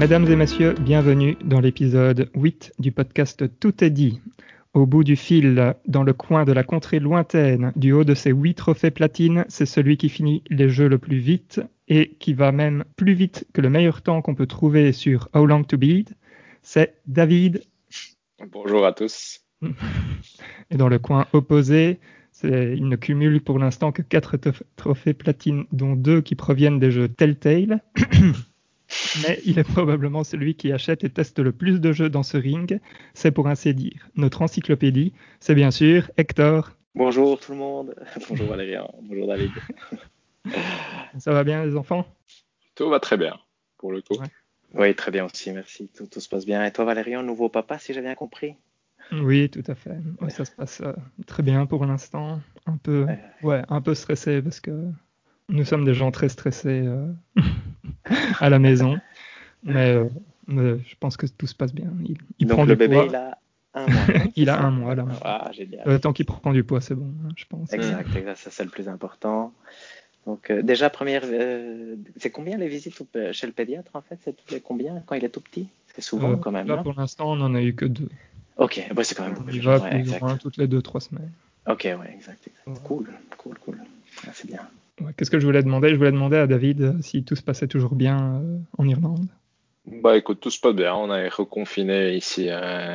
Mesdames et messieurs, bienvenue dans l'épisode 8 du podcast Tout est dit. Au bout du fil, dans le coin de la contrée lointaine, du haut de ses 8 trophées platine, c'est celui qui finit les jeux le plus vite et qui va même plus vite que le meilleur temps qu'on peut trouver sur How Long to Beat. C'est David. Bonjour à tous. Et dans le coin opposé, il ne cumule pour l'instant que 4 trophées platine, dont 2 qui proviennent des jeux Telltale. Mais il est probablement celui qui achète et teste le plus de jeux dans ce ring. C'est pour ainsi dire notre encyclopédie. C'est bien sûr Hector. Bonjour tout le monde. Bonjour Valérian. Bonjour David. Ça va bien les enfants? Tout va très bien pour le coup. Ouais. Oui, très bien aussi, merci. Tout se passe bien. Et toi Valérian, nouveau papa si j'ai bien compris? Oui, tout à fait. Ouais, ça se passe très bien pour l'instant. Un peu stressé parce que nous sommes des gens très stressés à la maison. Mais je pense que tout se passe bien. Il Donc prend le du bébé, poids. il a 1 mois, non? Il a ça? 1 mois là. Ah, génial. Tant qu'il prend du poids, c'est bon, hein, je pense. Exact, ça c'est le plus important. Donc déjà, c'est combien les visites chez le pédiatre en fait? C'est tous les combien quand il est tout petit? C'est souvent quand même, Là, non? pour l'instant, on n'en a eu que 2. Ok, bah, c'est quand même On beaucoup y déjà. va Ouais, plus ou exact. moins toutes les 2-3 semaines. Ok, ouais, exact. Ouais. Cool. Ah, c'est bien. Ouais, qu'est-ce que je voulais demander? Je voulais demander à David si tout se passait toujours bien en Irlande. Bah écoute, tout se passe bien. On est reconfiné ici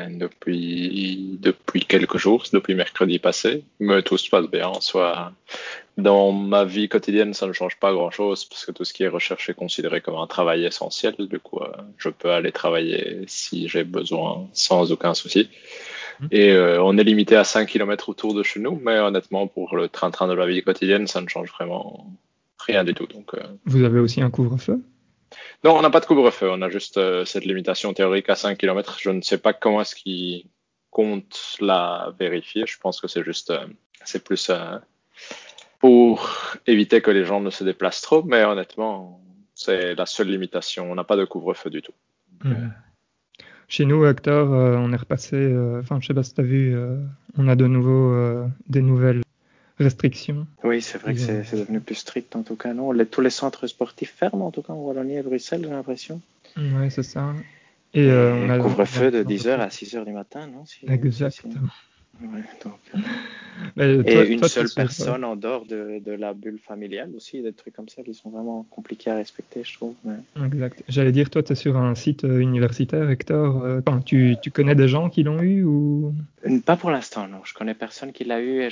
depuis quelques jours, depuis mercredi passé, mais tout se passe bien. Soit dans ma vie quotidienne, ça ne change pas grand-chose parce que tout ce qui est recherche est considéré comme un travail essentiel. Du coup, je peux aller travailler si j'ai besoin sans aucun souci. Et on est limité à 5 km autour de chez nous, mais honnêtement, pour le train-train de la vie quotidienne, ça ne change vraiment rien du tout. Donc, Vous avez aussi un couvre-feu? non, on n'a pas de couvre-feu, on a juste cette limitation théorique à 5 km. Je ne sais pas comment est-ce qu'ils comptent la vérifier. Je pense que c'est plus pour éviter que les gens ne se déplacent trop, mais honnêtement, c'est la seule limitation. On n'a pas de couvre-feu du tout. Chez nous, Hector, on est repassé, je sais pas si tu as vu, on a de nouveau des nouvelles restrictions. Oui, c'est vrai que c'est devenu plus strict en tout cas, non? Tous les centres sportifs ferment en tout cas en Wallonie et Bruxelles, j'ai l'impression. Ouais, c'est ça. Et Et couvre-feu de 10h à 6h du matin, non? Exactement. Ouais, donc, Mais et une t'es seule sur, personne en dehors de la bulle familiale aussi, des trucs comme ça qui sont vraiment compliqués à respecter, je trouve. Exact. J'allais dire, toi, tu es sur un site universitaire, Hector. Tu connais des gens qui l'ont eu ou... Pas pour l'instant, non. Je connais personne qui l'a eu et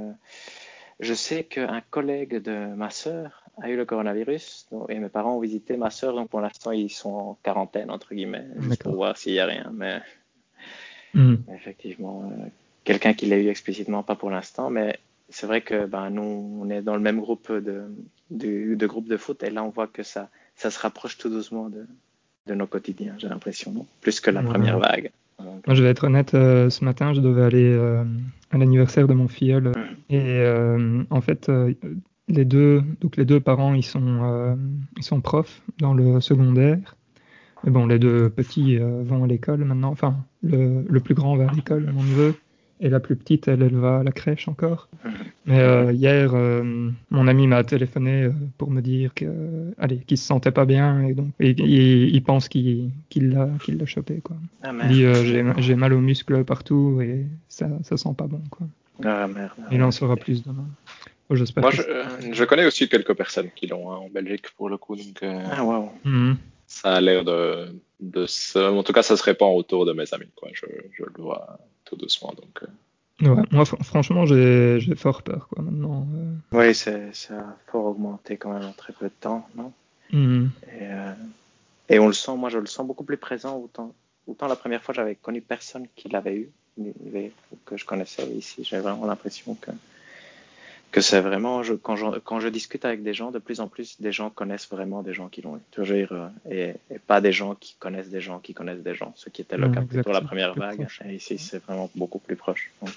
je sais qu'un collègue de ma sœur a eu le coronavirus et mes parents ont visité ma sœur, donc pour l'instant ils sont en quarantaine, entre guillemets, juste pour D'accord. voir s'il n'y a rien. Mais Mhm. effectivement, quelqu'un qui l'a eu explicitement, pas pour l'instant, mais c'est vrai que nous, on est dans le même groupe de groupe de foot et là on voit que ça se rapproche tout doucement de nos quotidiens, j'ai l'impression, non? Plus que la première Ouais. vague. Donc, Moi, je vais être honnête, ce matin, je devais aller à l'anniversaire de mon filleul. Et en fait, les deux parents, ils sont profs dans le secondaire. Et bon, les deux petits vont à l'école maintenant. Enfin, le plus grand va à l'école, mon neveu. Et la plus petite, elle va à la crèche encore. Mais hier, mon ami m'a téléphoné pour me dire qu'il se sentait pas bien et donc il pense qu'il l'a chopé quoi. ah Il dit merde. j'ai mal aux muscles partout et ça sent pas bon quoi. Ah merde. Il en saura plus demain. Oh, j'espère Moi, que je connais aussi quelques personnes qui l'ont en Belgique pour le coup, donc ah wow. Mhm. ça a l'air en tout cas, ça se répand autour de mes amis, quoi. Je le vois tout doucement, donc. Ouais, moi franchement j'ai fort peur quoi maintenant. Oui, ça a fort augmenté quand même en très peu de temps, non? Mhm. Et on le sent, moi je le sens beaucoup plus présent, autant la première fois j'avais connu personne qui l'avait eu, que je connaissais ici, j'avais vraiment l'impression que c'est vraiment, quand je discute avec des gens, de plus en plus, des gens connaissent vraiment des gens qui l'ont eu. Tu vois, je veux dire, et pas des gens qui connaissent des gens qui connaissent des gens, ce qui était le Ouais, cas plutôt exact, la c'est beaucoup première plus vague. proche. Et ici, c'est vraiment beaucoup plus proche. Donc,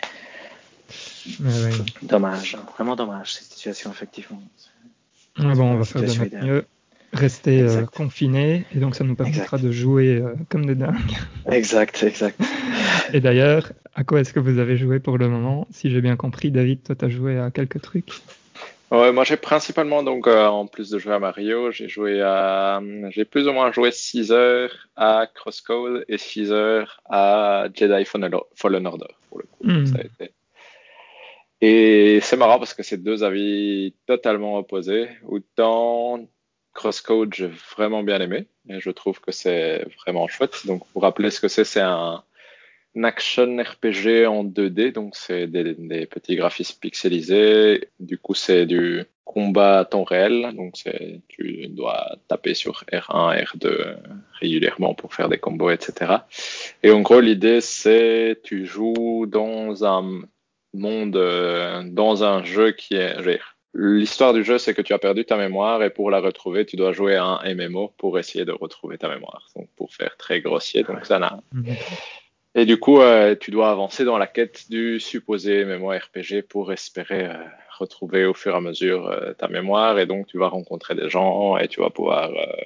Ouais. dommage, vraiment dommage cette situation, effectivement. Ouais, C'est bon, pas on la va faire de situation notre idéale. mieux. Rester Exact, confinés et donc ça nous permettra exact, de jouer comme des dingues. exact. Et d'ailleurs, à quoi est-ce que vous avez joué pour le moment? Si j'ai bien compris, David, toi, t'as joué à quelques trucs. Ouais, moi j'ai principalement donc en plus de jouer à Mario, j'ai plus ou moins joué 6 heures à CrossCode et 6 heures à Jedi Fallen Order pour le coup. Donc, ça a Hmm. été. Et c'est marrant parce que c'est deux avis totalement opposés. Autant CrossCode j'ai vraiment bien aimé et je trouve que c'est vraiment chouette. Donc pour rappeler ce que c'est un action RPG en 2D, donc c'est des petits graphismes pixelisés. Du coup, c'est du combat à temps réel, donc tu dois taper sur R1, R2 régulièrement pour faire des combos, etc. Et en gros, l'idée, c'est tu joues dans un monde, dans un jeu qui est. L'histoire du jeu, c'est que tu as perdu ta mémoire et pour la retrouver, tu dois jouer à un MMO pour essayer de retrouver ta mémoire. Donc, pour faire très grossier, donc ça n'a D'accord. et du coup, tu dois avancer dans la quête du supposé MMORPG pour espérer retrouver au fur et à mesure ta mémoire. Et donc, tu vas rencontrer des gens et tu vas pouvoir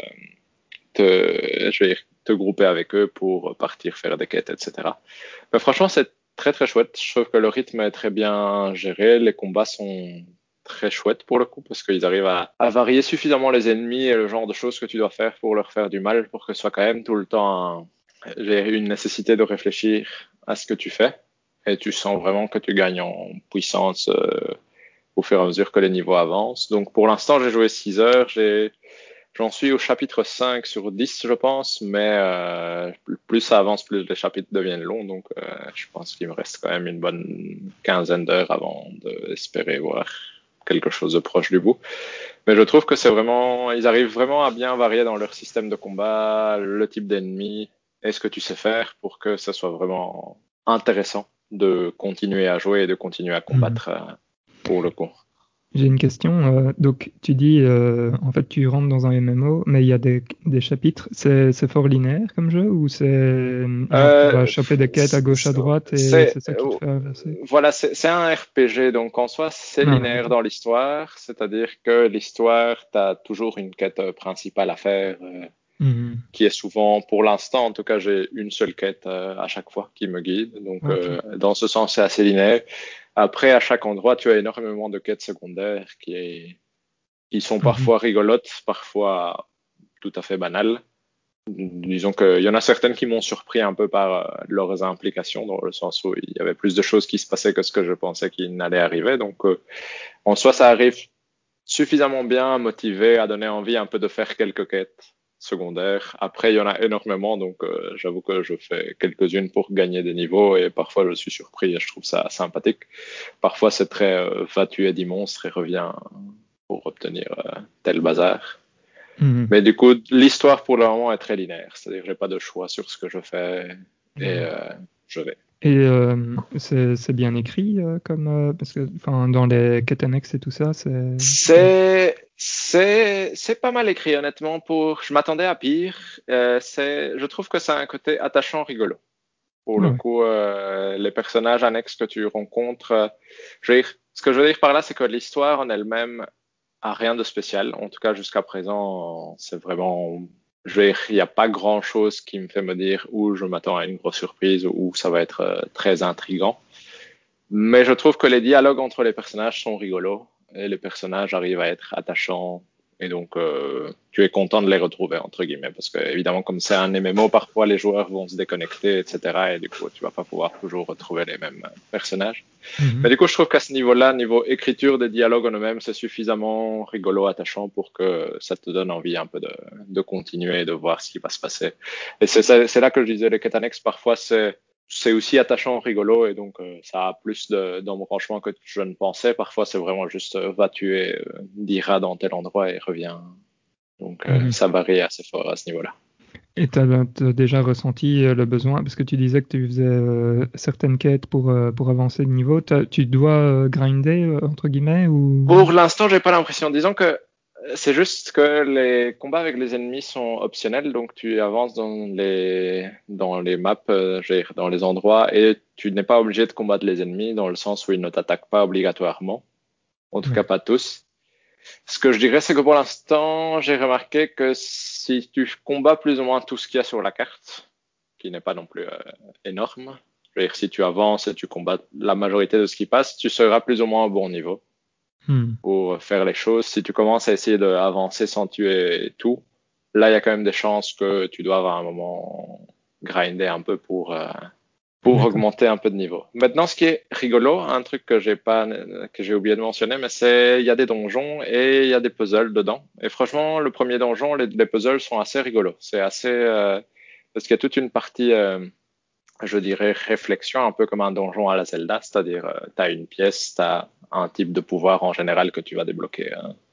te grouper avec eux pour partir faire des quêtes, etc. Mais franchement, c'est très très chouette. Je trouve que le rythme est très bien géré. Les combats sont très chouettes pour le coup parce qu'ils arrivent à varier suffisamment les ennemis et le genre de choses que tu dois faire pour leur faire du mal pour que ce soit quand même tout le temps j'ai une nécessité de réfléchir à ce que tu fais et tu sens vraiment que tu gagnes en puissance au fur et à mesure que les niveaux avancent. Donc pour l'instant, j'ai joué 6 heures, j'en suis au chapitre 5 sur 10, je pense, mais plus ça avance, plus les chapitres deviennent longs, donc je pense qu'il me reste quand même une bonne quinzaine d'heures avant d'espérer voir quelque chose de proche du bout. Mais je trouve que ils arrivent vraiment à bien varier dans leur système de combat, le type d'ennemi et ce que tu sais faire pour que ça soit vraiment intéressant de continuer à jouer et de continuer à Hmm. combattre pour le coup. J'ai une question. Donc, tu dis, en fait, tu rentres dans un MMO, mais il y a des chapitres. C'est fort linéaire comme jeu ou c'est genre tu vas Euh, choper des quêtes à gauche à droite et c'est c'est ça qui te fait avancer? voilà, c'est un RPG, donc en soi c'est Ah ouais, linéaire ok. dans l'histoire, c'est-à-dire que l'histoire, tu as toujours une quête principale à faire, Mhm. qui est souvent, pour l'instant en tout cas, j'ai une seule quête à chaque fois qui me guide, donc Ok. dans ce sens c'est assez linéaire. Après, à chaque endroit, tu as énormément de quêtes secondaires qui sont Mhm. parfois rigolotes, parfois tout à fait banales. Disons qu'il y en a certaines qui m'ont surpris un peu par leurs implications, dans le sens où il y avait plus de choses qui se passaient que ce que je pensais qu'il n'allait arriver. Donc, en soi, ça arrive suffisamment bien motivé à donner envie un peu de faire quelques quêtes secondaires. Après, il y en a énormément, donc j'avoue que je fais quelques-unes pour gagner des niveaux et parfois je suis surpris et je trouve ça sympathique. Parfois, c'est très va tuer 10 monstres et reviens pour obtenir tel bazar. Mhm. Mais du coup, l'histoire pour le moment est très linéaire, c'est-à-dire que j'ai pas de choix sur ce que je fais et Mhm. je vais. Et c'est bien écrit comme parce que enfin dans les quêtes annexes et tout ça, C'est pas mal écrit honnêtement je m'attendais à pire. Je trouve que ça a un côté attachant rigolo. Pour le ouais. coup, les personnages annexes que tu rencontres, je veux dire, ce que je veux dire par là, c'est que l'histoire en elle-même a rien de spécial. En tout cas, jusqu'à présent, c'est vraiment, je veux dire, il n'y a pas grand-chose qui me fait me dire où je m'attends à une grosse surprise ou où ça va être très intriguant. Mais je trouve que les dialogues entre les personnages sont rigolos et les personnages arrivent à être attachants et donc tu es content de les retrouver entre guillemets parce que évidemment comme c'est un MMO parfois les joueurs vont se déconnecter etc et du coup tu vas pas pouvoir toujours retrouver les mêmes personnages. Mais Mhm. du coup je trouve qu'à ce niveau-là, niveau écriture des dialogues en eux-mêmes, c'est suffisamment rigolo, attachant pour que ça te donne envie un peu de continuer et de voir ce qui va se passer. Et c'est là que je disais les quêtes annexes parfois c'est aussi attachant, rigolo, et donc ça a plus d'embranchement que je ne pensais. Parfois, c'est vraiment juste va tuer 10 rats dans tel endroit et reviens. Donc Mhm. ça varie assez fort à ce niveau-là. Et t'as déjà ressenti le besoin, parce que tu disais que tu faisais certaines quêtes pour avancer de niveau, tu dois grinder, entre guillemets, ou... Pour l'instant, j'ai pas l'impression. Disons que c'est juste que les combats avec les ennemis sont optionnels, donc tu avances dans les maps, je veux dire, dans les endroits, et tu n'es pas obligé de combattre les ennemis dans le sens où ils ne t'attaquent pas obligatoirement. En tout cas, Ouais. pas tous. Ce que je dirais, c'est que pour l'instant, j'ai remarqué que si tu combats plus ou moins tout ce qu'il y a sur la carte, qui n'est pas non plus énorme, je veux dire, si tu avances et tu combats la majorité de ce qui passe, tu seras plus ou moins au bon niveau. pour faire les choses. Si tu commences à essayer d'avancer sans tuer tout, là, il y a quand même des chances que tu doives à un moment grinder un peu pour augmenter un peu de niveau. Maintenant, ce qui est rigolo, un truc que j'ai oublié de mentionner, mais il y a des donjons et il y a des puzzles dedans. Et franchement, le premier donjon, les puzzles sont assez rigolos. C'est assez, parce qu'il y a toute une partie, je dirais, réflexion, un peu comme un donjon à la Zelda, c'est-à-dire, tu as une pièce, tu as un type de pouvoir en général que tu vas débloquer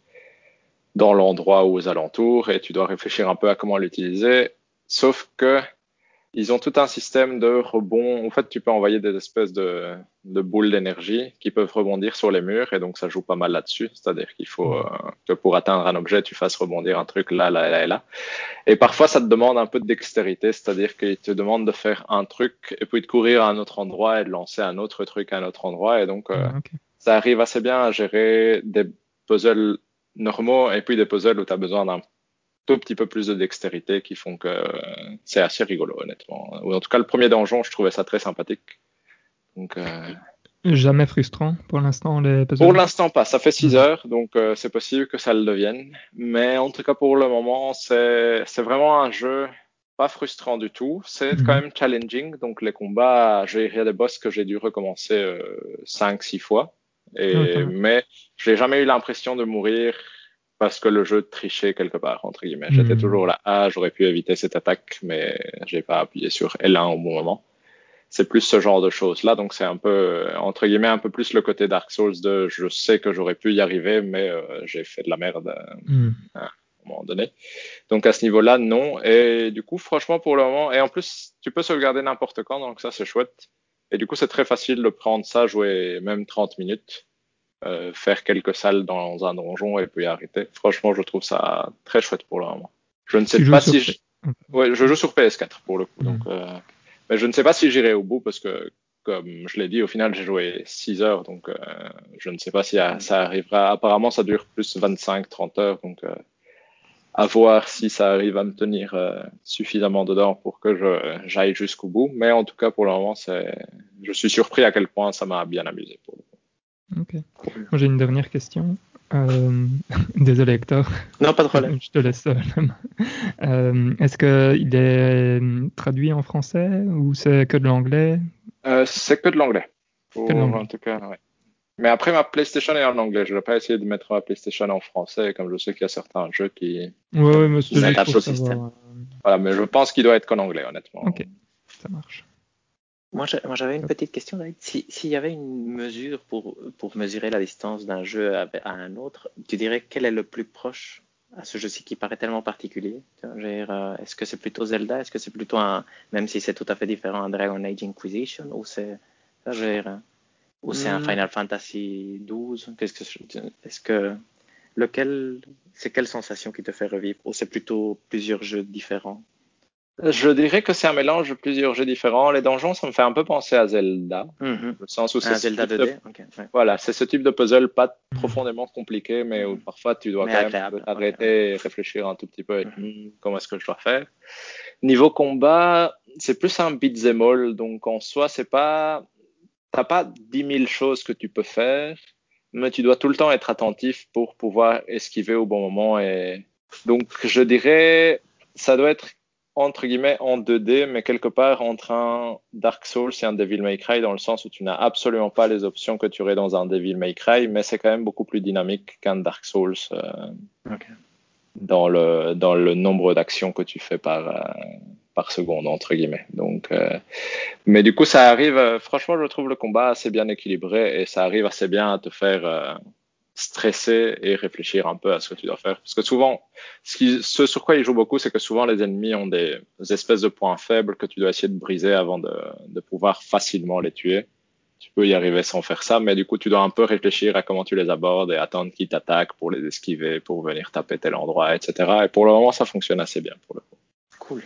dans l'endroit ou aux alentours et tu dois réfléchir un peu à comment l'utiliser. Sauf que ils ont tout un système de rebond. En fait, tu peux envoyer des espèces de boules d'énergie qui peuvent rebondir sur les murs et donc ça joue pas mal là-dessus. C'est-à-dire qu'il faut que pour atteindre un objet, tu fasses rebondir un truc là, là, là et là. Et parfois, ça te demande un peu de dextérité, c'est-à-dire qu'il te demande de faire un truc et puis de courir à un autre endroit et de lancer un autre truc à un autre endroit. Et donc, ça arrive assez bien à gérer des puzzles normaux et puis des puzzles où tu as besoin d'un tout petit peu plus de dextérité qui font que c'est assez rigolo, honnêtement. Ou en tout cas, le premier donjon, je trouvais ça très sympathique. Donc, Jamais frustrant pour l'instant, les puzzles? pour l'instant, pas. Ça fait 6 heures, donc c'est possible que ça le devienne. Mais en tout cas, pour le moment, c'est vraiment un jeu pas frustrant du tout. C'est quand même challenging. Donc, les combats, il y a des boss que j'ai dû recommencer 5-6 fois. Mais je n'ai jamais eu l'impression de mourir parce que le jeu trichait quelque part, entre guillemets. J'étais toujours là, j'aurais pu éviter cette attaque, mais j'ai pas appuyé sur L1 au bon moment. C'est plus ce genre de choses-là, donc c'est un peu, entre guillemets, un peu plus le côté Dark Souls de je sais que j'aurais pu y arriver, mais j'ai fait de la merde à un moment donné. Donc à ce niveau-là, non. Et du coup, franchement, pour le moment, et en plus, tu peux sauvegarder n'importe quand, donc ça, c'est chouette. Et du coup, c'est très facile de prendre ça, jouer même 30 minutes. Faire quelques salles dans un donjon et puis arrêter. Franchement, je trouve ça très chouette pour le moment. Je ne sais pas si ouais, je joue sur PS4 pour le coup, donc mais je ne sais pas si j'irai au bout parce que comme je l'ai dit, au final j'ai joué 6 heures, donc je ne sais pas si ça arrivera. Apparemment, ça dure plus 25-30 heures, donc à voir si ça arrive à me tenir suffisamment dedans pour que j'aille jusqu'au bout. Mais en tout cas, pour le moment, je suis surpris à quel point ça m'a bien amusé pour le coup. Ok. Moi, j'ai une dernière question. Désolé, Hector. Non, pas de problème. Je te laisse la main. Est-ce qu'il est traduit en français ou c'est que de l'anglais? C'est que de l'anglais. Que de l'anglais. En tout cas, ouais. Mais après, ma PlayStation est en anglais. Je ne vais pas essayer de mettre ma PlayStation en français, comme je sais qu'il y a certains jeux qui mais c'est juste s'attachent pour au savoir. système. Voilà, mais je pense qu'il doit être qu'en anglais, honnêtement. Ok, ça marche. Moi, j'avais une petite question, David. S'il y avait une mesure pour mesurer la distance d'un jeu à un autre, tu dirais quel est le plus proche à ce jeu-ci qui paraît tellement particulier? Est-ce que c'est plutôt Zelda? Est-ce que c'est plutôt même si c'est tout à fait différent, un Dragon Age Inquisition? Ou c'est un Final Fantasy XII? C'est quelle sensation qui te fait revivre? Ou c'est plutôt plusieurs jeux différents? Je dirais que c'est un mélange de plusieurs jeux différents. Les donjons, ça me fait un peu penser à Zelda, le sens où c'est Zelda 2D. Okay, ouais. Voilà, c'est ce type de puzzle pas profondément compliqué, mais où parfois tu dois quand même t'arrêter et réfléchir un tout petit peu. Comment est-ce que je dois faire? Niveau combat, c'est plus un beat'em all, donc en soi, t'as pas 10 000 choses que tu peux faire, mais tu dois tout le temps être attentif pour pouvoir esquiver au bon moment. Et donc, je dirais, ça doit être entre guillemets en 2D, mais quelque part entre un Dark Souls et un Devil May Cry, dans le sens où tu n'as absolument pas les options que tu aurais dans un Devil May Cry, mais c'est quand même beaucoup plus dynamique qu'un Dark Souls dans le nombre d'actions que tu fais par seconde, entre guillemets. Donc, mais du coup, ça arrive, franchement, je trouve le combat assez bien équilibré et ça arrive assez bien à te faire stresser et réfléchir un peu à ce que tu dois faire. Parce que souvent, ce sur quoi ils jouent beaucoup, c'est que souvent les ennemis ont des espèces de points faibles que tu dois essayer de briser avant de pouvoir facilement les tuer. Tu peux y arriver sans faire ça, mais du coup, tu dois un peu réfléchir à comment tu les abordes et attendre qu'ils t'attaquent pour les esquiver, pour venir taper tel endroit, etc. Et pour le moment, ça fonctionne assez bien pour le coup. Cool.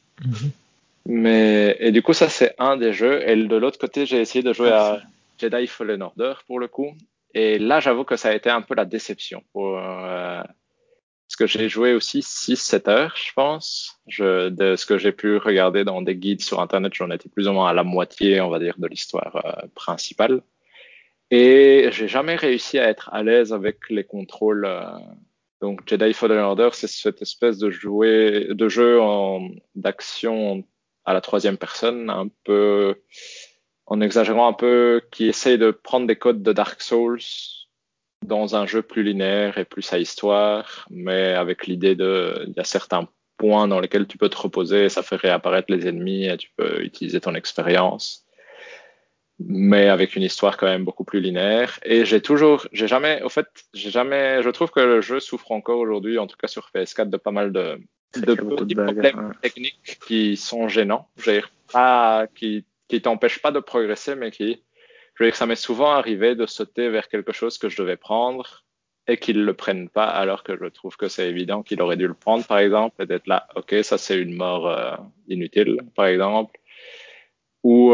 Et du coup, ça, c'est un des jeux. Et de l'autre côté, j'ai essayé de jouer à Jedi Fallen Order pour le coup. Et là, j'avoue que ça a été un peu la déception. Parce que j'ai joué aussi 6-7 heures, je pense. De ce que j'ai pu regarder dans des guides sur Internet, j'en étais plus ou moins à la moitié, on va dire, de l'histoire principale. Et j'ai jamais réussi à être à l'aise avec les contrôles. Donc Jedi Fallen Order, c'est cette espèce de jeu d'action à la troisième personne, un peu en exagérant un peu, qui essaye de prendre des codes de Dark Souls dans un jeu plus linéaire et plus à histoire, mais avec l'idée il y a certains points dans lesquels tu peux te reposer, ça fait réapparaître les ennemis et tu peux utiliser ton expérience, mais avec une histoire quand même beaucoup plus linéaire. Et j'ai jamais, je trouve que le jeu souffre encore aujourd'hui, en tout cas sur PS4, de pas mal C'est de qu'il y a beaucoup de petits bugs. problèmes techniques qui sont gênants, je veux dire, pas, qui t'empêchent pas de progresser, mais je veux dire, ça m'est souvent arrivé de sauter vers quelque chose que je devais prendre et qu'ils le prennent pas, alors que je trouve que c'est évident qu'il aurait dû le prendre, par exemple, et d'être là, ok, ça c'est une mort inutile, par exemple, ou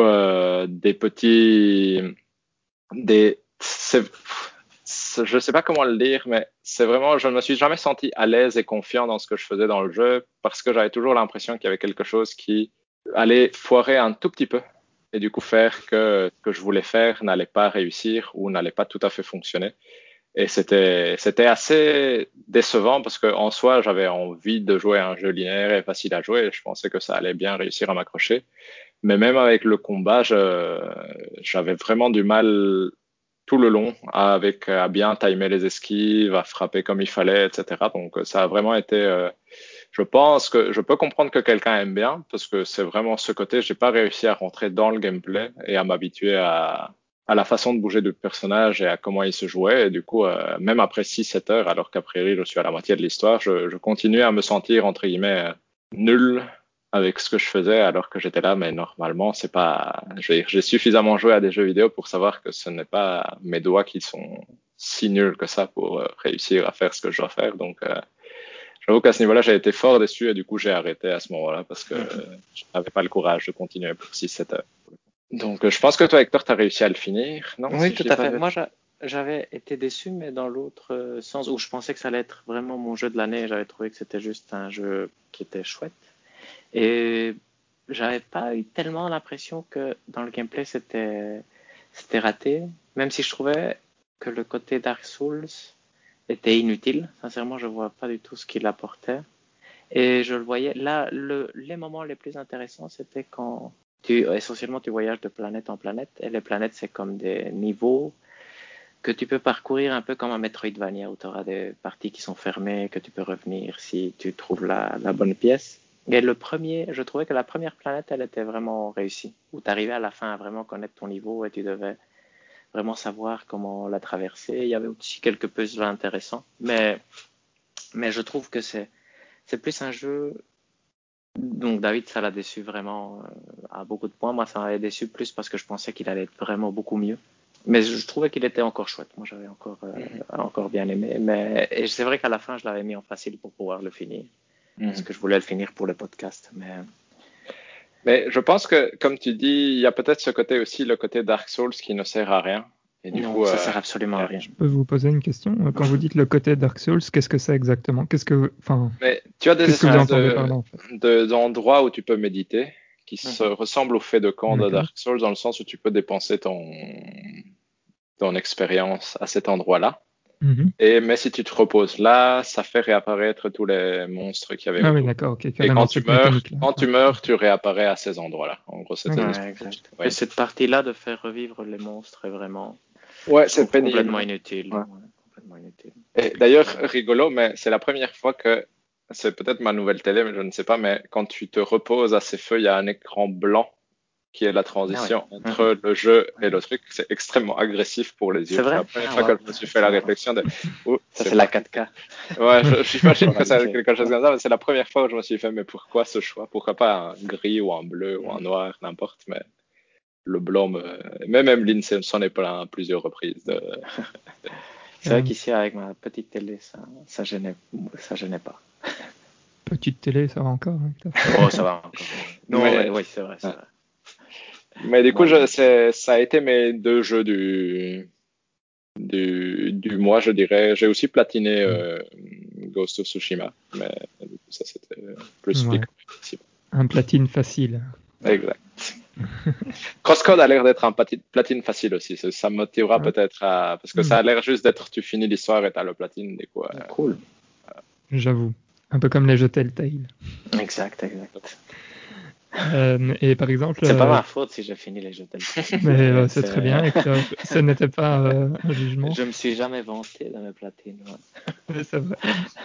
je sais pas comment le dire, mais c'est vraiment, je ne me suis jamais senti à l'aise et confiant dans ce que je faisais dans le jeu parce que j'avais toujours l'impression qu'il y avait quelque chose qui allait foirer un tout petit peu et du coup faire que ce que je voulais faire n'allait pas réussir ou n'allait pas tout à fait fonctionner. Et c'était assez décevant parce que en soi, j'avais envie de jouer à un jeu linéaire et facile à jouer. Je pensais que ça allait bien réussir à m'accrocher. Mais même avec le combat, j'avais vraiment du mal tout le long à bien timer les esquives, à frapper comme il fallait, etc. Donc ça a vraiment été. Je pense que je peux comprendre que quelqu'un aime bien parce que c'est vraiment ce côté. J'ai pas réussi à rentrer dans le gameplay et à m'habituer à la façon de bouger du personnage et à comment il se jouait. Et du coup, même après 6-7 heures, alors qu'a priori je suis à la moitié de l'histoire, je continuais à me sentir entre guillemets nul avec ce que je faisais alors que j'étais là, mais normalement, c'est pas, je veux dire, j'ai suffisamment joué à des jeux vidéo pour savoir que ce n'est pas mes doigts qui sont si nuls que ça pour réussir à faire ce que je dois faire. Donc, j'avoue qu'à ce niveau-là, j'ai été fort déçu et du coup, j'ai arrêté à ce moment-là parce que je n'avais pas le courage de continuer pour 6-7 heures. Donc, je pense que toi, Hector, tu as réussi à le finir, non? Oui, Si je tout dis à pas fait. de... Moi, j'avais été déçu, mais dans l'autre sens où je pensais que ça allait être vraiment mon jeu de l'année. J'avais trouvé que c'était juste un jeu qui était chouette. Et j'avais pas eu tellement l'impression que dans le gameplay c'était raté, même si je trouvais que le côté Dark Souls était inutile. Sincèrement, je vois pas du tout ce qu'il apportait. Et je le voyais là, les moments les plus intéressants, c'était quand essentiellement tu voyages de planète en planète, et les planètes c'est comme des niveaux que tu peux parcourir un peu comme un Metroidvania où tu auras des parties qui sont fermées, que tu peux revenir si tu trouves la bonne pièce. Et je trouvais que la première planète, elle était vraiment réussie, où tu arrivais à la fin à vraiment connaître ton niveau et tu devais vraiment savoir comment la traverser. Il y avait aussi quelques puzzles intéressants, mais je trouve que c'est plus un jeu. Donc David, ça l'a déçu vraiment à beaucoup de points. Moi, ça m'avait déçu plus parce que je pensais qu'il allait être vraiment beaucoup mieux. Mais je trouvais qu'il était encore chouette. Moi, j'avais encore bien aimé. Et c'est vrai qu'à la fin, je l'avais mis en facile pour pouvoir le finir. Parce que je voulais le finir pour le podcast. Mais je pense que, comme tu dis, il y a peut-être ce côté aussi, le côté Dark Souls qui ne sert à rien. Et du non, coup, ça sert absolument à rien. Je peux vous poser une question? Quand vous dites le côté Dark Souls, qu'est-ce que c'est exactement? mais tu as des Qu'est-ce que vous espèces entendez par là, en fait? d'endroits où tu peux méditer qui se Mhm. ressemblent au fait de camp de D'accord. Dark Souls dans le sens où tu peux dépenser ton expérience à cet endroit-là. Mhm. Mais si tu te reposes là, ça fait réapparaître tous les monstres qu'il y avait Ah oui, autour. d'accord, ok, Et carrément cette mécanique-là. quand tu Ouais. meurs, tu réapparais à ces endroits-là. En gros, c'était Ok. Ouais, exact. Et cette partie-là de faire revivre les monstres est vraiment, Ouais, je c'est trouve, complètement pénible. inutile. Ouais. Ouais, complètement inutile. Et d'ailleurs, rigolo, mais c'est la première fois que, c'est peut-être ma nouvelle télé, mais je ne sais pas, mais quand tu te reposes à ces feux, il y a un écran blanc qui est la Ah ouais. transition Mhm. entre le jeu et Ouais. le truc. C'est extrêmement agressif pour les yeux. C'est C'est la vrai? première Ah, fois que wow. je me suis fait la Ça, réflexion de, oh, ça c'est c'est la parti. 4K Ouais, j'imagine pour que c'est habituer. quelque chose comme ça, mais c'est la première fois où je me suis fait, mais pourquoi ce choix? Pourquoi pas un gris ou un bleu ou un noir, n'importe, mais le blanc mais même Lynn s'en est plaint à plusieurs reprises C'est vrai Carrément. qu'ici, avec ma petite télé, ça gênait pas. Petite télé, ça va encore, hein, Oh, ça va encore. Non, mais mais, oui, c'est vrai, c'est ouais. vrai. Mais du coup, Moyenne télé. ça a été mes deux jeux du mois, je dirais. J'ai aussi platiné Ghost of Tsushima, mais du coup, ça c'était plus Ouais. piquant. Un platine facile. Exact. Crosscode a l'air d'être un platine facile aussi. Ça me motivera peut-être parce que ça a l'air juste d'être tu finis l'histoire et t'as le platine. Du coup, Cool. J'avoue. Un peu comme les jeux Telltale. Exact. Et par exemple... C'est pas ma faute si j'ai fini les jeux Telltale. Mais c'est très bien, Hector. Ce n'était pas un jugement. Je me suis jamais vanté dans mes platines. Ouais. Mais c'est vrai.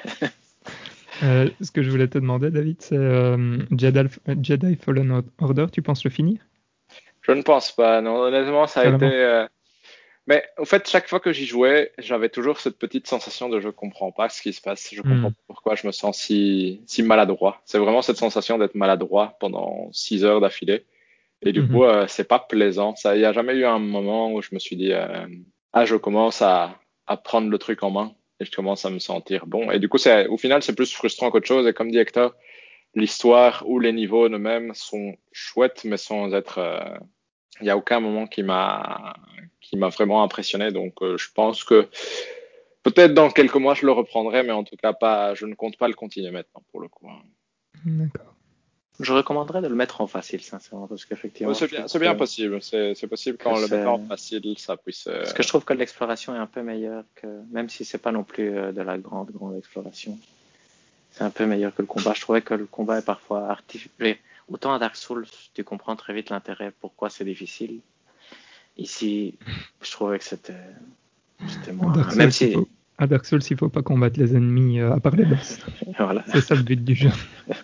Ce que je voulais te demander, David, c'est Jedi Fallen Order, tu penses le finir? Je ne pense pas. Non, honnêtement, ça a Carrément. été... Mais en fait, chaque fois que j'y jouais, j'avais toujours cette petite sensation de je comprends pas ce qui se passe. Je comprends pas pourquoi je me sens si maladroit. C'est vraiment cette sensation d'être maladroit pendant 6 heures d'affilée. Et du coup, c'est pas plaisant. Il n'y a jamais eu un moment où je me suis dit je commence à prendre le truc en main et je commence à me sentir bon. Et du coup, au final, c'est plus frustrant qu'autre chose. Et comme dit Hector, l'histoire ou les niveaux eux-mêmes sont chouettes, mais sans être... Il n'y a aucun moment qui m'a vraiment impressionné. Donc, je pense que peut-être dans quelques mois, je le reprendrai, mais en tout cas, je ne compte pas le continuer maintenant pour le coup. D'accord. Je recommanderais de le mettre en facile, sincèrement, parce qu'effectivement... C'est bien possible. C'est possible quand on le met en facile, ça puisse... Parce que je trouve que l'exploration est un peu meilleure que... Même si c'est pas non plus de la grande exploration. C'est un peu meilleur que le combat. Je trouvais que le combat est parfois artificiel. Autant à Dark Souls, tu comprends très vite l'intérêt, pourquoi c'est difficile. Ici, je trouvais que c'était moins... À Dark Souls, il faut pas combattre les ennemis à part les boss. Voilà. C'est ça le but du jeu.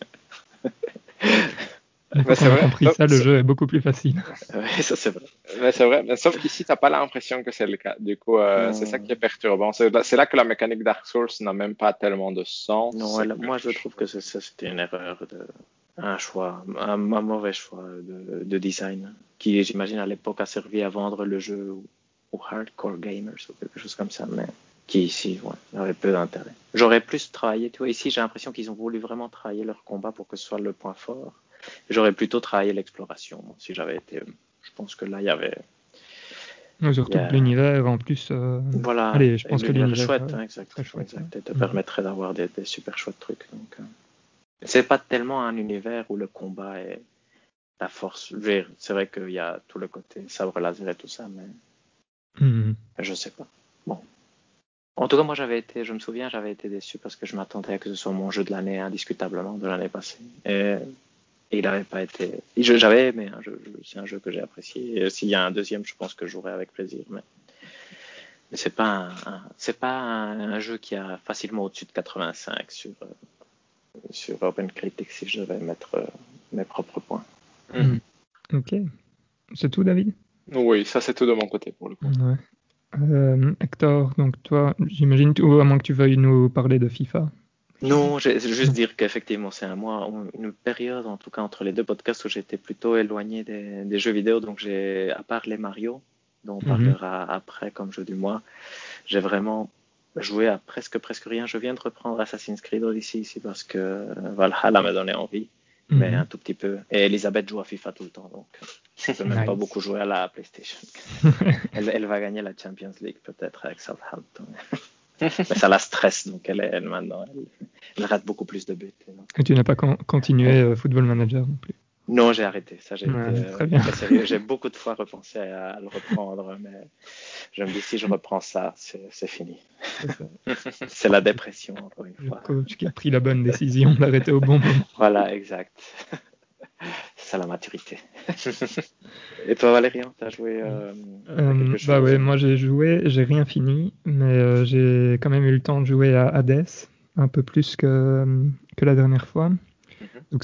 Une fois qu'on a compris ça, le jeu est beaucoup plus facile. Oui, ça c'est vrai. Mais c'est vrai, mais sauf qu'ici, t'as pas l'impression que c'est le cas. Du coup, c'est ça qui est perturbant. C'est là que la mécanique Dark Souls n'a même pas tellement de sens. Non, moi je trouve que c'était une erreur, un mauvais choix de design, qui j'imagine à l'époque a servi à vendre le jeu aux hardcore gamers ou quelque chose comme ça, mais qui ici avait peu d'intérêt. J'aurais plus travaillé, tu vois, ici j'ai l'impression qu'ils ont voulu vraiment travailler leur combat pour que ce soit le point fort. J'aurais plutôt travaillé l'exploration, si j'avais été... Je pense que là, il y avait... Surtout que l'univers, en plus... Voilà, allez, je pense que l'univers est chouette, très chouette, et te permettrait d'avoir des super chouettes trucs. Donc, c'est pas tellement un univers où le combat est la force. C'est vrai qu'il y a tout le côté sabre laser et tout ça, mais je sais pas. Bon. En tout cas, moi, je me souviens, j'avais été déçu parce que je m'attendais à que ce soit mon jeu de l'année, indiscutablement, de l'année passée. Et il n'avait pas été. J'avais aimé, c'est un jeu que j'ai apprécié. Et s'il y a un deuxième, je pense que je jouerai avec plaisir. Mais c'est pas un jeu qui a facilement au-dessus de 85 sur OpenCritic si je devais mettre mes propres points. Ok. C'est tout, David? Oui, ça c'est tout de mon côté pour le coup. Ouais. Hector, donc toi, j'imagine, à moins que tu veuilles nous parler de FIFA. Non, je vais juste dire qu'effectivement, c'est une période, en tout cas entre les deux podcasts, où j'étais plutôt éloigné des jeux vidéo. Donc, à part les Mario, dont on parlera après comme jeu du mois, j'ai vraiment joué à presque rien. Je viens de reprendre Assassin's Creed Odyssey ici parce que Valhalla m'a donné envie, mais un tout petit peu. Et Elisabeth joue à FIFA tout le temps, donc je ne peux même pas beaucoup jouer à la PlayStation. Elle va gagner la Champions League peut-être avec Southampton. Mais ça la stresse, donc elle rate beaucoup plus de buts. Et tu n'as pas continué Football Manager non plus? Non, j'ai arrêté. Ça, j'ai été très bien. très sérieux. J'ai beaucoup de fois repensé à le reprendre, mais je me dis si je reprends ça, c'est fini. C'est la dépression, encore une fois. Le coach qui a pris la bonne décision d'arrêter au bon moment. Voilà, exact. C'est la maturité. Et toi, Valérian, t'as joué à quelque chose? Bah ouais, moi j'ai joué, j'ai rien fini, mais j'ai quand même eu le temps de jouer à Hades, un peu plus que la dernière fois. Donc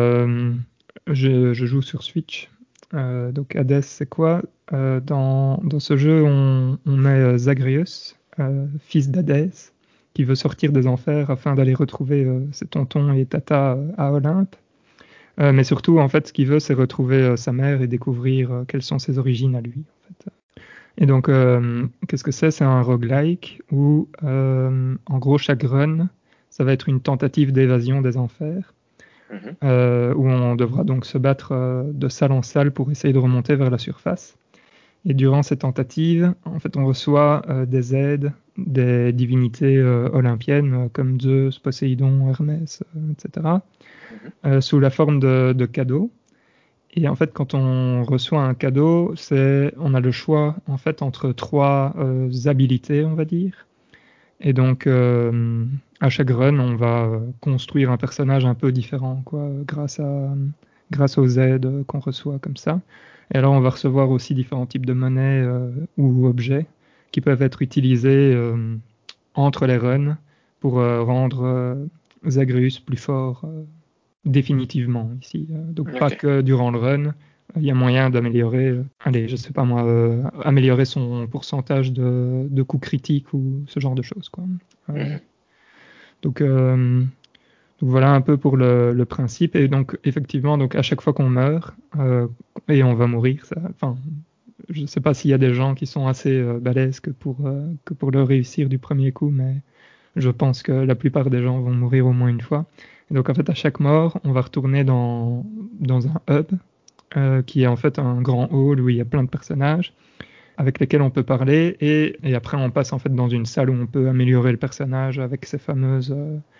je joue sur Switch. Donc Hades, c'est quoi? Dans ce jeu, on est Zagreus, fils d'Hadès, qui veut sortir des enfers afin d'aller retrouver ses tontons et tatas à Olympe. Mais surtout, en fait, ce qu'il veut, c'est retrouver sa mère et découvrir quelles sont ses origines à lui. En fait. Et donc, qu'est-ce que c'est? C'est un roguelike où, en gros, chaque run, ça va être une tentative d'évasion des enfers, où on devra donc se battre de salle en salle pour essayer de remonter vers la surface. Et durant ces tentatives, en fait, on reçoit des aides des divinités olympiennes comme Zeus, Poséidon, Hermès, etc., sous la forme de cadeaux. Et en fait, quand on reçoit un cadeau, on a le choix en fait entre 3 habilités, on va dire. Et donc, à chaque run, on va construire un personnage un peu différent, quoi, grâce aux aides qu'on reçoit comme ça. Et alors, on va recevoir aussi différents types de monnaies ou objets qui peuvent être utilisés entre les runs pour rendre Zagreus plus fort définitivement ici. Donc, pas que durant le run. Il y a moyen d'améliorer, je sais pas moi, améliorer son pourcentage de coups critiques ou ce genre de choses, quoi. Donc voilà un peu pour le principe. Et donc effectivement, donc à chaque fois qu'on meurt et on va mourir, enfin, je sais pas s'il y a des gens qui sont assez balèzes que pour le réussir du premier coup, mais je pense que la plupart des gens vont mourir au moins une fois. Et donc en fait, à chaque mort, on va retourner dans un hub qui est en fait un grand hall où il y a plein de personnages avec lesquels on peut parler et après on passe en fait dans une salle où on peut améliorer le personnage avec ces fameuses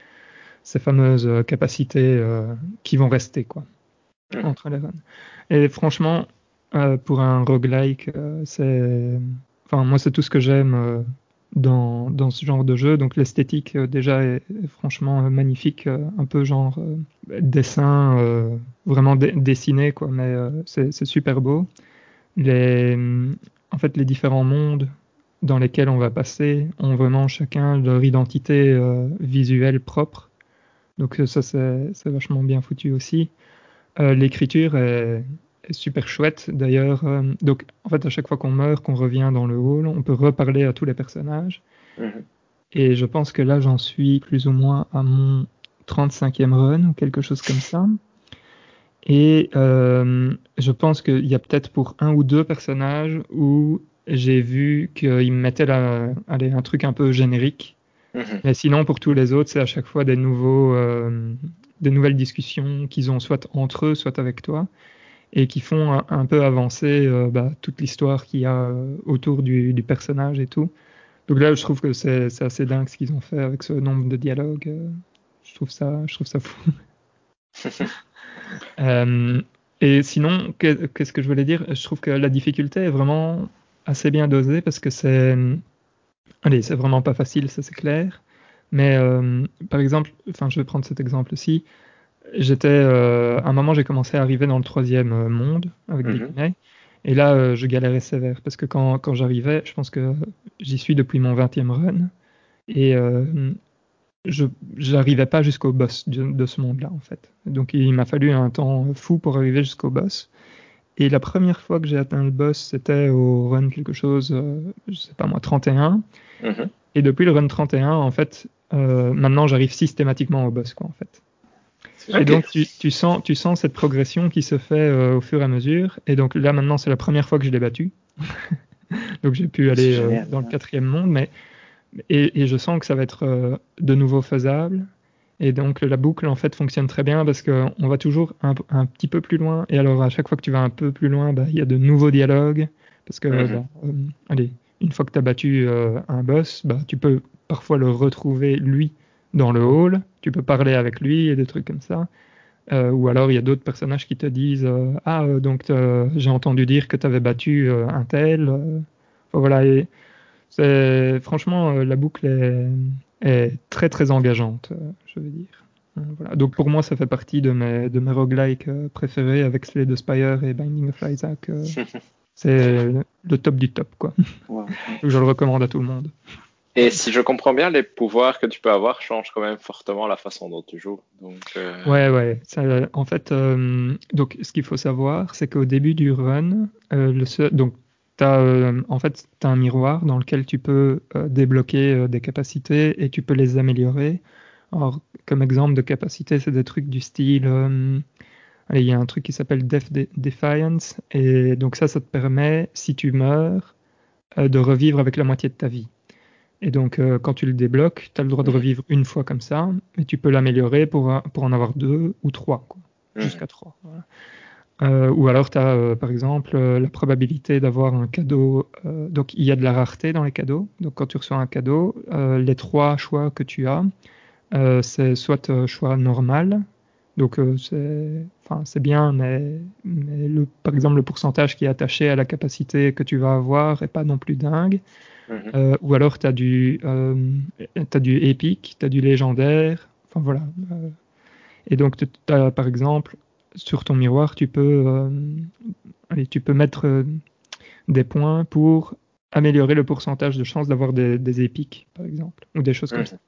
capacités qui vont rester quoi entre les runs. Et franchement, pour un roguelike, moi c'est tout ce que j'aime dans ce genre de jeu. Donc l'esthétique déjà est franchement magnifique, un peu genre dessin vraiment dessiné quoi, mais c'est super beau. En fait, les différents mondes dans lesquels on va passer ont vraiment chacun leur identité visuelle propre. Donc ça, c'est vachement bien foutu aussi. L'écriture est super chouette d'ailleurs. Donc en fait, à chaque fois qu'on meurt, qu'on revient dans le hall, on peut reparler à tous les personnages. Et je pense que là, j'en suis plus ou moins à mon 35e run ou quelque chose comme ça. Et je pense qu'il y a peut-être pour 1 ou 2 personnages où j'ai vu qu'ils me mettaient un truc un peu générique. Mais sinon, pour tous les autres, c'est à chaque fois des nouvelles discussions qu'ils ont soit entre eux, soit avec toi, et qui font un peu avancer toute l'histoire qu'il y a autour du personnage et tout. Donc là, je trouve que c'est assez dingue ce qu'ils ont fait avec ce nombre de dialogues. Je trouve ça fou. Et sinon, qu'est-ce que je voulais dire? Je trouve que la difficulté est vraiment assez bien dosée parce que c'est vraiment pas facile, ça c'est clair. Mais par exemple, enfin, je vais prendre cet exemple-ci. À un moment, j'ai commencé à arriver dans le 3e monde avec des guillemets. Et là, je galérais sévère parce que quand j'arrivais, je pense que j'y suis depuis mon 20e run. Et je n'arrivais pas jusqu'au boss de ce monde-là, en fait. Donc, il m'a fallu un temps fou pour arriver jusqu'au boss. Et la première fois que j'ai atteint le boss, c'était au run quelque chose, je sais pas moi, 31. Et depuis le run 31, en fait, maintenant, j'arrive systématiquement au boss, quoi, en fait. Et donc, tu sens cette progression qui se fait au fur et à mesure. Et donc là, maintenant, c'est la première fois que je l'ai battu. Donc, j'ai pu aller dans le 4e monde. Et je sens que ça va être de nouveau faisable. Et donc, la boucle, en fait, fonctionne très bien parce qu'on va toujours un petit peu plus loin. Et alors, à chaque fois que tu vas un peu plus loin, il y a de nouveaux dialogues. Parce que, une fois que tu as battu un boss, tu peux parfois le retrouver, lui, dans le hall. Tu peux parler avec lui et des trucs comme ça. Ou alors, il y a d'autres personnages qui te disent donc j'ai entendu dire que tu avais battu un tel. Enfin, voilà. Et franchement, la boucle est très très engageante, je veux dire. Voilà. Donc pour moi, ça fait partie de mes roguelikes préférés avec Slay the Spire et Binding of Isaac. C'est le top du top, quoi. Wow. Je le recommande à tout le monde. Et si je comprends bien, les pouvoirs que tu peux avoir changent quand même fortement la façon dont tu joues. Donc, Ouais. En fait, donc ce qu'il faut savoir, c'est qu'au début du run, donc t'as un miroir dans lequel tu peux débloquer des capacités et tu peux les améliorer. Alors, comme exemple de capacité, c'est des trucs du style, il y a un truc qui s'appelle Death Defiance, et donc ça te permet, si tu meurs, de revivre avec la moitié de ta vie. Et donc, quand tu le débloques, tu as le droit de revivre une fois comme ça, mais tu peux l'améliorer pour en avoir 2 ou 3, quoi, jusqu'à 3. Voilà. Ou alors, tu as, par exemple, la probabilité d'avoir un cadeau. Donc, il y a de la rareté dans les cadeaux. Donc, quand tu reçois un cadeau, les 3 choix que tu as, c'est soit choix normal, Donc c'est bien, mais par exemple le pourcentage qui est attaché à la capacité que tu vas avoir est pas non plus dingue. Ou alors tu as du épique, tu as du légendaire, enfin voilà. Et donc par exemple sur ton miroir tu peux mettre des points pour améliorer le pourcentage de chance d'avoir des épiques par exemple, ou des choses comme ça.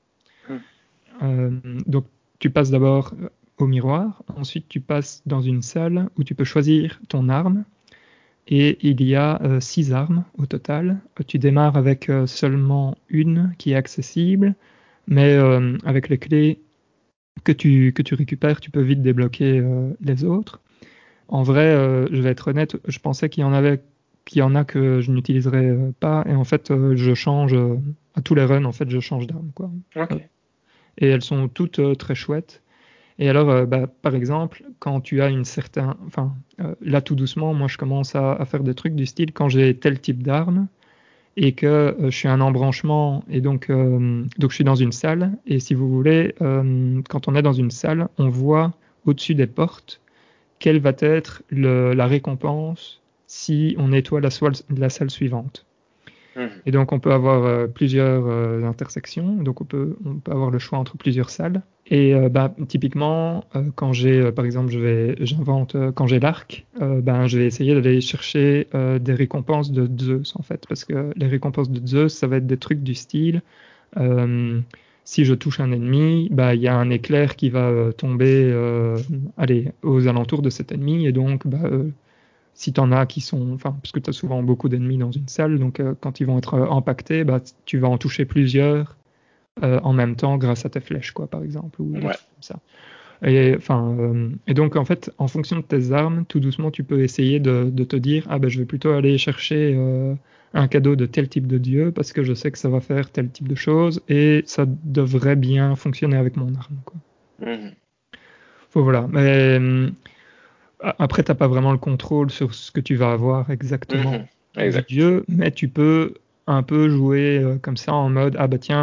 Donc tu passes d'abord au miroir, ensuite tu passes dans une salle où tu peux choisir ton arme, et il y a 6 armes au total. Tu démarres avec seulement une qui est accessible, mais avec les clés que tu récupères, tu peux vite débloquer les autres. En vrai, je vais être honnête, je pensais qu'il y en a que je n'utiliserais pas, et en fait je change à tous les runs, en fait je change d'arme, quoi. Et elles sont toutes très chouettes. Et alors, par exemple, quand tu as là tout doucement, moi je commence à faire des trucs du style quand j'ai tel type d'arme et que je suis un embranchement et donc je suis dans une salle. Et si vous voulez, quand on est dans une salle, on voit au-dessus des portes quelle va être la récompense si on nettoie la salle suivante. Et donc on peut avoir plusieurs intersections, donc on peut avoir le choix entre plusieurs salles. Et typiquement, quand j'ai, par exemple, j'invente quand j'ai l'arc, je vais essayer d'aller chercher des récompenses de Zeus en fait, parce que les récompenses de Zeus, ça va être des trucs du style. Si je touche un ennemi, il y a un éclair qui va tomber, aux alentours de cet ennemi, et donc si tu en as qui sont, parce que tu as souvent beaucoup d'ennemis dans une salle, donc quand ils vont être impactés, tu vas en toucher plusieurs en même temps grâce à tes flèches, quoi, par exemple, ou des trucs comme ça. Et donc en fait, en fonction de tes armes, tout doucement, tu peux essayer de te dire, je vais plutôt aller chercher un cadeau de tel type de dieu parce que je sais que ça va faire tel type de choses et ça devrait bien fonctionner avec mon arme, quoi. Voilà. Mais après, t'as pas vraiment le contrôle sur ce que tu vas avoir exactement du dieu, mais tu peux un peu jouer comme ça en mode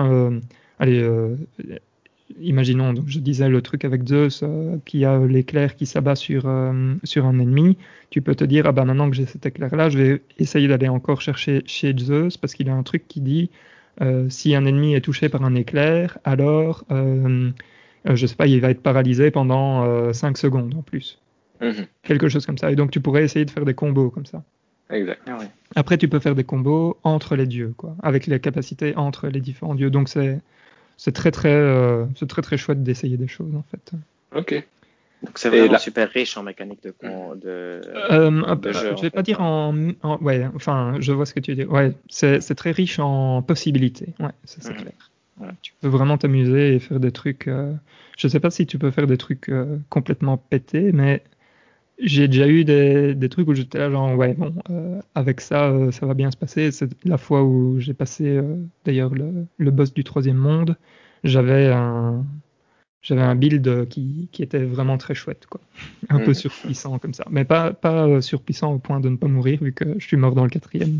imaginons, donc je disais le truc avec Zeus qui a l'éclair qui s'abat sur un ennemi. Tu peux te dire maintenant que j'ai cet éclair là, je vais essayer d'aller encore chercher chez Zeus parce qu'il a un truc qui dit si un ennemi est touché par un éclair, alors je sais pas, il va être paralysé pendant 5 secondes en plus. Quelque chose comme ça. Et donc tu pourrais essayer de faire des combos comme ça. Exact. Après, tu peux faire des combos entre les dieux, quoi, avec les capacités entre les différents dieux. Donc c'est très très chouette d'essayer des choses en fait. Ok. Donc c'est vraiment super riche en mécanique de jeu. Je vais pas dire je vois ce que tu dis. Ouais, c'est très riche en possibilités. Ouais, ça c'est clair. Ouais. Tu peux vraiment t'amuser et faire des trucs. Je sais pas si tu peux faire des trucs complètement pétés, mais j'ai déjà eu des trucs où j'étais là genre avec ça ça va bien se passer. C'est la fois où j'ai passé d'ailleurs le boss du troisième monde. J'avais un build qui était vraiment très chouette, quoi. Un peu surpuissant comme ça, mais pas surpuissant au point de ne pas mourir vu que je suis mort dans le 4e.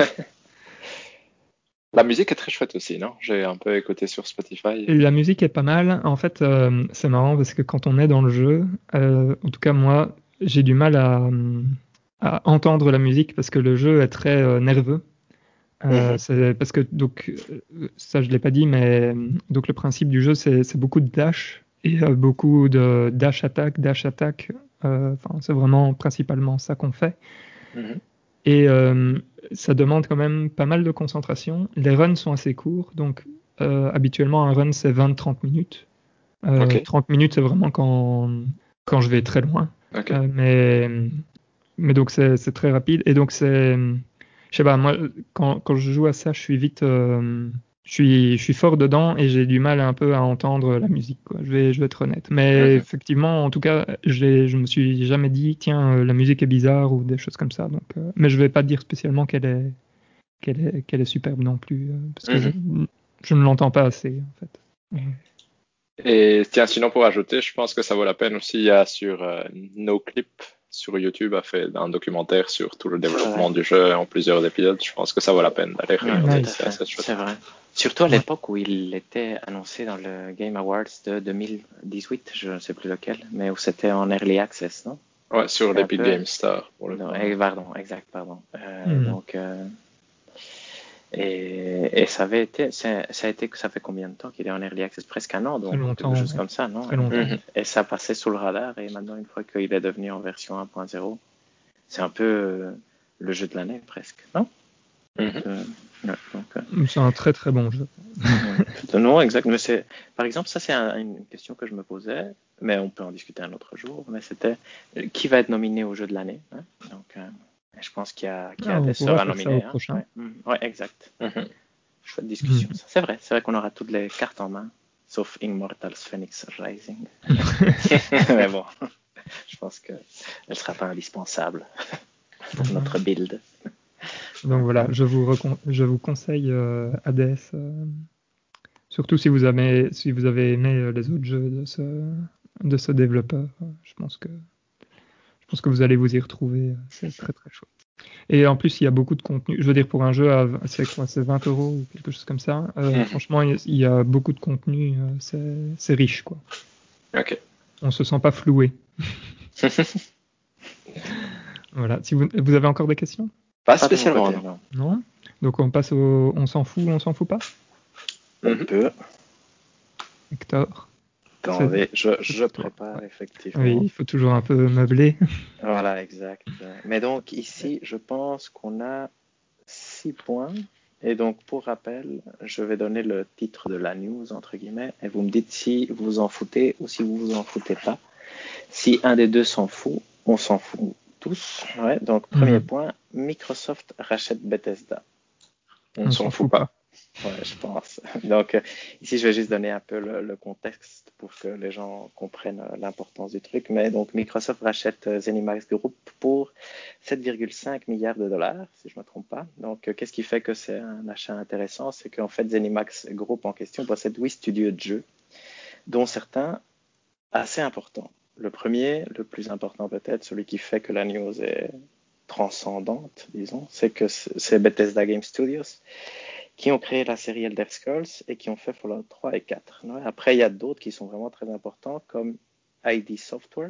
La musique est très chouette aussi, non? J'ai un peu écouté sur Spotify. La musique est pas mal. En fait, c'est marrant parce que quand on est dans le jeu, en tout cas moi, j'ai du mal à entendre la musique parce que le jeu est très nerveux. C'est parce que donc ça je l'ai pas dit, mais donc le principe du jeu c'est beaucoup de dash et beaucoup de dash attack. C'est vraiment principalement ça qu'on fait. Et ça demande quand même pas mal de concentration. Les runs sont assez courts, donc habituellement un run c'est 20-30 minutes. 30 minutes c'est vraiment quand je vais très loin. Mais donc c'est très rapide et donc c'est je sais pas, moi quand je joue à ça je suis vite je suis fort dedans et j'ai du mal un peu à entendre la musique, quoi. Je vais être honnête, mais effectivement en tout cas je me suis jamais dit tiens la musique est bizarre ou des choses comme ça, donc mais je vais pas dire spécialement qu'elle est superbe non plus parce que je ne l'entends pas assez en fait. Et tiens, sinon pour ajouter, je pense que ça vaut la peine aussi. Il y a sur NoClip sur YouTube a fait un documentaire sur tout le développement du jeu en plusieurs épisodes. Je pense que ça vaut la peine d'aller regarder. C'est vrai. Surtout à l'époque où il était annoncé dans le Game Awards de 2018, je ne sais plus lequel, mais où c'était en Early Access, non? Ouais, sur C'est un l'Epic peu- Game Store, pour le Non, coup. pardon, exact, pardon. Mhm. Donc, et ça avait été, ça fait combien de temps qu'il est en Early Access? Presque un an, Très donc quelque longtemps, chose ouais. comme ça, non? Très longtemps. Mhm. Et ça passait sous le radar, et maintenant, une fois qu'il est devenu en version 1.0, c'est un peu le jeu de l'année, presque, non? Mhm. Ouais, donc, C'est un très très bon jeu. non, exact. Mais par exemple, ça, c'est une question que je me posais, mais on peut en discuter un autre jour. Mais c'était qui va être nominé au jeu de l'année, hein? Donc, je pense qu'il y a On des pourra sera faire ça nominé. au Hein? prochain. Ouais, exact. Mhm. Chouette discussion. Mhm. Ça. C'est vrai qu'on aura toutes les cartes en main, sauf Immortals Phoenix Rising. Mais bon, je pense qu'elle ne sera pas indispensable pour notre build. Donc voilà, je vous conseille Hades, surtout si vous avez aimé les autres jeux de ce développeur. Je pense que vous allez vous y retrouver. C'est très très chouette. Et en plus, il y a beaucoup de contenu. Je veux dire, pour un jeu, c'est quoi? C'est 20 euros ou quelque chose comme ça. Franchement, il y a beaucoup de contenu. C'est riche, quoi. Ok. On se sent pas floué. Voilà. Si vous avez encore des questions? Pas Pas de mon spécialement, côté, non. non. Non? Donc on passe au on s'en fout pas? On Mhm. peut. Hector? Attendez, je C'est toi. prépare Ouais. effectivement. Oui, il faut toujours un peu meubler. Voilà, exact. Mais donc ici, je pense qu'on a 6 points. Et donc, pour rappel, je vais donner le titre de la news, entre guillemets, et vous me dites si vous vous en foutez ou si vous vous en foutez pas. Si un des deux s'en fout, on s'en fout tous. Ouais, donc, premier point, Microsoft rachète Bethesda. On ne s'en fout pas. pas. Ouais, je pense. Donc, ici, je vais juste donner un peu le contexte pour que les gens comprennent l'importance du truc. Mais donc, Microsoft rachète ZeniMax Group pour 7,5 milliards de dollars, si je ne me trompe pas. Donc, qu'est-ce qui fait que c'est un achat intéressant? C'est qu'en fait, ZeniMax Group en question possède 8 studios de jeux, dont certains assez importants. Le premier, le plus important peut-être, celui qui fait que la news est transcendante, disons, c'est que c'est Bethesda Game Studios qui ont créé la série Elder Scrolls et qui ont fait Fallout 3 et 4. Après, il y a d'autres qui sont vraiment très importants, comme ID Software,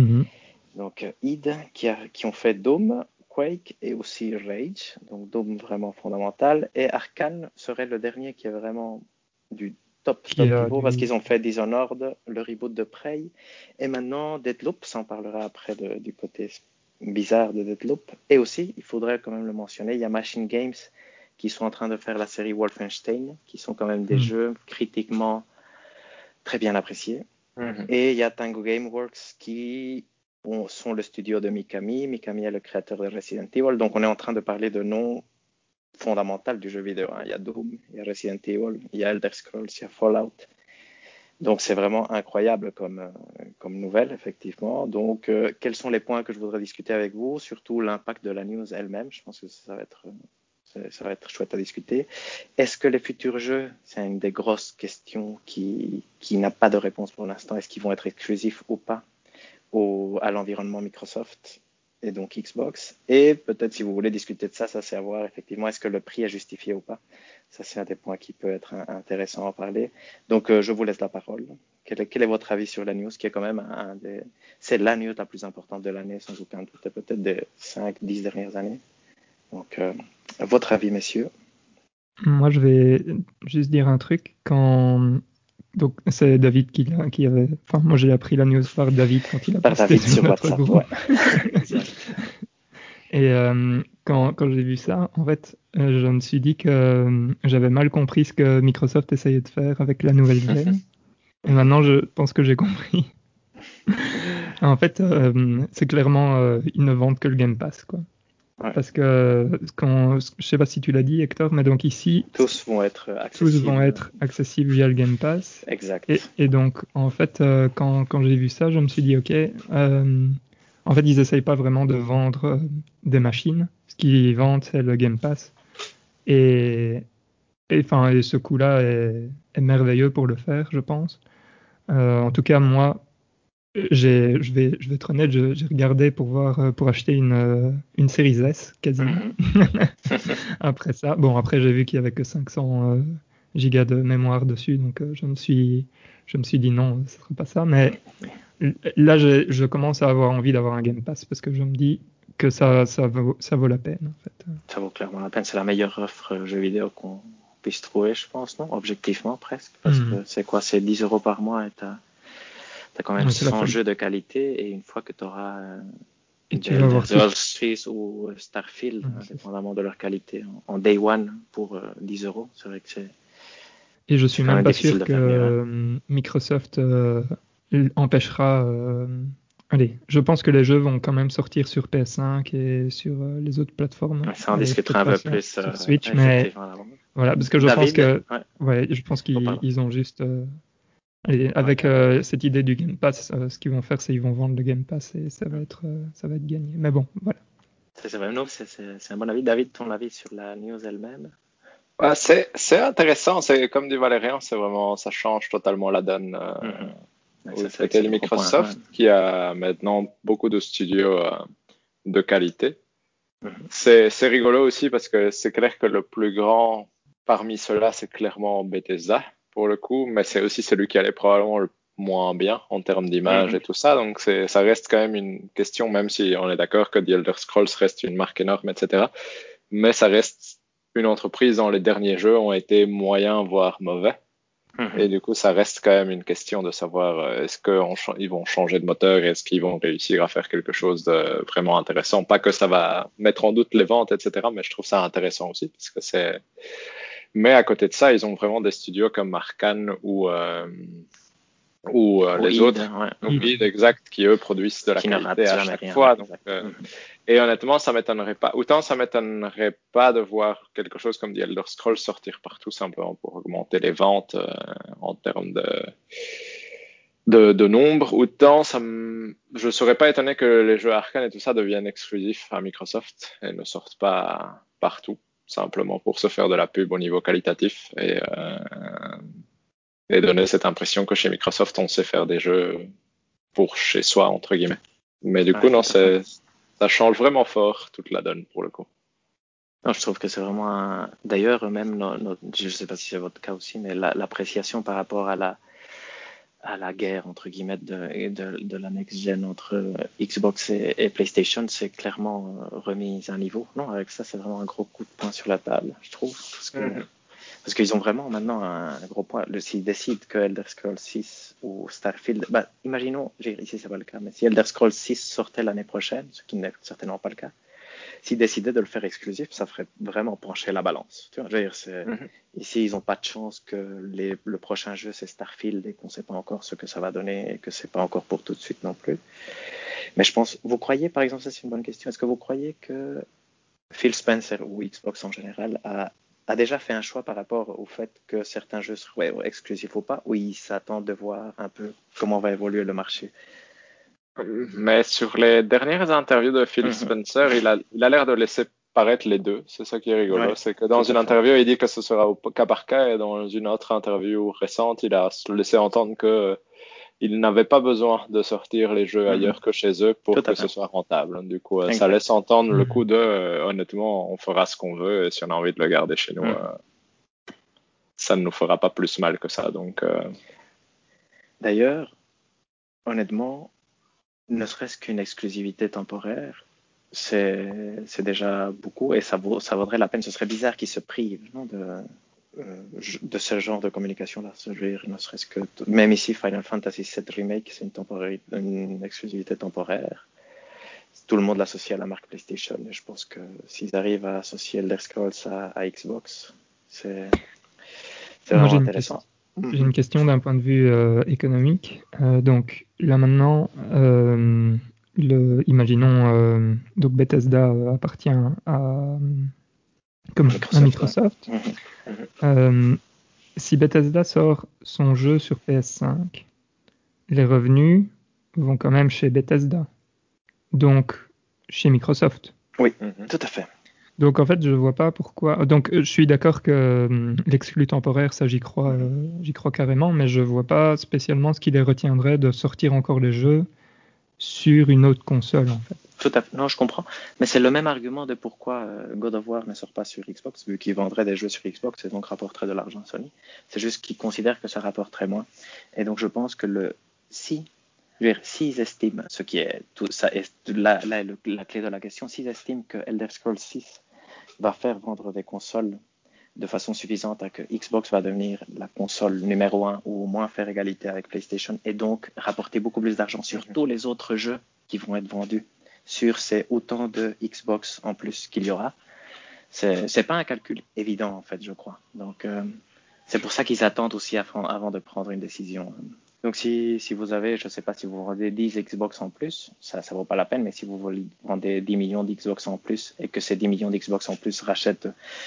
donc id, qui ont fait Doom, Quake et aussi Rage, donc Doom vraiment fondamental, et Arkane serait le dernier qui est vraiment du top niveau, parce qu'ils ont fait Dishonored, le reboot de Prey, et maintenant Deathloop, ça en parlera après du côté bizarre de Deathloop, et aussi, il faudrait quand même le mentionner, il y a Machine Games qui sont en train de faire la série Wolfenstein, qui sont quand même des jeux critiquement très bien appréciés. Et il y a Tango Gameworks qui sont le studio de Mikami. Mikami est le créateur de Resident Evil. Donc on est en train de parler de noms fondamentaux du jeu vidéo. Il y a Doom, il y a Resident Evil, il y a Elder Scrolls, il y a Fallout. Donc c'est vraiment incroyable comme nouvelle, effectivement. Donc quels sont les points que je voudrais discuter avec vous? Surtout l'impact de la news elle-même. Je pense que ça va être chouette à discuter. Est-ce que les futurs jeux, c'est une des grosses questions qui n'a pas de réponse pour l'instant, est-ce qu'ils vont être exclusifs ou pas à l'environnement Microsoft et donc Xbox? Et peut-être si vous voulez discuter de ça, c'est à voir effectivement, est-ce que le prix est justifié ou pas? Ça, c'est un des points qui peut être intéressant à en parler. Donc, je vous laisse la parole. Quel est votre avis sur la news, qui est quand même c'est la news la plus importante de l'année, sans aucun doute, peut-être des 5-10 dernières années. Donc, votre avis, messieurs? Moi, je vais juste dire un truc. Donc, c'est David qui avait... Enfin, moi, j'ai appris la news par David quand il a Par posté David sur notre WhatsApp, groupe. ouais. Et quand j'ai vu ça, en fait, je me suis dit que j'avais mal compris ce que Microsoft essayait de faire avec la nouvelle gen. Et maintenant, je pense que j'ai compris. En fait, c'est clairement, ils ne vendent que le Game Pass, quoi. Ouais. Parce que, je sais pas si tu l'as dit, Hector, mais donc ici, Tous vont être accessibles via le Game Pass. Exact. Et donc, en fait, quand j'ai vu ça, je me suis dit, ok, en fait, ils essayent pas vraiment de vendre des machines. Ce qu'ils vendent, c'est le Game Pass. Et ce coup-là est merveilleux pour le faire, je pense. En tout cas, moi, je vais être honnête, j'ai regardé pour voir, pour acheter une Series S quasiment. Après ça, bon, après j'ai vu qu'il y avait que 500 gigas de mémoire dessus, donc je me suis dit non, ce sera pas ça. Mais là, je commence à avoir envie d'avoir un Game Pass parce que je me dis que ça vaut la peine en fait. Ça vaut clairement la peine. C'est la meilleure offre jeu vidéo qu'on puisse trouver, je pense, non? Objectivement, presque. Parce que c'est quoi? C'est 10 € par mois et t'as quand même 100 jeux de qualité, et une fois que tu auras Elder Scrolls 6 ou Starfield, indépendamment de leur qualité, en day one pour 10 €, c'est vrai que c'est. Et je suis même pas sûr que Microsoft empêchera. Allez, je pense que les jeux vont quand même sortir sur PS5 et sur les autres plateformes. Ça en discutera un peu plus sur Switch, mais voilà, parce que je pense qu'ils ont juste. Avec cette idée du Game Pass, ce qu'ils vont faire, c'est qu'ils vont vendre le Game Pass et ça va être gagné. Mais bon, voilà. C'est un bon avis. David, ton avis sur la news elle-même? C'est intéressant, c'est comme dit Valérian, c'est vraiment, ça change totalement la donne au côté de Microsoft qui a maintenant beaucoup de studios de qualité. C'est rigolo aussi parce que c'est clair que le plus grand parmi ceux-là, c'est clairement Bethesda pour le coup, mais c'est aussi celui qui allait probablement le moins bien en termes d'image et tout ça, donc ça reste quand même une question, même si on est d'accord que The Elder Scrolls reste une marque énorme, etc. Mais ça reste une entreprise dont les derniers jeux ont été moyens, voire mauvais. Et du coup, ça reste quand même une question de savoir est-ce qu'ils vont changer de moteur, est-ce qu'ils vont réussir à faire quelque chose de vraiment intéressant. Pas que ça va mettre en doute les ventes, etc., mais je trouve ça intéressant aussi, parce que c'est. Mais à côté de ça, ils ont vraiment des studios comme Arkane ou les autres, id, exact, qui eux produisent de la qualité à chaque fois. Donc, et honnêtement, ça m'étonnerait pas. Autant ça m'étonnerait pas de voir quelque chose comme The Elder Scrolls sortir partout simplement pour augmenter les ventes en termes de nombre. Autant je serais pas étonné que les jeux Arkane et tout ça deviennent exclusifs à Microsoft et ne sortent pas partout, simplement pour se faire de la pub au niveau qualitatif et donner cette impression que chez Microsoft, on sait faire des jeux pour chez soi, entre guillemets. Mais du coup, non, ça change vraiment fort toute la donne pour le coup. Non, je trouve que c'est vraiment D'ailleurs, même, je ne sais pas si c'est votre cas aussi, mais l'appréciation par rapport à la guerre, entre guillemets, de la next-gen entre Xbox et PlayStation, c'est clairement remis à niveau. Non, avec ça, c'est vraiment un gros coup de poing sur la table, je trouve. Parce qu'ils ont vraiment maintenant un gros point. S'ils décident que Elder Scrolls 6 ou Starfield, imaginons, ici c'est pas le cas, mais si Elder Scrolls 6 sortait l'année prochaine, ce qui n'est certainement pas le cas, s'ils décidaient de le faire exclusif, ça ferait vraiment pencher la balance. Tu vois, je veux dire, ici ils n'ont pas de chance que le prochain jeu c'est Starfield et qu'on ne sait pas encore ce que ça va donner et que c'est pas encore pour tout de suite non plus. Mais je pense, vous croyez, par exemple, ça c'est une bonne question, est-ce que vous croyez que Phil Spencer ou Xbox en général a déjà fait un choix par rapport au fait que certains jeux seraient exclusifs ou pas, ou ils s'attendent de voir un peu comment va évoluer le marché? Mais sur les dernières interviews de Phil Spencer, il a l'air de laisser paraître les deux. C'est ça qui est rigolo. C'est que dans une interview, il dit que ce sera au cas par cas, et dans une autre interview récente, il a laissé entendre que ils n'avaient pas besoin de sortir les jeux ailleurs que chez eux pour que ce soit rentable. Du coup, ça laisse entendre le coup de honnêtement, on fera ce qu'on veut, et si on a envie de le garder chez nous, ça ne nous fera pas plus mal que ça. Donc, D'ailleurs, honnêtement, ne serait-ce qu'une exclusivité temporaire, c'est déjà beaucoup, et ça vaudrait la peine. Ce serait bizarre qu'ils se privent, non, de ce genre de communication-là. Je veux dire, ne serait-ce que même ici, Final Fantasy VII Remake, c'est une exclusivité temporaire. Tout le monde l'associe à la marque PlayStation, et je pense que s'ils arrivent à associer Elder Scrolls à Xbox, c'est vraiment intéressant. J'ai une question d'un point de vue économique. Donc là maintenant, imaginons donc Bethesda appartient à Microsoft. Si Bethesda sort son jeu sur PS5, les revenus vont quand même chez Bethesda, donc chez Microsoft. Oui, tout à fait. Donc en fait, je vois pas pourquoi. Donc je suis d'accord que l'exclu temporaire, ça j'y crois carrément, mais je vois pas spécialement ce qui les retiendrait de sortir encore les jeux sur une autre console en fait. Tout à fait. Non, je comprends. Mais c'est le même argument de pourquoi God of War ne sort pas sur Xbox, vu qu'ils vendraient des jeux sur Xbox et donc rapporteraient de l'argent à Sony. C'est juste qu'ils considèrent que ça rapporterait moins. Et donc, je pense que s'ils estiment, ce qui est tout ça, est la clé de la question, s'ils estiment que Elder Scrolls 6 va faire vendre des consoles de façon suffisante à que Xbox va devenir la console numéro 1 ou au moins faire égalité avec PlayStation et donc rapporter beaucoup plus d'argent sur tous les autres jeux qui vont être vendus sur ces autant de Xbox en plus qu'il y aura. C'est pas un calcul évident en fait, je crois. Donc c'est pour ça qu'ils attendent aussi avant de prendre une décision. Donc si vous avez, je sais pas si vous vendez 10 Xbox en plus, ça vaut pas la peine, mais si vous vendez 10 millions d'Xbox en plus et que ces 10 millions d'Xbox en plus rachètent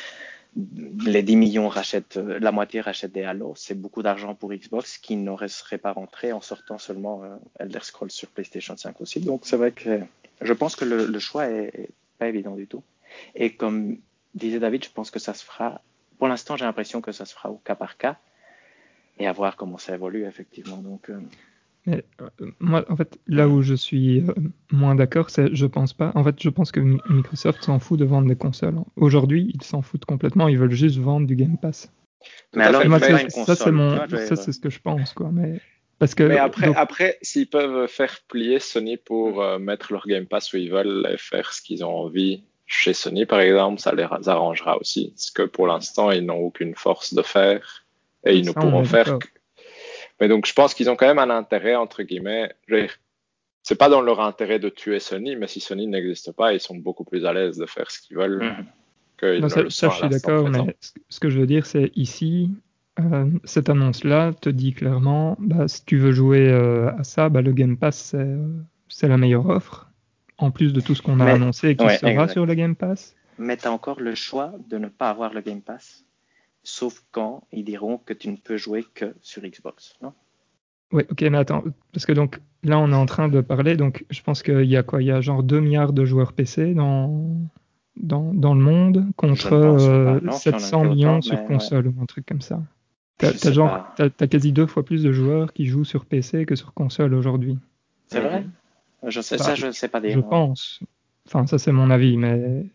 les 10 millions rachètent, la moitié rachètent des Halo, c'est beaucoup d'argent pour Xbox qui n'aurait serait pas rentré en sortant seulement Elder Scrolls sur PlayStation 5 aussi. Donc c'est vrai que je pense que le choix est pas évident du tout. Et comme disait David, je pense que ça se fera, pour l'instant j'ai l'impression que ça se fera au cas par cas et à voir comment ça évolue effectivement. Donc, Mais moi, en fait, là où je suis moins d'accord, c'est je pense pas. En fait, je pense que Microsoft s'en fout de vendre des consoles. Aujourd'hui, ils s'en foutent complètement. Ils veulent juste vendre du Game Pass. mais alors, Moi, ils veulent pas une console. ça, c'est ce que je pense, quoi. Mais parce que Mais après, s'ils peuvent faire plier Sony pour mettre leur Game Pass où ils veulent et faire ce qu'ils ont envie chez Sony, par exemple, ça les arrangera aussi. Ce que pour l'instant, ils n'ont aucune force de faire et ils ne ça, on pourront est faire d'accord. que. Mais donc, je pense qu'ils ont quand même un intérêt, entre guillemets. Je veux dire, c'est pas dans leur intérêt de tuer Sony, mais si Sony n'existe pas, ils sont beaucoup plus à l'aise de faire ce qu'ils veulent qu'ils Non, ne le ça, sont je à suis l'instant d'accord, présent. mais ce que je veux dire, c'est ici, cette annonce-là te dit clairement, bah, si tu veux jouer à ça, bah, le Game Pass, c'est la meilleure offre, en plus de tout ce qu'on a Mais, annoncé et qui ouais, sera sur exact. le Game Pass. Mais tu as encore le choix de ne pas avoir le Game Pass, sauf quand ils diront que tu ne peux jouer que sur Xbox, non? Oui, ok, mais attends, parce que donc là, on est en train de parler, donc je pense qu'il y a quoi? Il y a genre 2 milliards de joueurs PC dans le monde Je contre ne pense pas, non, qu'il y en a 700 que millions autant, sur mais ouais, console ou un truc comme ça. je sais pas. T'as quasi 2 fois plus de joueurs qui jouent sur PC que sur console aujourd'hui. C'est vrai? Bah, Je sais pas je dire. Ouais. pense. Enfin, ça c'est mon avis, mais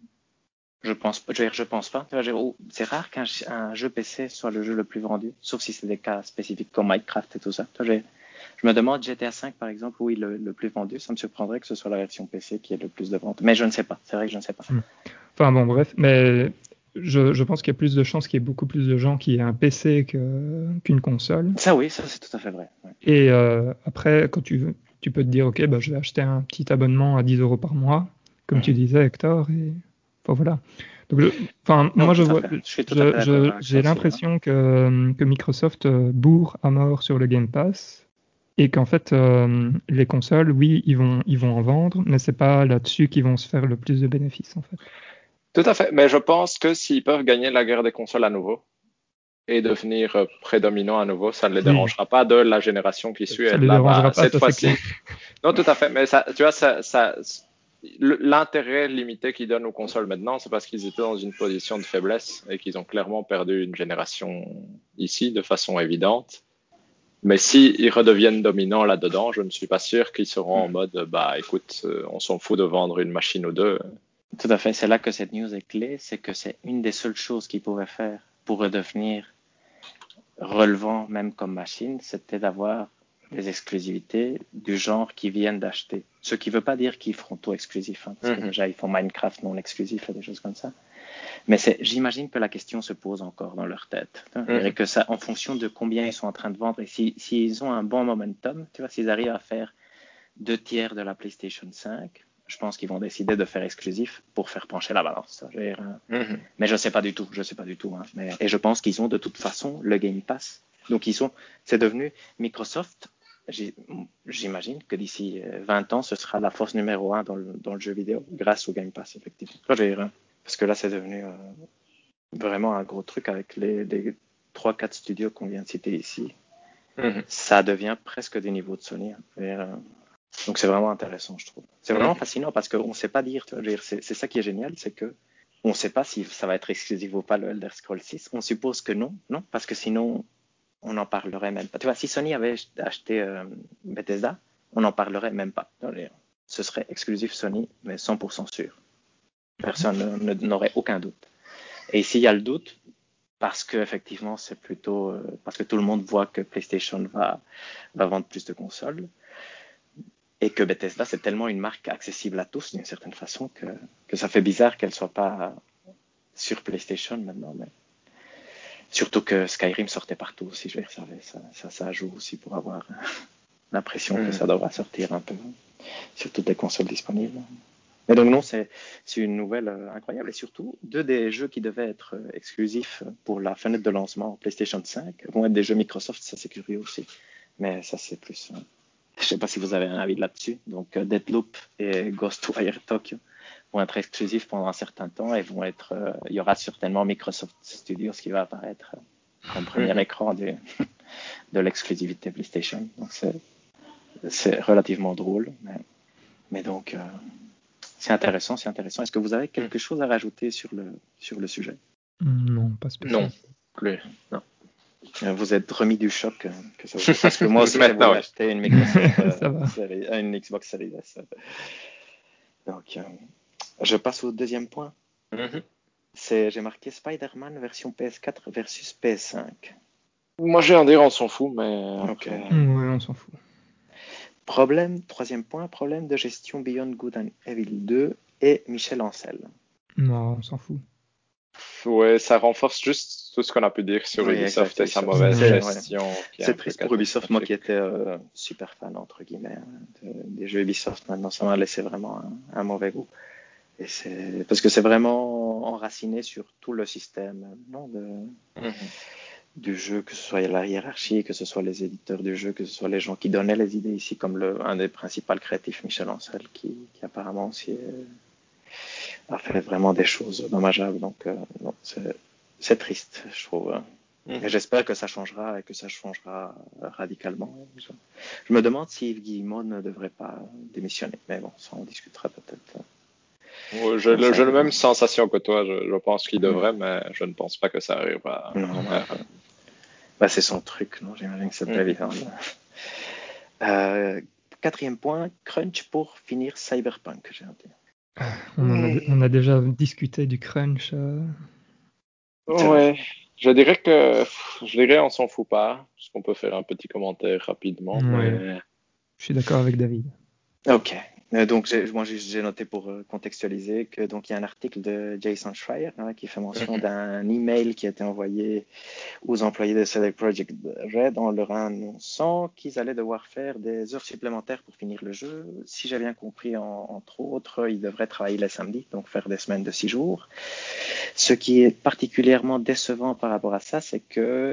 Je pense pas. Tu vois, c'est rare qu'un jeu PC soit le jeu le plus vendu, sauf si c'est des cas spécifiques comme Minecraft et tout ça. Tu vois, je me demande GTA 5 par exemple, oui, le plus vendu, ça me surprendrait que ce soit la version PC qui ait le plus de ventes. Mais je ne sais pas. C'est vrai que je ne sais pas. enfin bon, bref. Mais je pense qu'il y a plus de chances qu'il y ait beaucoup plus de gens qui aient un PC qu'une console. Ça oui, ça c'est tout à fait vrai. Ouais. Et après, quand tu peux te dire, ok, bah, je vais acheter un petit abonnement à 10 € par mois, comme tu disais, Hector, et enfin voilà. Donc, enfin, Non, moi, tout à fait. Je suis tout à fait d'accord avec ça j'ai aussi. Hein. l'impression que Microsoft bourre à mort sur le Game Pass et qu'en fait, les consoles, oui, ils vont en vendre, mais c'est pas là-dessus qu'ils vont se faire le plus de bénéfices, en fait. Tout à fait. Mais je pense que s'ils peuvent gagner la guerre des consoles à nouveau et devenir prédominants à nouveau, ça ne les Oui, dérangera pas de la génération qui suit ça être les là, bah, dérangera pas, cette ça c'est clair. fois-ci. Non, tout à fait. Mais ça, tu vois, l'intérêt limité qu'ils donnent aux consoles maintenant, c'est parce qu'ils étaient dans une position de faiblesse et qu'ils ont clairement perdu une génération ici de façon évidente. Mais s'ils redeviennent dominants là-dedans, je ne suis pas sûr qu'ils seront en mode, bah, écoute, on s'en fout de vendre une machine ou deux. Tout à fait. C'est là que cette news est clé, c'est que c'est une des seules choses qu'ils pouvaient faire pour redevenir relevant même comme machine, c'était d'avoir des exclusivités du genre qu'ils viennent d'acheter. Ce qui ne veut pas dire qu'ils feront tout exclusif, hein, parce que déjà ils font Minecraft non exclusif et des choses comme ça. Mais j'imagine que la question se pose encore dans leur tête. Et que ça, en fonction de combien ils sont en train de vendre, et s'ils ont un bon momentum, tu vois, s'ils arrivent à faire 2 tiers de la PlayStation 5, je pense qu'ils vont décider de faire exclusif pour faire pencher la balance. Mais je ne sais pas du tout, je sais pas du tout. Hein. Et je pense qu'ils ont de toute façon le Game Pass. Donc c'est devenu Microsoft. J'imagine que d'ici 20 ans, ce sera la force numéro 1 dans le jeu vidéo grâce au Game Pass, effectivement. Parce que là, c'est devenu vraiment un gros truc avec les 3-4 studios qu'on vient de citer ici. Ça devient presque des niveaux de Sony. Donc c'est vraiment intéressant, je trouve. C'est vraiment fascinant parce qu'on ne sait pas dire. C'est ça qui est génial, c'est que on ne sait pas si ça va être exclusif ou pas le Elder Scrolls 6. On suppose que non, parce que sinon on n'en parlerait même pas. Tu vois, si Sony avait acheté Bethesda, on n'en parlerait même pas. ce serait exclusif Sony, mais 100% sûr. Personne n'aurait aucun doute. Et ici, il y a le doute parce que effectivement, c'est plutôt parce que tout le monde voit que PlayStation va vendre plus de consoles et que Bethesda, c'est tellement une marque accessible à tous d'une certaine façon que ça fait bizarre qu'elle soit pas sur PlayStation maintenant. Mais surtout que Skyrim sortait partout aussi, je veux dire, ça joue aussi pour avoir l'impression que ça devra sortir un peu sur toutes les consoles disponibles. Mais donc non, c'est une nouvelle incroyable. Et surtout, 2 des jeux qui devaient être exclusifs pour la fenêtre de lancement PlayStation 5 vont être des jeux Microsoft, ça c'est curieux aussi. Mais ça c'est plus... je ne sais pas si vous avez un avis là-dessus. Donc Deathloop et Ghostwire Tokyo vont être exclusifs pendant un certain temps et vont être... il y aura certainement Microsoft Studios qui va apparaître comme premier écran de l'exclusivité PlayStation. Donc c'est relativement drôle. Mais donc... c'est intéressant, c'est intéressant. Est-ce que vous avez quelque chose à rajouter sur le sujet? Non, pas spécialement. Non, plus. Non. Vous êtes remis du choc que ça vous... Parce que moi aussi, j'ai voulu acheter une Microsoft une Xbox Series S. Donc, je passe au deuxième point. J'ai marqué Spider-Man version PS4 versus PS5. Moi, j'ai un dire, on s'en fout, mais... Ok. Ouais, on s'en fout. Troisième point, problème de gestion Beyond Good and Evil 2 et Michel Ancel. Non, on s'en fout. Ouais, ça renforce juste tout ce qu'on a pu dire sur Ubisoft et sa mauvaise gestion. C'est triste pour Ubisoft, moi qui étais super fan, entre guillemets, des jeux Ubisoft. Maintenant, ça m'a laissé vraiment un mauvais goût. Et parce que c'est vraiment enraciné sur tout le système du jeu, que ce soit la hiérarchie, que ce soit les éditeurs du jeu, que ce soit les gens qui donnaient les idées ici, comme un des principaux créatifs, Michel Ancel, qui apparemment aussi a fait vraiment des choses dommageables. Donc, non, c'est triste, je trouve. Et j'espère que ça changera et que ça changera radicalement. Je me demande si Yves Guillemot ne devrait pas démissionner. Mais bon, ça on discutera peut-être. J'ai la même sensation que toi. Je pense qu'il devrait, mais je ne pense pas que ça arrivera. Non, c'est son truc, non? J'imagine que c'est pas évident. Quatrième point, crunch pour finir Cyberpunk, j'ai envie. On a déjà discuté du crunch. Ouais, je dirais on s'en fout pas, parce qu'on peut faire un petit commentaire rapidement. Ouais. Mais... Je suis d'accord avec David. Ok. Donc, j'ai noté pour contextualiser que donc il y a un article de Jason Schreier qui fait mention d'un email qui a été envoyé aux employés de CD Projekt Red en leur annonçant qu'ils allaient devoir faire des heures supplémentaires pour finir le jeu. Si j'ai bien compris, entre autres, ils devraient travailler les samedis, donc faire des semaines de 6 jours. Ce qui est particulièrement décevant par rapport à ça, c'est que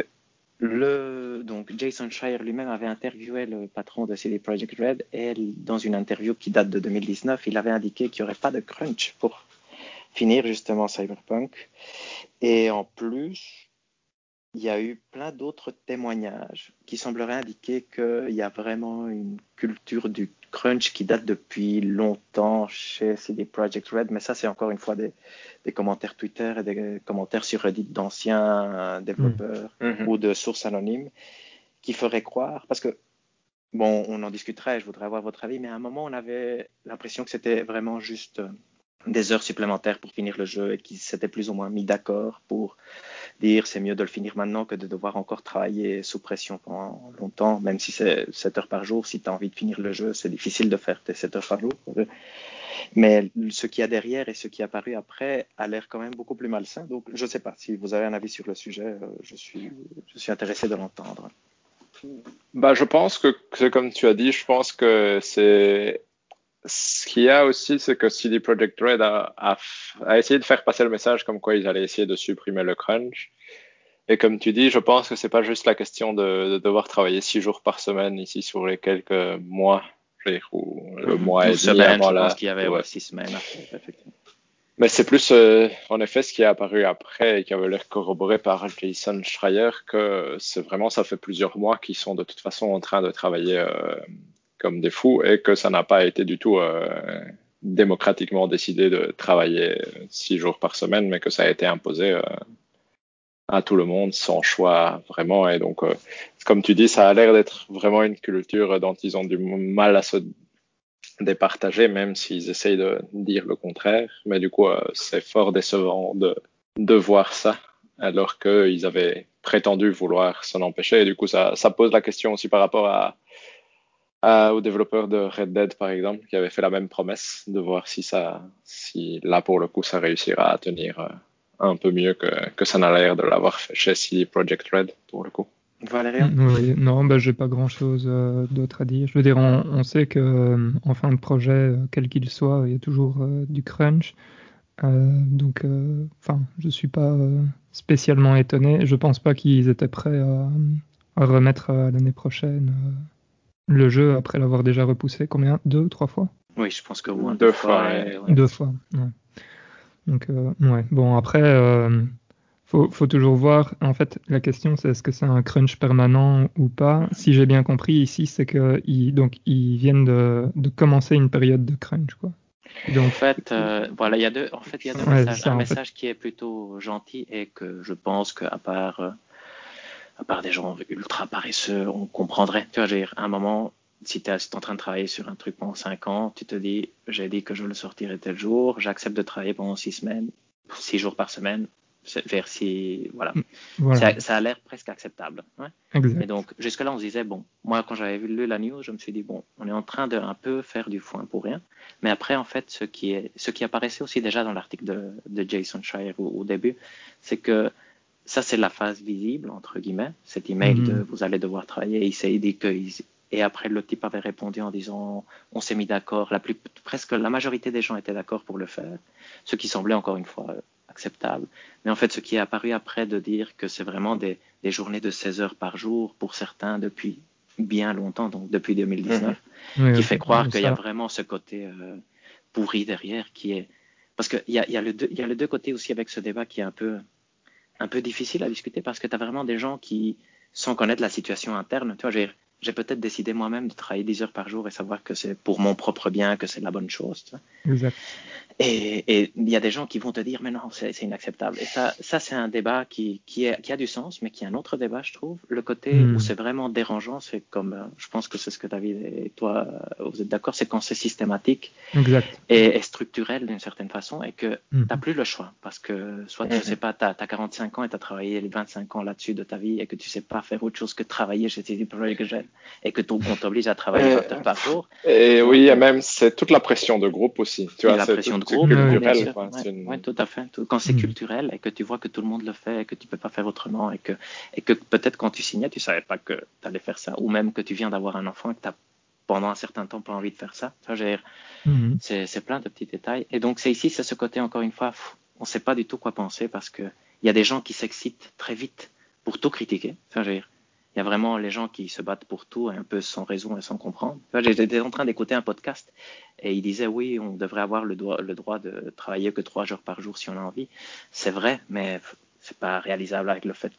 donc Jason Schreier lui-même avait interviewé le patron de CD Projekt Red et dans une interview qui date de 2019, il avait indiqué qu'il n'y aurait pas de crunch pour finir justement Cyberpunk. Et en plus, il y a eu plein d'autres témoignages qui sembleraient indiquer qu'il y a vraiment une culture du crunch qui date depuis longtemps chez CD Projekt Red, mais ça c'est encore une fois des commentaires Twitter et des commentaires sur Reddit d'anciens développeurs ou de sources anonymes qui feraient croire, parce que bon, on en discuterait, je voudrais avoir votre avis, mais à un moment on avait l'impression que c'était vraiment juste des heures supplémentaires pour finir le jeu et qu'ils s'étaient plus ou moins mis d'accord pour dire c'est mieux de le finir maintenant que de devoir encore travailler sous pression pendant longtemps, même si c'est 7 heures par jour. Si tu as envie de finir le jeu, c'est difficile de faire tes 7 heures par jour. Mais ce qu'il y a derrière et ce qui est apparu après a l'air quand même beaucoup plus malsain. Donc je ne sais pas si vous avez un avis sur le sujet, je suis intéressé de l'entendre. Bah, je pense que c'est comme tu as dit, je pense que c'est ce qu'il y a aussi, c'est que CD Projekt Red a essayé de faire passer le message comme quoi ils allaient essayer de supprimer le crunch. Et comme tu dis, je pense que c'est pas juste la question de devoir travailler 6 jours par semaine ici sur les quelques mois, je veux dire, ou le mois et demi avant je pense qu'il y avait 6 semaines à faire, effectivement. Mais c'est plus, en effet, ce qui est apparu après et qui avait l'air corroboré par Jason Schreier, que c'est vraiment, ça fait plusieurs mois qu'ils sont de toute façon en train de travailler comme des fous et que ça n'a pas été du tout démocratiquement décidé de travailler 6 jours par semaine, mais que ça a été imposé à tout le monde sans choix vraiment. Et donc, comme tu dis, ça a l'air d'être vraiment une culture dont ils ont du mal à se départager, même s'ils essayent de dire le contraire. Mais du coup, c'est fort décevant de voir ça, alors qu'ils avaient prétendu vouloir s'en empêcher. Et du coup, ça pose la question aussi par rapport aux développeurs de Red Dead, par exemple, qui avaient fait la même promesse, de voir si là, pour le coup, ça réussira à tenir un peu mieux que ça n'a l'air de l'avoir fait chez CD Projekt Red, pour le coup. Valérian? Oui, non, bah, j'ai pas grand-chose d'autre à dire. Je veux dire, on sait que en fin de projet, quel qu'il soit, il y a toujours du crunch. Donc, enfin, je suis pas spécialement étonné. Je pense pas qu'ils étaient prêts à remettre l'année prochaine le jeu après l'avoir déjà repoussé. Combien? 2 ou 3 fois? Oui, je pense qu'au moins 2 fois. ouais. 2 fois. Ouais. Donc, ouais. Bon, après, faut toujours voir. En fait, la question, c'est est-ce que c'est un crunch permanent ou pas? Si j'ai bien compris ici, c'est que ils viennent de commencer une période de crunch, quoi. Et donc, En fait, voilà, il y a deux ouais, c'est messages. ça, Un en fait. message qui est plutôt gentil et que je pense qu'à part des gens ultra paresseux, on comprendrait. Tu vois, à un moment, si tu es en train de travailler sur un truc pendant 5 ans, tu te dis, j'ai dit que je le sortirai tel jour, j'accepte de travailler pendant 6 semaines, 6 jours par semaine, vers si, voilà. Voilà, Ça a l'air presque acceptable. Ouais. Et exact. donc, jusque-là, on se disait, bon, moi, quand j'avais lu la news, je me suis dit, bon, on est en train de un peu faire du foin pour rien. Mais après, en fait, ce qui apparaissait aussi déjà dans l'article de Jason Schreier au début, c'est que ça, c'est la phase visible, entre guillemets, cet email de Mhm. vous allez devoir travailler. Il s'est dit que. Et après, le type avait répondu en disant on s'est mis d'accord. Presque la majorité des gens étaient d'accord pour le faire, ce qui semblait encore une fois acceptable. Mais en fait, ce qui est apparu après de dire que c'est vraiment des journées de 16 heures par jour pour certains depuis bien longtemps, donc depuis 2019, Oui, qui ok. fait croire Bon, qu'il y a ça, vraiment ce côté pourri derrière qui est. Parce qu'il y a le deux côtés aussi avec ce débat qui est un peu difficile à discuter parce que tu as vraiment des gens qui, sans connaître la situation interne, tu vois, j'ai peut-être décidé moi-même de travailler 10 heures par jour et savoir que c'est pour mon propre bien, que c'est la bonne chose. Tu vois. exact. Et il y a des gens qui vont te dire, mais non, c'est inacceptable. Et ça c'est un débat qui a du sens, mais qui est un autre débat, je trouve. Le côté où Mhm. c'est vraiment dérangeant, c'est comme, je pense que c'est ce que David et toi, vous êtes d'accord, c'est quand c'est systématique Exact. et structurel d'une certaine façon et que tu n'as Mhm. plus le choix parce que soit je sais pas, tu as 45 ans et tu as travaillé les 25 ans là-dessus de ta vie et que tu sais pas faire autre chose que travailler chez CD Projekt et que on t'oblige à travailler 20 heures par jour, Et tu vois. oui, et même, c'est toute la pression de groupe aussi. Tu Et vois, la c'est pression tout de c'est groupe, Oui, bien culturel, sûr, quoi. ouais, tout à fait. Quand c'est Mhm. culturel et que tu vois que tout le monde le fait et que tu peux pas faire autrement et que peut-être quand tu signais, tu savais pas que tu allais faire ça ou même que tu viens d'avoir un enfant et que tu as pendant un certain temps pas envie de faire ça. Tu vois, Mhm. c'est plein de petits détails. Et donc, c'est ce côté, encore une fois, on ne sait pas du tout quoi penser parce qu'il y a des gens qui s'excitent très vite pour tout critiquer. Enfin, il y a vraiment les gens qui se battent pour tout, un peu sans raison et sans comprendre. Enfin, j'étais en train d'écouter un podcast et il disait oui, on devrait avoir le droit de travailler que 3 heures par jour si on a envie. C'est vrai, mais c'est pas réalisable avec le fait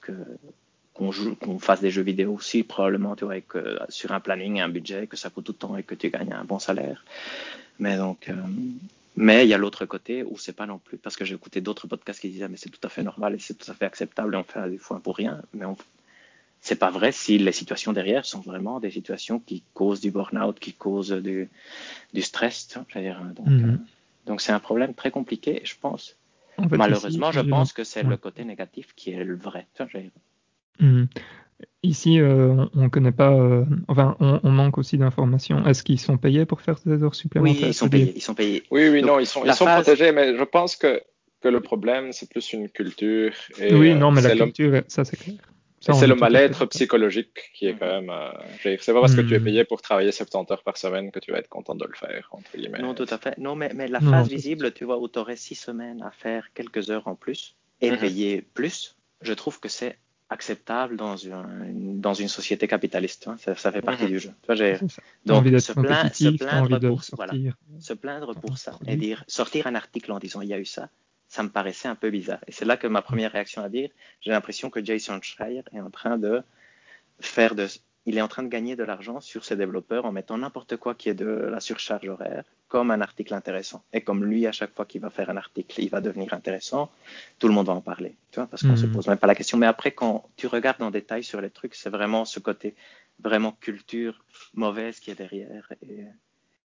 qu'on fasse des jeux vidéo aussi, probablement, tu vois, sur un planning, un budget, que ça coûte tout le temps et que tu gagnes un bon salaire. Mais donc, mais il y a l'autre côté où c'est pas non plus, parce que j'ai écouté d'autres podcasts qui disaient mais c'est tout à fait normal et c'est tout à fait acceptable et on fait des fois pour rien, mais c'est pas vrai si les situations derrière sont vraiment des situations qui causent du burn-out, qui causent du stress, tu vois, je veux dire, Mhm. donc c'est un problème très compliqué, je pense. En fait, ici, Malheureusement, je j'ai pense que c'est ouais. le côté négatif qui est le vrai. Tu vois, je veux dire. Mhm. Ici, on connaît pas. Enfin, on manque aussi d'informations. Est-ce qu'ils sont payés pour faire des heures Oui, supplémentaires? Je veux dire. ils sont payés. Oui, oui, Donc non, ils la sont phase, protégés, mais je pense que le problème, c'est plus une culture et Oui, non, mais la culture, ça c'est clair. Ça, on c'est le est tout à fait mal-être d'accord. psychologique qui est quand même. Je veux dire, c'est pas parce que tu es Mhm. payé pour travailler 70 heures par semaine que tu vas être content de le faire, entre non, guillemets. tout à fait. Non, mais la Non, non, phase ça c'est sûr. visible, tu vois, où tu aurais 6 semaines à faire quelques heures en plus et Mhm. payer plus, je trouve que c'est acceptable dans une société capitaliste. Hein. Ça fait partie Mhm. du jeu. Tu vois, C'est ça. T'as donc, envie d'être compétitif, t'as envie de sortir se plaindre ton pour ça et produit, quoi. dire, sortir un article en disant il y a eu ça, ça me paraissait un peu bizarre. Et c'est là que ma première réaction à dire, j'ai l'impression que Jason Schreier est en train de faire de, il est en train de gagner de l'argent sur ses développeurs en mettant n'importe quoi qui est de la surcharge horaire comme un article intéressant. Et comme lui, à chaque fois qu'il va faire un article, il va devenir intéressant, tout le monde va en parler, tu vois, parce qu'on se Mhm. pose même pas la question. Mais après, quand tu regardes en détail sur les trucs, c'est vraiment ce côté vraiment culture mauvaise qui est derrière.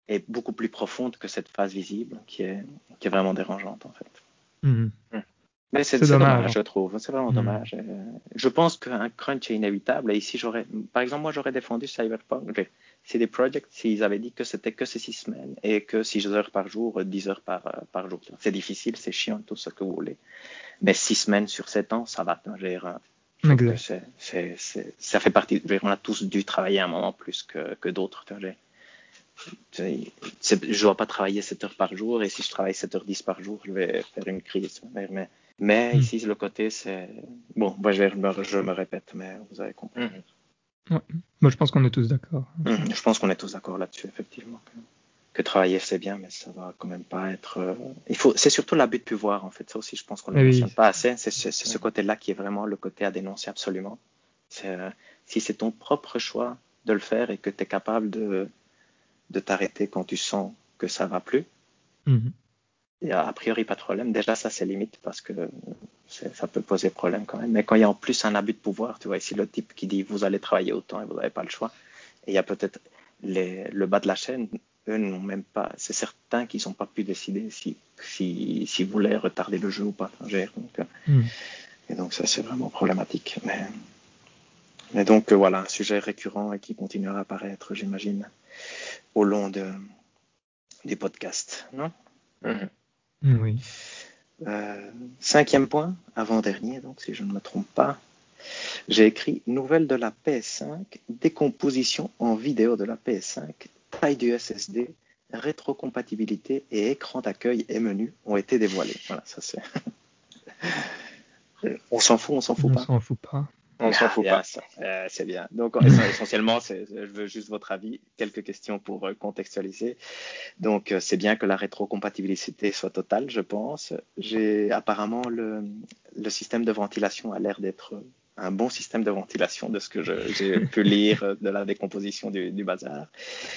est beaucoup plus profonde que cette phase visible qui est vraiment dérangeante en fait. Mhm. Mais c'est dommage, je trouve. C'est vraiment dommage. Je pense qu'un crunch est inévitable. Et ici, par exemple, moi, j'aurais défendu Cyberpunk. CD Projekt, s'ils avaient dit que c'était que ces 6 semaines et que 6 heures par jour, 10 heures par jour. C'est difficile, c'est chiant, tout ce que vous voulez. Mais 6 semaines sur 7 ans, ça va. Je trouve que ça fait partie. On a tous dû travailler un moment plus que d'autres. Je ne dois pas travailler 7 heures par jour. Et si je travaille 7h10 par jour, je vais faire une crise. Mais ici, le côté, c'est... Bon, je me répète, mais vous avez compris. Ouais. Moi, je pense qu'on est tous d'accord. Je pense qu'on est tous d'accord là-dessus, effectivement. Que travailler, c'est bien, mais ça va quand même pas être... C'est surtout l'abus de pouvoir, en fait. Ça aussi, je pense qu'on ne le mentionne pas assez. C'est ce côté-là qui est vraiment le côté à dénoncer absolument. Si c'est ton propre choix de le faire et que tu es capable de t'arrêter quand tu sens que ça va plus, il n'y a a priori pas de problème. Déjà, ça, c'est limite parce que ça peut poser problème quand même. Mais quand il y a en plus un abus de pouvoir, tu vois, ici le type qui dit vous allez travailler autant et vous n'avez pas le choix. Et il y a peut-être le bas de la chaîne, eux n'ont même pas, c'est certains qui n'ont pas pu décider si voulaient retarder le jeu ou pas. Et donc ça, c'est vraiment problématique. Mais donc voilà, un sujet récurrent et qui continuera à apparaître, j'imagine, au long du podcast, non? Oui. 5e point, avant-dernier, donc si je ne me trompe pas. J'ai écrit nouvelle de la PS5, décomposition en vidéo de la PS5, taille du SSD, rétrocompatibilité et écran d'accueil et menu ont été dévoilés. Voilà, ça c'est. On s'en fout pas. On s'en fout pas. On s'en fout pas. C'est bien. Donc essentiellement, je veux juste votre avis. Quelques questions pour contextualiser. Donc c'est bien que la rétrocompatibilité soit totale, je pense. Apparemment le système de ventilation a l'air d'être un bon système de ventilation de ce que j'ai pu lire de la décomposition du bazar.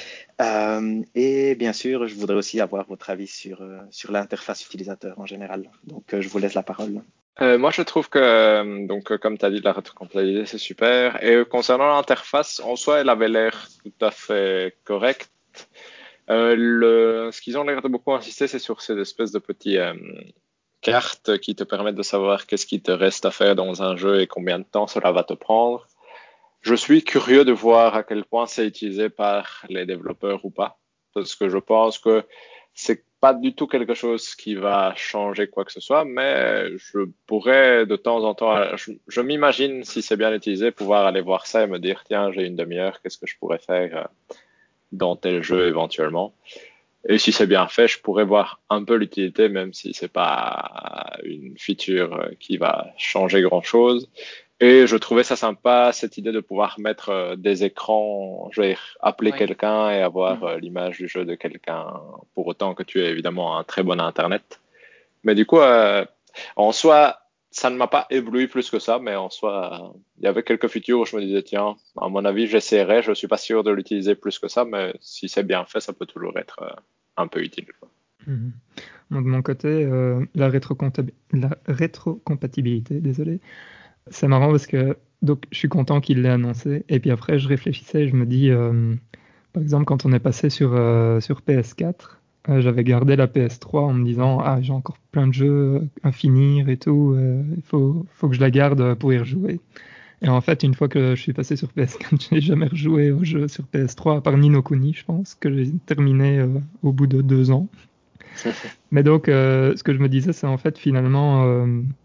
Et bien sûr, je voudrais aussi avoir votre avis sur l'interface utilisateur en général. Donc je vous laisse la parole. Moi, je trouve que, donc, comme tu as dit, la rétrocompatibilité, c'est super. Et concernant l'interface, en soi, elle avait l'air tout à fait correcte. Ce qu'ils ont l'air de beaucoup insister, c'est sur ces espèces de petits cartes qui te permettent de savoir qu'est-ce qui te reste à faire dans un jeu et combien de temps cela va te prendre. Je suis curieux de voir à quel point c'est utilisé par les développeurs ou pas, parce que je pense que c'est pas du tout quelque chose qui va changer quoi que ce soit, mais je pourrais de temps en temps, je m'imagine, si c'est bien utilisé, pouvoir aller voir ça et me dire, tiens, j'ai une demi-heure, qu'est-ce que je pourrais faire dans tel jeu éventuellement. Et si c'est bien fait, je pourrais voir un peu l'utilité, même si c'est pas une feature qui va changer grand-chose. Et je trouvais ça sympa, cette idée de pouvoir mettre des écrans, je vais dire, appeler quelqu'un et avoir l'image du jeu de quelqu'un, pour autant que tu aies évidemment un très bon Internet. Mais du coup, en soi, ça ne m'a pas ébloui plus que ça, mais en soi, il y avait quelques features où je me disais, tiens, à mon avis, j'essaierai, je suis pas sûr de l'utiliser plus que ça, mais si c'est bien fait, ça peut toujours être un peu utile. Donc, de mon côté, la rétrocompatibilité, désolé, c'est marrant parce que donc, je suis content qu'il l'ait annoncé. Et puis après, je réfléchissais et je me dis, par exemple, quand on est passé sur PS4, j'avais gardé la PS3 en me disant, ah, j'ai encore plein de jeux à finir et tout, il faut que je la garde pour y rejouer. Et en fait, une fois que je suis passé sur PS4, j'ai jamais rejoué au jeu sur PS3, à part Ni no Kuni, je pense, que j'ai terminé au bout de 2 ans. Mais donc, ce que je me disais, c'est en fait finalement,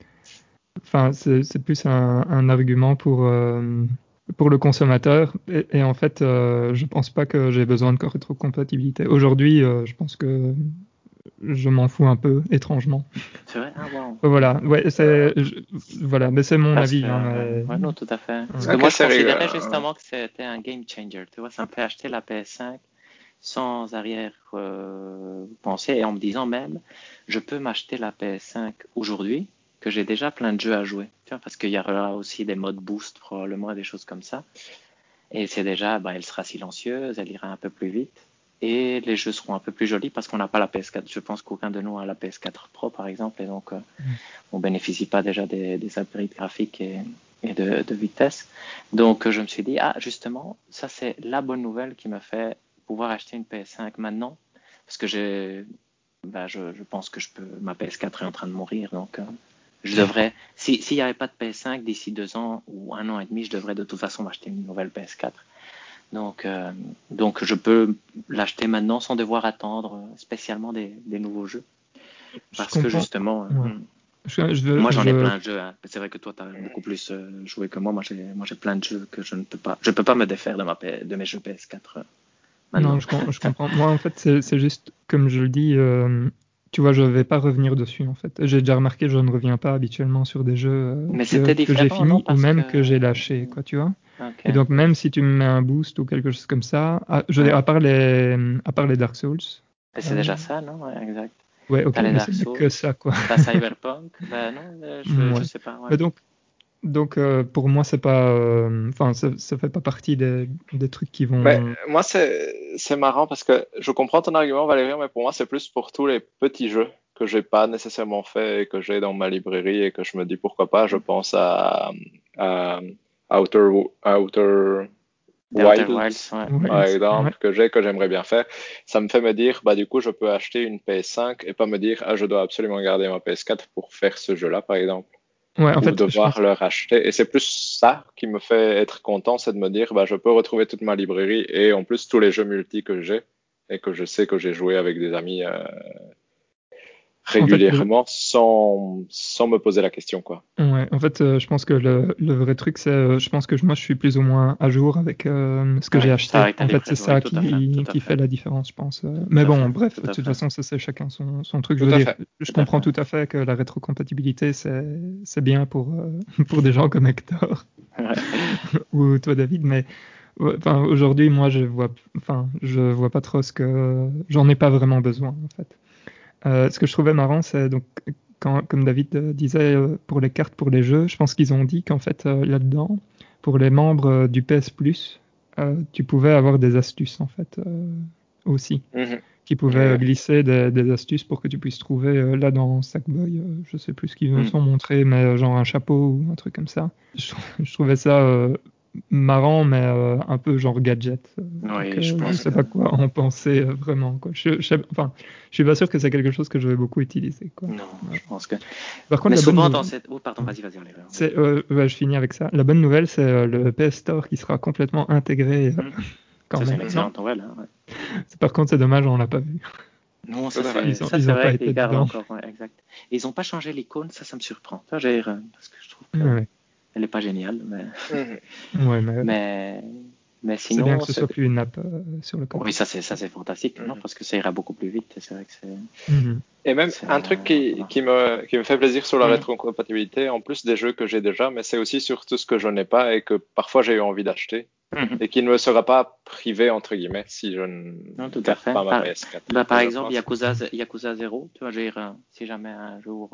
c'est plus un argument pour le consommateur. Et en fait, je pense pas que j'ai besoin de rétrocompatibilité. Aujourd'hui, je pense que je m'en fous un peu, étrangement. C'est vrai? Ah, wow. Voilà, ouais, voilà, mais c'est mon avis. Ouais, non, tout à fait. Parce que Ok, moi, je c'est considérais justement que c'était un game changer. Tu vois, ça me fait acheter la PS5 sans arrière-pensée et en me disant même, je peux m'acheter la PS5 aujourd'hui, que j'ai déjà plein de jeux à jouer. Tu vois, parce qu'il y aura aussi des modes boost probablement, des choses comme ça. Et c'est déjà, elle sera silencieuse, elle ira un peu plus vite. Et les jeux seront un peu plus jolis parce qu'on n'a pas la PS4. Je pense qu'aucun de nous a la PS4 Pro, par exemple. Et donc, on bénéficie pas déjà des upgrades graphiques et de vitesse. Donc, je me suis dit, justement, ça, c'est la bonne nouvelle qui me fait pouvoir acheter une PS5 maintenant, parce que je pense que ma PS4 est en train de mourir, donc je devrais, s'il n'y avait pas de PS5 d'ici 2 ans ou 1 an et demi, je devrais de toute façon m'acheter une nouvelle PS4. Donc je peux l'acheter maintenant sans devoir attendre spécialement des nouveaux jeux. Je Parce que comprends. justement, Ouais. moi j'en ai plein de jeux. Hein. C'est vrai que toi tu as beaucoup plus joué que moi. Moi j'ai plein de jeux que je ne peux pas. Je peux pas me défaire de mes jeux PS4 maintenant. Non, je comprends. Moi, en fait, c'est juste, comme je le dis, tu vois, je vais pas revenir dessus, en fait. J'ai déjà remarqué, je ne reviens pas habituellement sur des jeux Mais c'était que j'ai différent, non? finis ou Parce même que j'ai que. lâché, quoi, tu vois. Ok. Et donc, même si tu me mets un boost ou quelque chose comme ça, je veux dire, Ouais. à part les Dark Souls, Et c'est déjà ça, non? Ouais, exact. ouais, ok, T'as les mais Dark ce n'est que Souls, ça, quoi. t'as Cyberpunk. Ben non, je Ouais. sais pas. Ouais. Mais donc pour moi, c'est pas, enfin, ça fait pas partie des trucs qui Mais vont. moi, c'est marrant parce que je comprends ton argument, Valérie, mais pour moi, c'est plus pour tous les petits jeux que j'ai pas nécessairement fait et que j'ai dans ma librairie et que je me dis pourquoi pas. Je pense à Outer The Outer Wilds, Wilds, ouais. par Ouais, exemple, que j'aimerais bien faire. Ça me fait me dire, bah, du coup, je peux acheter une PS5 et pas me dire, ah, je dois absolument garder ma PS4 pour faire ce jeu-là, par exemple. ouais, en Ou fait, je devoir pense. le racheter. Et c'est plus ça qui me fait être content, c'est de me dire, bah, je peux retrouver toute ma librairie et en plus tous les jeux multi que j'ai et que je sais que j'ai joué avec des amis En fait, régulièrement sans me poser la question, quoi. ouais, en fait, je pense que le vrai truc, c'est, je pense que moi, je suis plus ou moins à jour avec ce que j'ai Ouais, ça acheté. avec ta En fait, c'est librairie, oui, ça tout à fait, tout à qui fait, fait la différence, je pense. tout Mais à bon, fait, bref, tout de à toute fait, façon, ça, c'est chacun son truc. Je Tout veux à dire, fait. je tout à comprends fait. tout à fait que la rétrocompatibilité, c'est bien pour, pour des gens comme Hector Ouais. ou toi, David, mais ouais, enfin, aujourd'hui, moi, je vois pas trop j'en ai pas vraiment besoin, en fait. Ce que je trouvais marrant, c'est donc comme David disait pour les cartes, pour les jeux, je pense qu'ils ont dit qu'en fait là-dedans, pour les membres du PS Plus, tu pouvais avoir des astuces en fait aussi, Mhm. qui pouvaient Ouais. glisser des astuces pour que tu puisses trouver là dans Sackboy, je sais plus ce qu'ils nous Mm. ont montré, mais genre un chapeau ou un truc comme ça. Je trouvais ça marrant, mais un peu genre gadget. Donc, Oui, je je pense sais que pas quoi en penser vraiment. Quoi. Enfin, je suis pas sûr que c'est quelque chose que je vais beaucoup utiliser. Quoi. non, Voilà. je pense que. Par contre, Mais la bonne souvent dans nouvelle, cette. Oh, pardon, ouais, vas-y, allez, vas-y. c'est, ouais, je finis avec ça. La bonne nouvelle, c'est le PS Store qui sera complètement intégré Mm. quand Ça, c'est même. une Mhm. Non, excellente nouvelle. Hein, ouais. par contre, c'est dommage, on l'a pas vu. Non, Tout à fait. ça Ils c'est ont pas vrai qu'ils été gardent dedans. encore, ouais, exact. Et ils n'ont pas changé l'icône, ça me surprend. Parce que je trouve que Ouais, elle n'est pas géniale, Mhm. ouais, mais mais, mais c'est bien que sinon, ce soit plus une app sur le côté. oui, ça c'est fantastique, non? Mhm. Parce que ça ira beaucoup plus vite. C'est vrai que Mhm. Et même c'est un truc vraiment. qui me fait plaisir sur la Mhm. rétrocompatibilité, en plus des jeux que j'ai déjà, mais c'est aussi sur tout ce que je n'ai pas et que parfois j'ai eu envie d'acheter Mhm. et qui ne me sera pas privé, entre guillemets, si je ne Non, tout à garde fait. pas ma PS4. Par Et je exemple, pense. Yakuza 0, tu vois, si jamais un jour,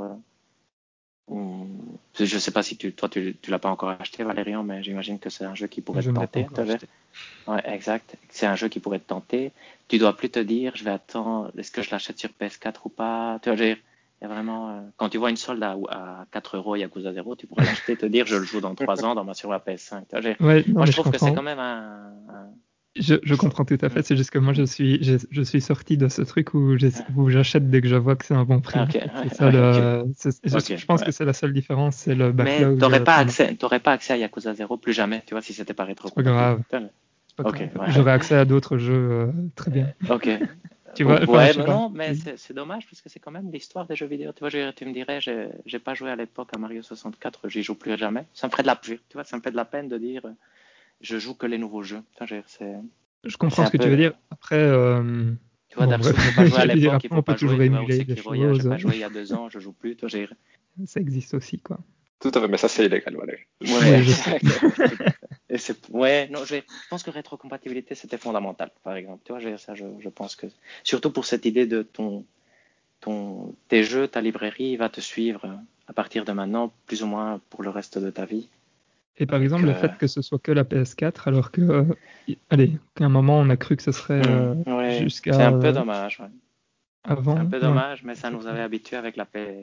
je sais pas si tu l'as pas encore acheté, Valérian, mais j'imagine que c'est un jeu qui pourrait Je te ne l'ai pas tenter, encore acheté. Ouais, exact. C'est un jeu qui pourrait te tenter. Tu dois plus te dire, je vais attendre, est-ce que je l'achète sur PS4 ou pas. Tu vois, il y a vraiment, quand tu vois une solde à 4 euros Yakuza 0, tu pourrais l'acheter et te dire, je le joue dans 3 ans sur ma PS5. Tu vois, Ouais, non, moi, je mais je trouve que c'est comprends. quand même Je comprends tout à Hmm. fait. C'est juste que moi, je suis sorti de ce truc où j'achète dès que je vois que c'est un bon prix. Ah, En ok, fait. C'est ouais, ça ouais, ok. Ok, je pense ouais. que c'est la seule différence, c'est le Mais backlog pour moi. t'aurais pas accès à Yakuza 0 plus jamais, tu vois, si c'était pas C'est pas rétrocompatible. grave. C'est pas Ok, grave. ouais. J'aurai accès à d'autres jeux très bien. Ok. Tu vois, enfin, je Ouais, sais mais pas. non, mais c'est dommage parce que c'est quand même l'histoire des jeux vidéo. Tu vois, tu me dirais, j'ai pas joué à l'époque à Mario 64, j'y joue plus jamais. Ça me ferait de tu vois, ça me fait de la peine de dire, je joue que les nouveaux jeux. Enfin, Je c'est comprends un ce que peu, tu veux dire. Après, tu vois, bon, Dark bref, Souls, j'ai pas joué à j'allais dire l'époque, il après, faut on peut pas jouer. toujours Tu vois, ou émuler des Sekiro, j'ai choses. pas joué il y a 2 ans, je joue plus. Tu vois, Ça existe aussi, quoi. Tout à fait, mais ça c'est illégal, Valérie. ouais, Oui, je sais. exact. Et ouais, non, je pense que rétrocompatibilité, c'était fondamental, par exemple. Tu vois, je pense que, surtout pour cette idée de tes jeux, ta librairie va te suivre à partir de maintenant, plus ou moins pour le reste de ta vie. Et par Et exemple, le que, fait que ce soit que la PS4, alors que, allez, qu'à un moment, on a cru que ce serait ouais, c'est jusqu'à un peu dommage. Ouais. C'est un avant. peu Ouais, dommage, mais ça nous avait habitués avec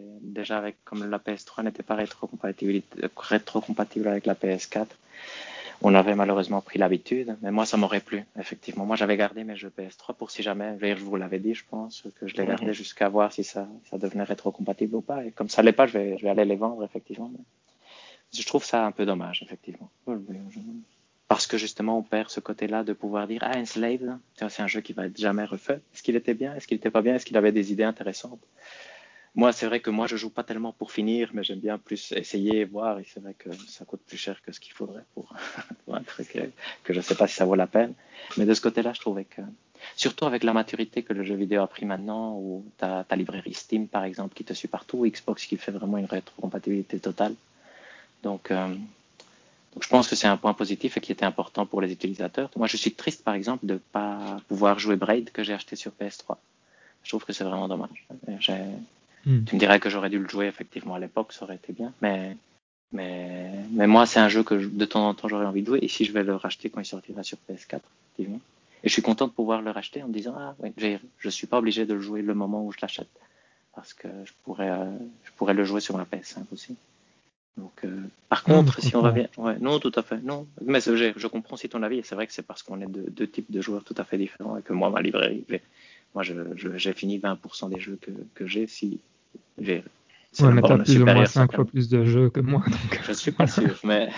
déjà comme la PS3 n'était pas rétrocompatible avec la PS4. on avait malheureusement pris l'habitude, mais moi, ça m'aurait plu, effectivement. Moi, j'avais gardé mes jeux PS3 pour si jamais, je vous l'avais dit, je pense, que je les gardais jusqu'à voir si ça devenait rétrocompatible ou pas. Et comme ça l'est pas, je vais aller les vendre, effectivement. Mais je trouve ça un peu dommage, effectivement. Parce que justement, on perd ce côté-là de pouvoir dire, ah, Enslaved, c'est un jeu qui va être jamais refait. Est-ce qu'il était bien? Est-ce qu'il était pas bien? Est-ce qu'il avait des idées intéressantes? Moi, c'est vrai que moi, je joue pas tellement pour finir, mais j'aime bien plus essayer et voir. Et c'est vrai que ça coûte plus cher que ce qu'il faudrait pour un truc que je sais pas si ça vaut la peine. Mais de ce côté-là, je trouvais que, surtout avec la maturité que le jeu vidéo a pris maintenant, où tu as ta librairie Steam, par exemple, qui te suit partout, Xbox qui fait vraiment une rétrocompatibilité totale. Donc, je pense que c'est un point positif et qui était important pour les utilisateurs. Moi, je suis triste, par exemple, de ne pas pouvoir jouer Braid que j'ai acheté sur PS3. Je trouve que c'est vraiment dommage. Tu me dirais que j'aurais dû le jouer effectivement à l'époque, ça aurait été bien. Mais moi, c'est un jeu que de temps en temps j'aurais envie de jouer. Et si je vais le racheter quand il sortira sur PS4, effectivement. Et je suis content de pouvoir le racheter en me disant, ah oui, je suis pas obligé de le jouer le moment où je l'achète. Parce que je pourrais le jouer sur ma PS5 aussi. Donc, par contre, si on revient, ouais, non, tout à fait, non, mais je comprends si ton avis, et c'est vrai que c'est parce qu'on est deux types de joueurs tout à fait différents, et que moi, ma librairie, moi, j'ai fini 20% des jeux que j'ai, si j'ai, c'est ouais, la mais t'as borne plus ou moins supérieure, 5 fois plus de jeux que moi, donc. je suis pas sûr, mais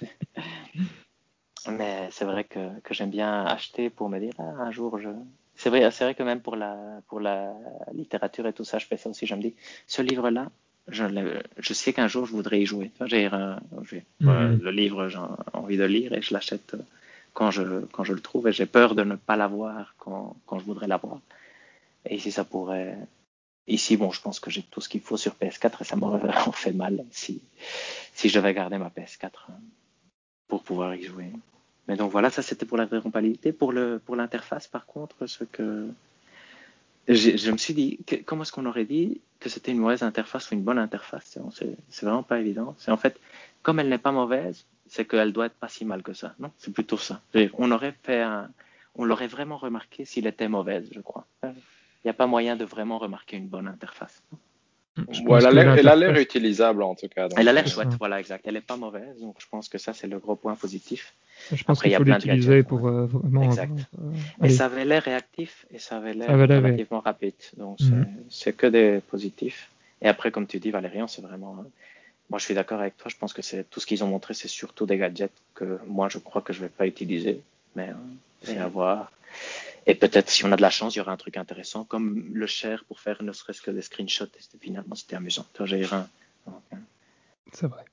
c'est vrai que j'aime bien acheter pour me dire, ah, un jour, c'est vrai que même pour la littérature et tout ça, je fais ça aussi, je me dis, ce livre-là, je sais qu'un jour je voudrais y jouer. Le livre, j'ai envie de le lire et je l'achète quand je le trouve et j'ai peur de ne pas l'avoir quand je voudrais l'avoir. Et ici, ça pourrait. Ici, bon, je pense que j'ai tout ce qu'il faut sur PS4 et ça m'aurait vraiment fait mal si je devais garder ma PS4 pour pouvoir y jouer. Mais donc voilà, ça c'était pour la rétrocompatibilité. Pour l'interface, par contre, je me suis dit, comment est-ce qu'on aurait dit que c'était une mauvaise interface ou une bonne interface? C'est vraiment pas évident. C'est en fait, comme elle n'est pas mauvaise, c'est qu'elle doit être pas si mal que ça. Non, c'est plutôt ça. On l'aurait vraiment remarqué s'il était mauvaise, je crois. Il n'y a pas moyen de vraiment remarquer une bonne interface. Ouais, elle a l'air utilisable en tout cas. Donc, elle a l'air chouette, voilà, exact. Elle n'est pas mauvaise, donc je pense que ça c'est le gros point positif. Je pense Après, il qu'il y a faut plein de l'utiliser gadgets. pour vraiment Exact. Et allez, ça avait l'air réactif et ça avait ça l'air avait l'air relativement rapide. Donc, c'est que des positifs. Et après, comme tu dis, Valérian, c'est vraiment. Moi, je suis d'accord avec toi. Je pense que c'est tout ce qu'ils ont montré, c'est surtout des gadgets que moi, je crois que je vais pas utiliser. Mais c'est à voir. Et peut-être, si on a de la chance, il y aura un truc intéressant, comme le share pour faire ne serait-ce que des screenshots. Et finalement, c'était amusant. Toi, j'ai un. c'est vrai.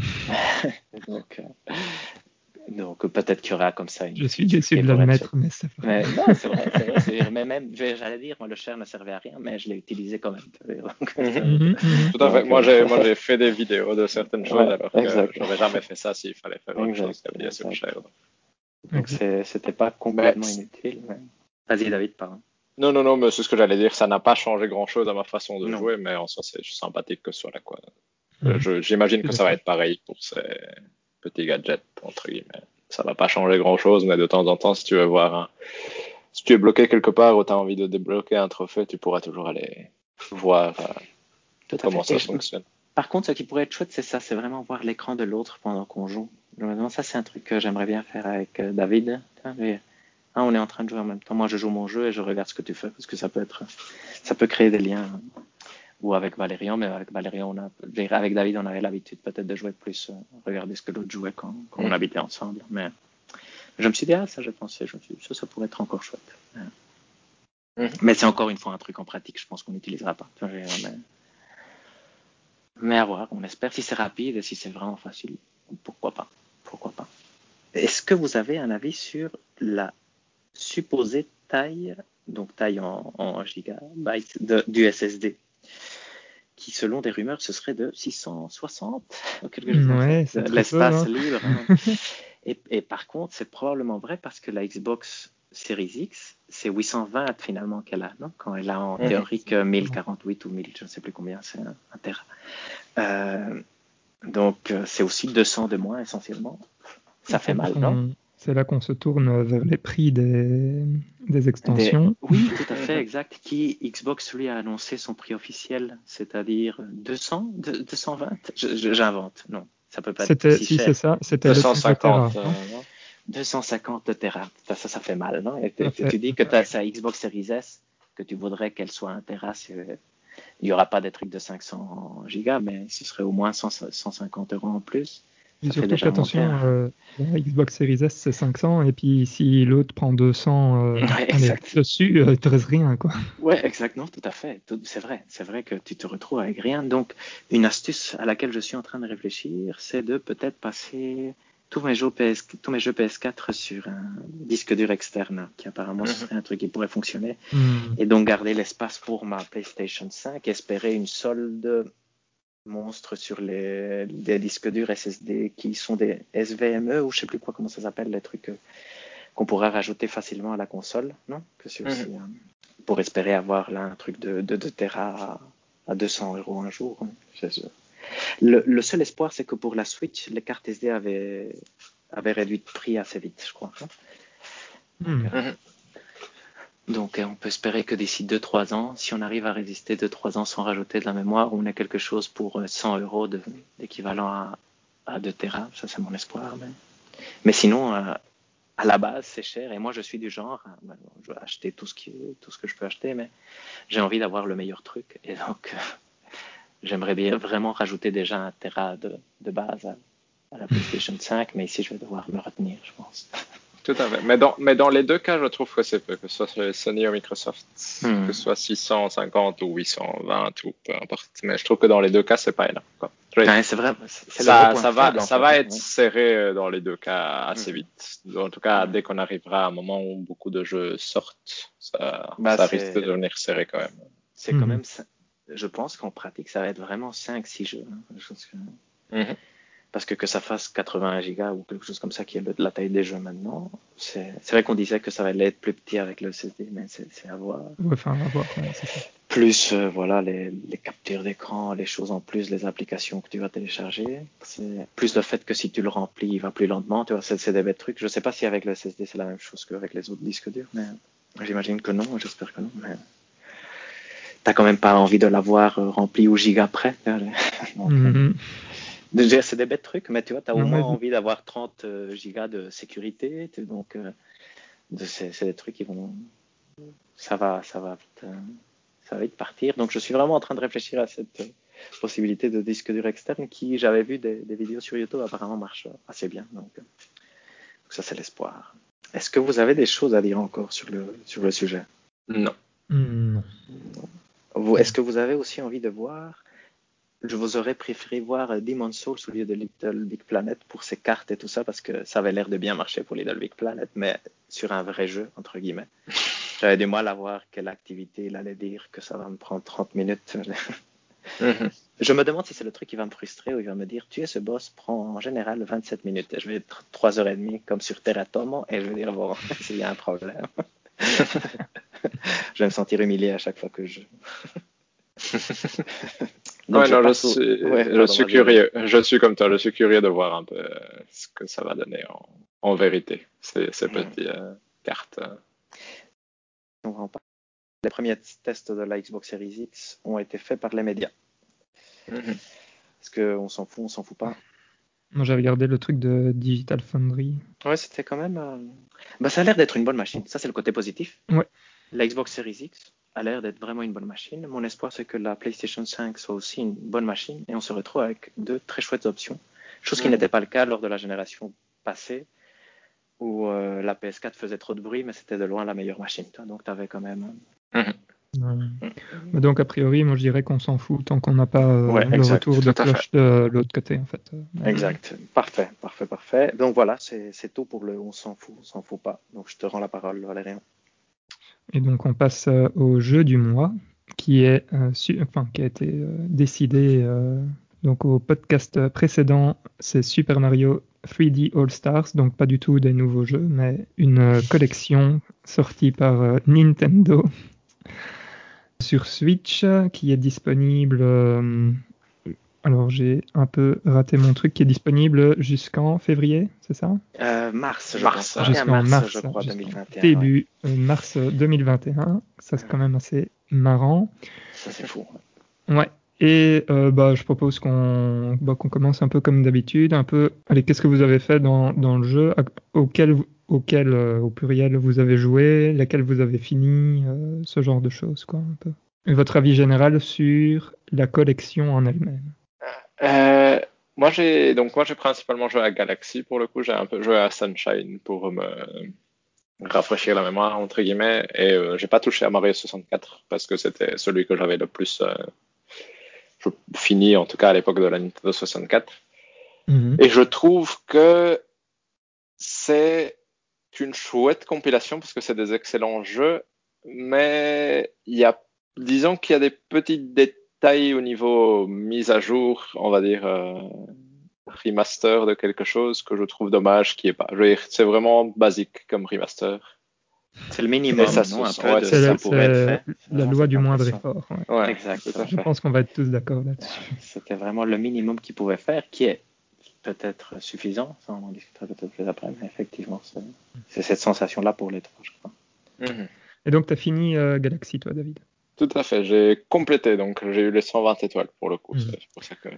Donc peut-être qu'il y aura comme ça une Je suis feature déçu qui de pourrait être l'admettre, faite. mais c'est vrai. Mais non, c'est vrai. Mais même, j'allais dire, moi, le share ne servait à rien, mais je l'ai utilisé quand même. Tout à fait. Moi, j'ai fait des vidéos de certaines choses, alors que exact. j'aurais jamais fait ça s'il fallait faire autre chose qu'appuyer sur Exact. share. Donc c'était pas complètement inutile. Mais... Vas-y, David, pardon. Non, mais c'est ce que j'allais dire. Ça n'a pas changé grand-chose à ma façon de Non. jouer, mais en soi, c'est sympathique que ce soit là, quoi. Mhm. J'imagine que ça va être pareil pour ces petits gadgets, entre guillemets. Ça va pas changer grand-chose, mais de temps en temps, si tu veux voir si tu es bloqué quelque part ou tu as envie de débloquer un trophée, tu pourras toujours aller voir comment ça fonctionne. Par contre, ce qui pourrait être chouette, c'est ça, c'est vraiment voir l'écran de l'autre pendant qu'on joue. Ça, c'est un truc que j'aimerais bien faire avec David. On est en train de jouer en même temps. Moi, je joue mon jeu et je regarde ce que tu fais parce que ça peut créer des liens. Ou avec Valérian, mais avec Valérian, avec David, on avait l'habitude peut-être de jouer plus, regarder ce que l'autre jouait quand on habitait ensemble. Mais je me suis dit, ça, j'ai pensé, ça pourrait être encore chouette. Mais c'est encore une fois un truc en pratique, je pense qu'on n'utilisera pas. Mais à voir, on espère. Si c'est rapide et si c'est vraiment facile, pourquoi pas. Est-ce que vous avez un avis sur la supposée taille, donc taille en gigabytes du SSD, qui selon des rumeurs ce serait de 660 ou quelque chose comme ça, de l'espace libre. Hein. Et par contre, c'est probablement vrai parce que la Xbox Series X, c'est 820 finalement qu'elle a, non? Quand elle a en théorie que 1048 ou 1000, je ne sais plus combien, c'est un tera. Donc c'est aussi 200 de moins essentiellement. Ça fait mal, non? C'est là qu'on se tourne vers les prix des extensions. Oui, tout à fait, exact. Xbox, lui, a annoncé son prix officiel, c'est-à-dire 200, 220. J'invente, non. Ça peut pas être C'était, si si cher. c'est ça, c'était le 250. Tera, non 250 Tera. Ça fait mal, non? Et Ça fait- tu dis que tu as sa Xbox Series S, que tu voudrais qu'elle soit 1 Tera. Il n'y aura pas des trucs de 500 gigas, mais ce serait au moins 150 euros en plus. Et Ça fait surtout déjà monter. qu'attention, la Xbox Series S c'est 500 et puis si l'autre prend 200 Ouais, allez, exact. dessus, il te reste rien quoi. Ouais, exactement, tout à fait. C'est vrai que tu te retrouves avec rien. Donc, une astuce à laquelle je suis en train de réfléchir, c'est de peut-être passer tous mes jeux PS4 sur un disque dur externe, qui apparemment ce serait un truc qui pourrait fonctionner. Et donc garder l'espace pour ma PlayStation 5, espérer une solde monstre sur des disques durs SSD qui sont des SVME ou je sais plus quoi, comment ça s'appelle, les trucs qu'on pourra rajouter facilement à la console, non? Que c'est aussi pour espérer avoir là un truc de 2 Tera à 200 euros un jour. Le seul espoir, c'est que pour la Switch, les cartes SD avaient réduit de prix assez vite, je crois. Donc, on peut espérer que d'ici 2-3 ans, si on arrive à résister 2-3 ans sans rajouter de la mémoire, on a quelque chose pour 100 euros d'équivalent à 2 Tera. Ça, c'est mon espoir. Mais sinon, à la base, c'est cher. Et moi, je suis du genre, je vais acheter tout ce que je peux acheter, mais j'ai envie d'avoir le meilleur truc. Et donc, j'aimerais bien vraiment rajouter déjà 1 Tera de base à la PlayStation 5. Mais ici, je vais devoir me retenir, je pense. Tout à fait. Mais dans les deux cas, je trouve que c'est peu, que ce soit sur Sony ou Microsoft, que ce soit 650 ou 820 ou peu importe. Mais je trouve que dans les deux cas, c'est pas énorme, quoi. Ouais, c'est vrai. C'est le gros point faible, Ça en va fait. être serré dans les deux cas assez vite. En tout cas, dès qu'on arrivera à un moment où beaucoup de jeux sortent, ça risque de devenir serré quand même. C'est quand même, je pense qu'en pratique, ça va être vraiment 5-6 jeux. Parce que ça fasse 80 gigas ou quelque chose comme ça, qui est la taille des jeux maintenant, c'est vrai qu'on disait que ça va être plus petit avec le SSD, mais c'est à voir. Ouais, enfin, à voir, ouais, c'est ça. Plus voilà les captures d'écran, les choses en plus, les applications que tu vas télécharger. Plus le fait que si tu le remplis, il va plus lentement. Tu vois, c'est des bêtes trucs. Je sais pas si avec le SSD c'est la même chose qu'avec les autres disques durs, mais j'imagine que non. J'espère que non. Mais t'as quand même pas envie de l'avoir rempli au giga près. Donc, déjà, c'est des bêtes trucs, mais tu vois, tu as au moins envie d'avoir 30 gigas de sécurité. Donc, c'est des trucs qui vont. Ça va vite partir. Donc, je suis vraiment en train de réfléchir à cette possibilité de disque dur externe qui, j'avais vu des vidéos sur YouTube, apparemment marche assez bien. Donc ça, c'est l'espoir. Est-ce que vous avez des choses à dire encore sur le sujet? Non. Est-ce que vous avez aussi envie de voir? Je vous aurais préféré voir Demon's Souls au lieu de Little Big Planet pour ses cartes et tout ça, parce que ça avait l'air de bien marcher pour Little Big Planet, mais sur un vrai jeu, entre guillemets. J'avais du mal à voir quelle activité il allait dire que ça va me prendre 30 minutes. Je me demande si c'est le truc qui va me frustrer ou il va me dire tuer ce boss prend en général 27 minutes. Et je vais être 3h30 comme sur Terratomo et je vais dire bon, s'il y a un problème. Je vais me sentir humilié à chaque fois que je. Donc, je suis curieux. Je suis comme toi, je suis curieux de voir un peu ce que ça va donner en vérité, ces petites cartes. Les premiers tests de la Xbox Series X ont été faits par les médias. Est-ce qu'on s'en fout pas? Moi, j'avais regardé le truc de Digital Foundry. Ouais, c'était quand même. Ça a l'air d'être une bonne machine. Ça, c'est le côté positif. Ouais. La Xbox Series X a l'air d'être vraiment une bonne machine. Mon espoir, c'est que la PlayStation 5 soit aussi une bonne machine et on se retrouve avec deux très chouettes options. Chose qui n'était pas le cas lors de la génération passée où la PS4 faisait trop de bruit, mais c'était de loin la meilleure machine. Donc, tu avais quand même. Mais donc, a priori, moi, je dirais qu'on s'en fout tant qu'on n'a pas le retour de cloche de l'autre côté, en fait. Exact. Parfait. Donc, voilà, c'est tout pour le on s'en fout pas. Donc, je te rends la parole, Valérien. Et donc, on passe au jeu du mois qui a été décidé donc au podcast précédent. C'est Super Mario 3D All Stars, donc pas du tout des nouveaux jeux, mais une collection sortie par Nintendo sur Switch qui est disponible. Alors, j'ai un peu raté mon truc, qui est disponible jusqu'en février, c'est ça? Mars, je pense. Jusqu'en mars, je crois, 2021. Début mars 2021. Ça, c'est quand même assez marrant. Ça, c'est fou. Ouais. Je propose qu'on commence un peu comme d'habitude. Allez, qu'est-ce que vous avez fait dans le jeu, auquel au pluriel vous avez joué, lesquels vous avez fini, ce genre de choses, quoi, un peu. Et votre avis général sur la collection en elle-même. Moi, j'ai principalement joué à Galaxy pour le coup. J'ai un peu joué à Sunshine pour me rafraîchir la mémoire, entre guillemets. Et j'ai pas touché à Mario 64 parce que c'était celui que j'avais le plus fini, en tout cas à l'époque de la Nintendo 64. Et je trouve que c'est une chouette compilation parce que c'est des excellents jeux, mais disons qu'il y a des petits détails au niveau mise à jour, on va dire remaster de quelque chose que je trouve dommage qu'il n'y ait pas. Je veux dire, c'est vraiment basique comme remaster. C'est le minimum, non, un peu de ça pourrait être fait. La loi du moindre effort. Ouais, exact. Je pense qu'on va être tous d'accord là-dessus. C'était vraiment le minimum qu'il pouvait faire, qui est peut-être suffisant, ça on en discutera peut-être plus après, mais effectivement, c'est cette sensation-là pour les trois, je crois. Mm-hmm. Et donc, tu as fini Galaxy, toi, David? Tout à fait, j'ai complété, donc j'ai eu les 120 étoiles pour le coup, c'est pour ça que...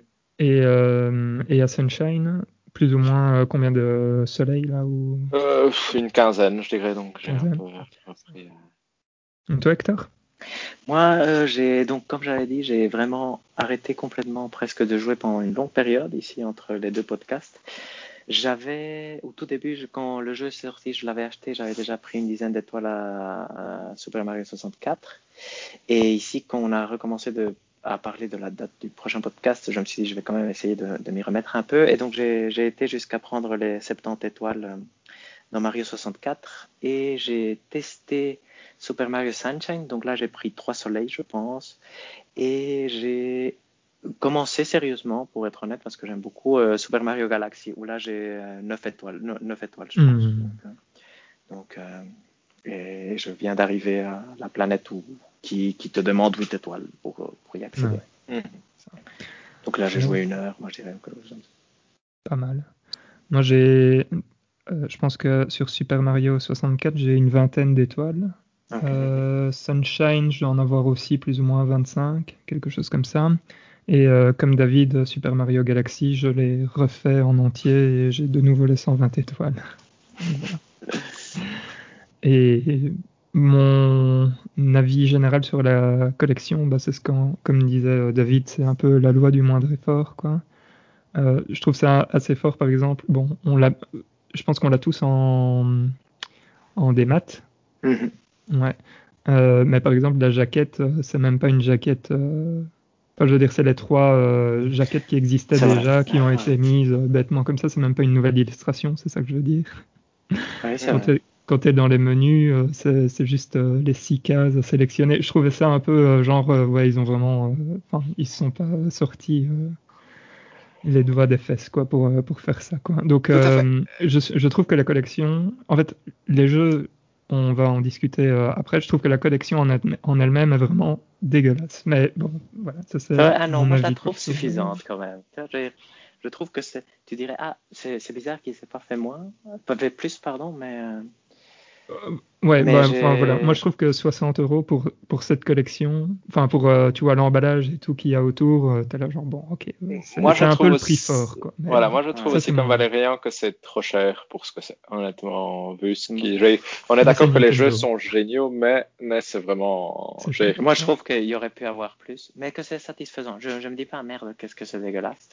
Et à Sunshine, plus ou moins combien de soleils là ou... Une quinzaine, je dirais, donc j'ai un peu repris. Et toi, Hector? Moi, donc, comme j'avais dit, j'ai vraiment arrêté complètement presque de jouer pendant une longue période ici entre les deux podcasts. J'avais, au tout début, quand le jeu est sorti, je l'avais acheté, j'avais déjà pris une dizaine d'étoiles à Super Mario 64. Et ici, quand on a recommencé à parler de la date du prochain podcast, je me suis dit, je vais quand même essayer de m'y remettre un peu. Et donc, j'ai été jusqu'à prendre les 70 étoiles dans Mario 64 et j'ai testé Super Mario Sunshine. Donc là, j'ai pris 3 soleils, je pense. Et j'ai commencé sérieusement, pour être honnête, parce que j'aime beaucoup Super Mario Galaxy, où là, j'ai 9 étoiles, 9 étoiles, je pense. Et je viens d'arriver à la planète qui te demande 8 étoiles pour y accéder. Donc là, j'ai joué 1 heure, moi je dirais que pas mal. Moi, je pense que sur Super Mario 64, j'ai une vingtaine d'étoiles. Sunshine, je dois en avoir aussi plus ou moins 25, quelque chose comme ça. Et comme David, Super Mario Galaxy, je l'ai refait en entier et j'ai de nouveau les 120 étoiles. Donc, voilà. Et mon avis général sur la collection, c'est comme disait David, c'est un peu la loi du moindre effort, quoi. Je trouve ça assez fort, par exemple. Bon, je pense qu'on l'a tous en démat. Ouais. Mais par exemple, la jaquette, c'est même pas une jaquette. Enfin, je veux dire, c'est les 3 jaquettes qui existaient déjà, qui ont été mises bêtement comme ça. C'est même pas une nouvelle illustration, c'est ça que je veux dire. Quand tu es dans les menus, c'est juste les 6 cases à sélectionner. Je trouvais ça un peu ils ont vraiment. Ils se sont pas sortis les doigts des fesses, quoi, pour faire ça, quoi. Donc, je trouve que la collection. En fait, les jeux, on va en discuter après. Je trouve que la collection en elle-même est vraiment dégueulasse. Mais bon, voilà, ça c'est. Moi je la trouve suffisante quand même. Je trouve que tu dirais, c'est bizarre qu'il ne s'est pas fait fait plus, pardon, mais. Voilà. Moi, je trouve que 60 € pour cette collection, pour tu vois l'emballage et tout qu'il y a autour, t'as là genre bon, ok. C'est un peu le prix fort, quoi. Mais, moi je trouve aussi comme Valérian que c'est trop cher pour ce que c'est. Honnêtement, vu ce qui, on est d'accord que les jeux sont géniaux, mais c'est vraiment. Moi, je trouve qu'il y aurait pu avoir plus, mais que c'est satisfaisant. Je me dis pas merde, qu'est-ce que c'est dégueulasse.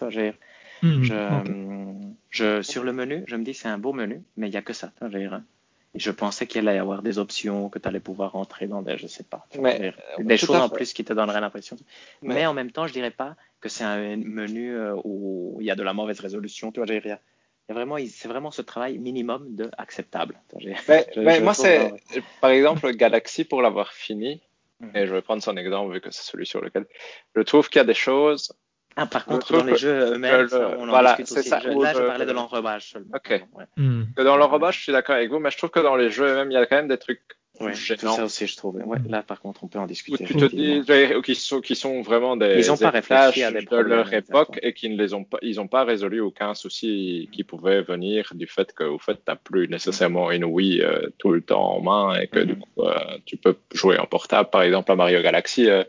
Sur le menu, je me dis c'est un beau menu, mais il y a que ça. Je pensais qu'il allait y avoir des options que tu allais pouvoir rentrer dans je sais pas, des choses en plus qui te donneraient l'impression. Mais en même temps, je dirais pas que c'est un menu où il y a de la mauvaise résolution. Tu vois, c'est vraiment ce travail minimum de acceptable. Moi, par exemple, Galaxy, pour l'avoir fini, et je vais prendre son exemple vu que c'est celui sur lequel je trouve qu'il y a des choses. Par contre, dans les jeux eux-mêmes, on en discute aussi. Je parlais de l'enrobage seulement. Ok. Que dans l'enrobage, je suis d'accord avec vous, mais je trouve que dans les jeux eux-mêmes, il y a quand même des trucs gênants. Ça aussi, je trouve. Là, par contre, on peut en discuter. Où tu te dis, qui sont vraiment des réfléchi à des de leur époque et qui ils n'ont pas résolu aucun souci qui pouvait venir du fait que, au fait, t'as plus nécessairement une Wii tout le temps en main et que du coup, tu peux jouer en portable, par exemple, à Mario Galaxy.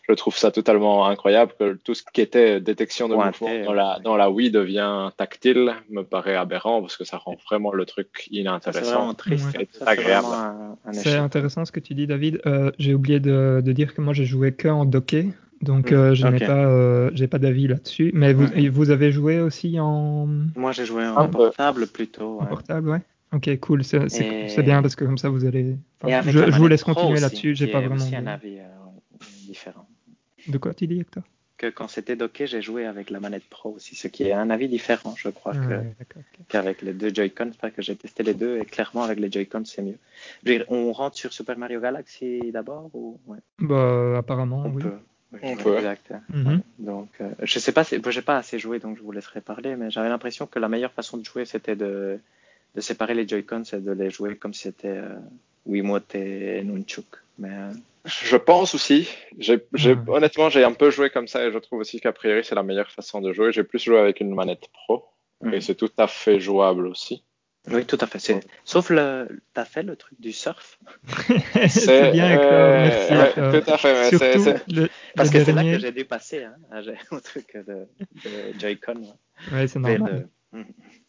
Je trouve ça totalement incroyable que tout ce qui était détection de Pointé, mouvement dans la Wii devient tactile, me paraît aberrant parce que ça rend vraiment le truc Ça, c'est inintéressant vraiment triste. Ouais. et Ça, c'est agréable. vraiment un C'est échec. intéressant ce que tu dis, David. J'ai oublié de dire que moi j'ai joué que en docké, donc je n'ai Ok. pas, j'ai pas d'avis là-dessus. Mais vous avez joué aussi en Moi, j'ai joué Un en peu. portable plutôt. Ouais. portable, ouais. Ok, cool. C'est bien Et, parce que comme ça vous allez. et Enfin, avec je la vous manette laisse Pro continuer aussi, là-dessus. J'ai qui pas est vraiment aussi un de. avis différent. De quoi tu dis, Hector? Que quand c'était docké, j'ai joué avec la manette Pro aussi, ce qui est un avis différent, je crois, Ouais, d'accord. Ok. qu'avec les deux Joy-Con. C'est pas que j'ai testé les deux, et clairement, avec les Joy-Con, c'est mieux. Je veux dire, on rentre sur Super Mario Galaxy d'abord ou... Ouais, Bah, apparemment, on oui. peut. Oui, On ouais, peut. exact. Mhm. Ouais. Donc, je sais pas, j'ai pas assez joué, donc je vous laisserai parler, mais j'avais l'impression que la meilleure façon de jouer, c'était de séparer les Joy-Cons et de les jouer comme si c'était Wiimote et Nunchuk. Mais Je pense aussi. Ah, Honnêtement, j'ai un peu joué comme ça et je trouve aussi qu'a priori c'est la meilleure façon de jouer. J'ai plus joué avec une manette pro et c'est tout à fait jouable aussi. oui, tout à fait. Sauf t'as fait le truc du surf. c'est bien, Hector. Merci, Ouais, Hector. tout à fait. Mais Surtout le Parce que c'est là que dernier. j'ai dû passer, hein, au truc de Joy-Con. Ouais, c'est Vers normal. le...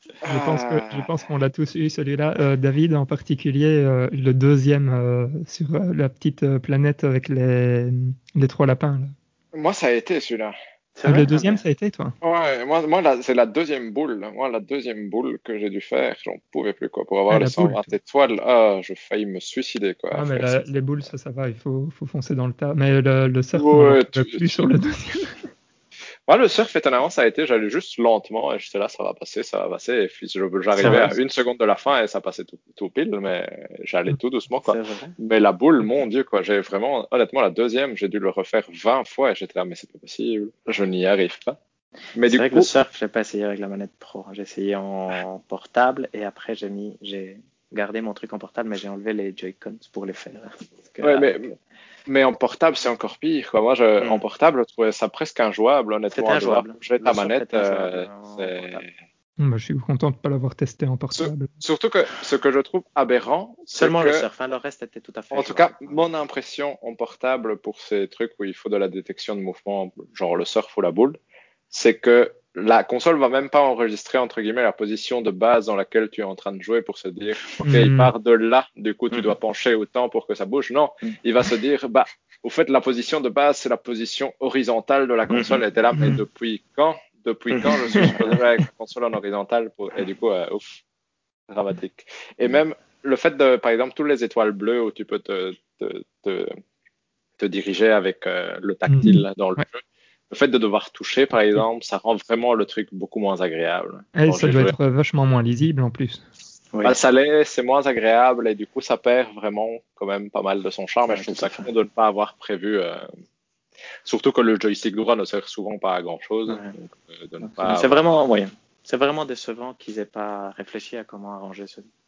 Je pense qu'on l'a tous eu, celui-là. David, en particulier, le deuxième sur la petite planète avec les trois lapins. Là. Moi, ça a été celui-là. C'est vrai? Le Ok. deuxième, ça a été, toi? Ouais, c'est la deuxième boule. Moi, la deuxième boule que j'ai dû faire, j'en pouvais plus, quoi. Pour Ah, avoir les la boule, 120 toi. étoiles, j'ai failli me suicider, quoi, à Ah, mais faire ça. les boules, ça va, faut foncer dans le tas. Mais le surf, moi, j'en Ouais, pouvais plus sur le deuxième. Moi, le surf, étonnamment, ça a été, j'allais juste lentement et j'étais là, ça va passer, ça va passer. Et puis, C'est j'arrivais vrai. à une seconde de la fin et ça passait tout pile, mais j'allais tout doucement, quoi. C'est vrai. Mais la boule, mon Dieu, quoi, j'ai vraiment, honnêtement, la deuxième, j'ai dû le refaire 20 fois et j'étais là, mais c'est pas possible, je n'y arrive pas. Mais C'est du vrai que le coup, surf, j'ai pas essayé avec la manette pro. J'ai essayé en portable et après j'ai gardé mon truc en portable, mais j'ai enlevé les Joy-Cons pour les faire. Parce que ouais, avec... mais en portable, c'est encore pire, quoi. Moi, en Hmm. portable, je trouvais ça presque injouable, C'était honnêtement, à devoir injouable. bouger Le ta surf manette, était injouable en c'est... portable. Bah, je suis content de ne pas l'avoir testé en portable. Surtout que ce que je trouve aberrant, c'est Seulement le que surf, hein, le reste était tout à fait en tout cas, jouable. mon impression en portable pour ces trucs où il faut de la détection de mouvement, genre le surf ou la boule, c'est que la console va même pas enregistrer entre guillemets la position de base dans laquelle tu es en train de jouer pour se dire, ok, il Hmm. part de là, du coup tu Mhm. dois pencher autant pour que ça bouge. Non, il va se dire, bah, au fait, la position de base, c'est la position horizontale de la console. Mhm. Et t'es là, mais Hmm. depuis quand je suis supposé jouer avec la console en horizontale et du coup, ouf, dramatique. Et même le fait de, par exemple, toutes les étoiles bleues où tu peux te, te, te diriger avec le Mhm. tactile dans le Ouais. jeu, le fait de devoir toucher, par exemple, ça rend vraiment le truc beaucoup moins agréable. Et Quand ça j'ai doit joué, être vachement moins lisible en plus. Oui, bah, ça l'est, c'est moins agréable et du coup, ça perd vraiment quand même pas mal de son charme. Et je tout trouve à ça fait. con de ne pas avoir prévu. Surtout que le joystick droit ne sert souvent pas à grand chose. Ouais. Donc, de ne Donc, pas c'est avoir. vraiment, oui, c'est vraiment décevant qu'ils aient pas réfléchi à comment arranger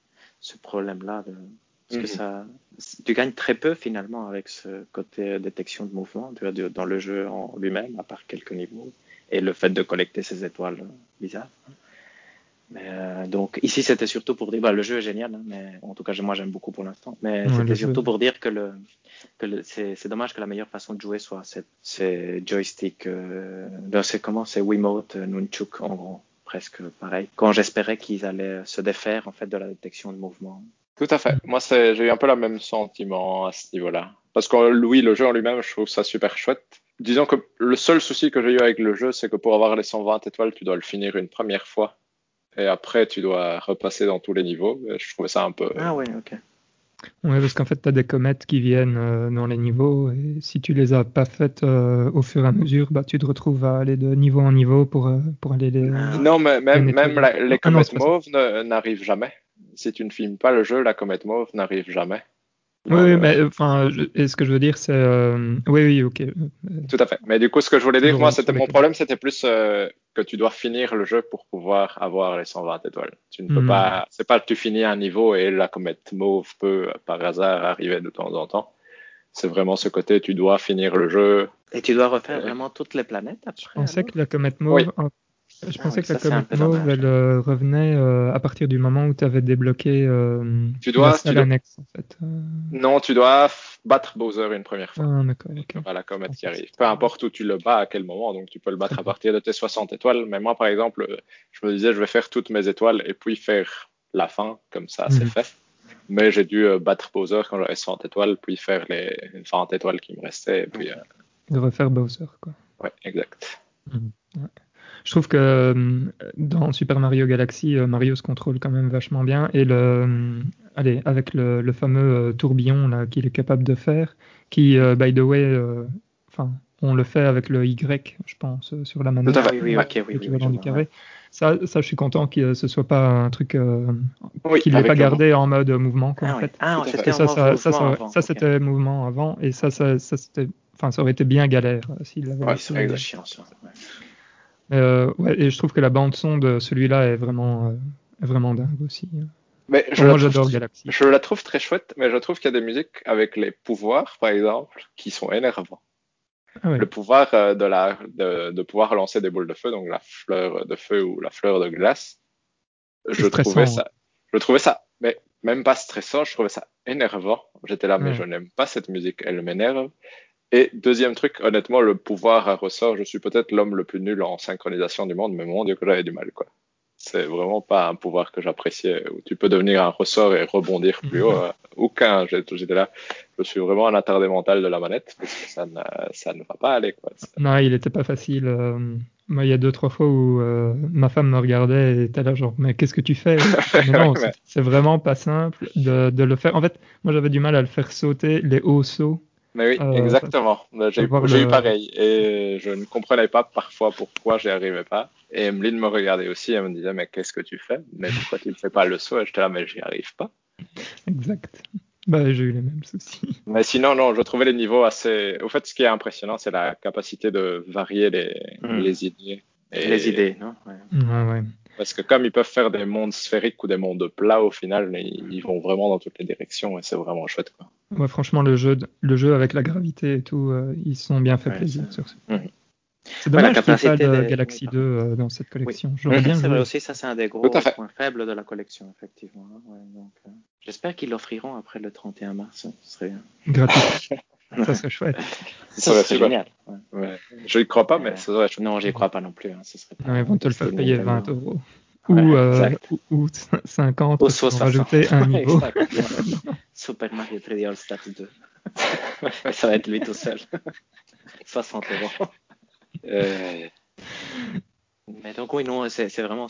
ce problème-là. Parce que Mhm. tu gagnes très peu finalement avec ce côté détection de mouvement dans le jeu en lui-même, à part quelques niveaux, et le fait de collecter ces étoiles bizarres. Mais, donc ici c'était surtout pour dire, bah, le jeu est génial, hein, mais en tout cas moi j'aime beaucoup pour l'instant, mais Ouais, le c'était jeu. surtout pour dire que c'est dommage que la meilleure façon de jouer soit ces joysticks, c'est comment, c'est Wiimote, Nunchuk en gros, presque pareil. Quand j'espérais qu'ils allaient se défaire en fait de la détection de mouvement. Tout à fait. Hmm. Moi, j'ai eu un peu le même sentiment à ce niveau-là. Parce que oui, le jeu en lui-même, je trouve ça super chouette. Disons que le seul souci que j'ai eu avec le jeu, c'est que pour avoir les 120 étoiles, tu dois le finir une première fois. Et après, tu dois repasser dans tous les niveaux. Et je trouvais ça un peu... Ah oui, ok. Ouais, parce qu'en fait, tu as des comètes qui viennent dans les niveaux, et si tu les as pas faites au fur et à mesure, bah, tu te retrouves à aller de niveau en niveau pour aller Ah Non, ok. mais les même nettoyer. les Ah non, c'est comètes pas ça. mauves n'arrivent jamais. Si tu ne filmes pas le jeu, la comète mauve n'arrive jamais Oui, dans oui, le... mais enfin, et ce que je veux dire, c'est. Oui, oui, ok. Tout à fait. Mais du coup, ce que je voulais dire, Toujours moi, sur les mon comètes. problème, c'était plus que tu dois finir le jeu pour pouvoir avoir les 120 étoiles. Tu ne peux Hmm. pas, c'est pas que tu finis un niveau et la comète mauve peut, par hasard, arriver de temps en temps. C'est vraiment ce côté, tu dois finir le jeu. Et tu dois refaire Et- vraiment toutes les planètes Je après pensais alors? que la comète Oui, mauve. Je pensais oui, que la ça c'est un comète peu mauve, dommage. elle revenait à partir du moment où tu avais débloqué Tu la dois, tu salle dois, annexe, en fait. non, tu dois battre Bowser une première fois. Ah, d'accord, ok. Il y aura la Je comète qui pensais que arrive. c'était Peu importe où tu le bats, à quel moment, donc tu peux le très battre à bien. partir de tes 60 étoiles. Mais moi, par exemple, je me disais, je vais faire toutes mes étoiles et puis faire la fin, comme ça, c'est Mhm. fait. Mais j'ai dû battre Bowser quand j'avais 100 étoiles, puis faire les 20 étoiles qui me restaient. Et puis, De refaire Bowser, quoi. ouais, exact. Mhm. Ouais. Je trouve que dans Super Mario Galaxy, Mario se contrôle quand même vachement bien. Et allez, avec le fameux tourbillon là, qu'il est capable de faire, qui, by the way, enfin, on le fait avec le Y, je pense, sur la Tout à manette, Ah oui, fait. oui, Ouais. ok, oui, oui, oui, l'équivalent je du vois. Ouais. carré. Ça, je suis content que ce soit pas un truc Oui, qu'il l'ait pas avec le mot. gardé en mode mouvement, quoi, en Ah oui, fait. ah, Tout à c'était fait. Et en mode mouvement avant. ça Ok. c'était mouvement avant, et ça c'était, enfin, ça aurait été bien galère s'il l'avait Ouais, laissé. c'est C'est exact. chiant ça. Ouais. Ouais, et je trouve que la bande son de celui-là est vraiment dingue aussi. Mais Bon, moi j'adore Galaxy. je la trouve très chouette, mais je trouve qu'il y a des musiques avec les pouvoirs, par exemple, qui sont énervants. Ah ouais, Le pouvoir de pouvoir lancer des boules de feu, donc la fleur de feu ou la fleur de glace, c'est je trouvais stressant. ça, je trouvais ça, mais même pas stressant, je trouvais ça énervant. J'étais là, mais Ouais. je n'aime pas cette musique, elle m'énerve. Et deuxième truc, honnêtement, le pouvoir à ressort, je suis peut-être l'homme le plus nul en synchronisation du monde, mais mon Dieu que j'avais du mal, quoi. C'est vraiment pas un pouvoir que j'appréciais, où tu peux devenir un ressort et rebondir plus haut. Mhm. Aucun, j'étais là, je suis vraiment un attardé mental de la manette, parce que ça ne va pas aller, quoi. Non, il était pas facile. Moi, il y a 2, 3 fois où ma femme me regardait et était là genre, mais qu'est-ce que tu fais? Mais non, mais, c'est vraiment pas simple de le faire. En fait, moi j'avais du mal à le faire sauter, les hauts sauts. mais oui, Parce que exactement. avoir J'ai eu le... pareil, et je ne comprenais pas parfois pourquoi j'y arrivais pas. Et Emeline me regardait aussi, elle me disait, mais qu'est-ce que tu fais? Mais pourquoi tu ne fais pas le saut? Et j'étais là, mais j'y arrive pas. Exact. Bah, j'ai eu les mêmes soucis. Mais sinon, non, je trouvais les niveaux assez. Au fait, ce qui est impressionnant, c'est la capacité de varier Hmm. les idées. Les Et idées, non? Ouais. Ouais, ouais. parce que comme ils peuvent faire des mondes sphériques ou des mondes plats, au final, ils vont vraiment dans toutes les directions et c'est vraiment chouette, quoi. Ouais, franchement, le jeu avec la gravité et tout, ils se sont bien fait Ouais, plaisir sur ce coup. Mhm. C'est Ouais, la dommage qu'il n'y ait pas capacité de des. Oui, Galaxy 2 pardon. dans cette Oui. collection. J'aurais Mhm. Ça, bien c'est vrai joué. aussi, ça, c'est un des Tout à gros fait. points faibles de la collection, effectivement. Hein. Ouais, donc, j'espère qu'ils l'offriront après le 31 mars. Hein. Ce serait, Gratuitement. Ça serait chouette. Ce ça serait serait super. génial. Ouais. Ouais. Je n'y crois pas, mais Euh, ce serait chouette. non, j'y crois pas non plus. Hein. Ce serait Non, pas ils vont te du le faire style payer Nintendo. 20 euros. Ouais, exact. Ou 50 Ou parce qu'ils ont 60. rajouté un Ouais, niveau. exactement. Super Mario 3D All Stars 2. Et ça va être lui tout seul. 60 euros. Euh, Mais donc, oui, non, c'est vraiment,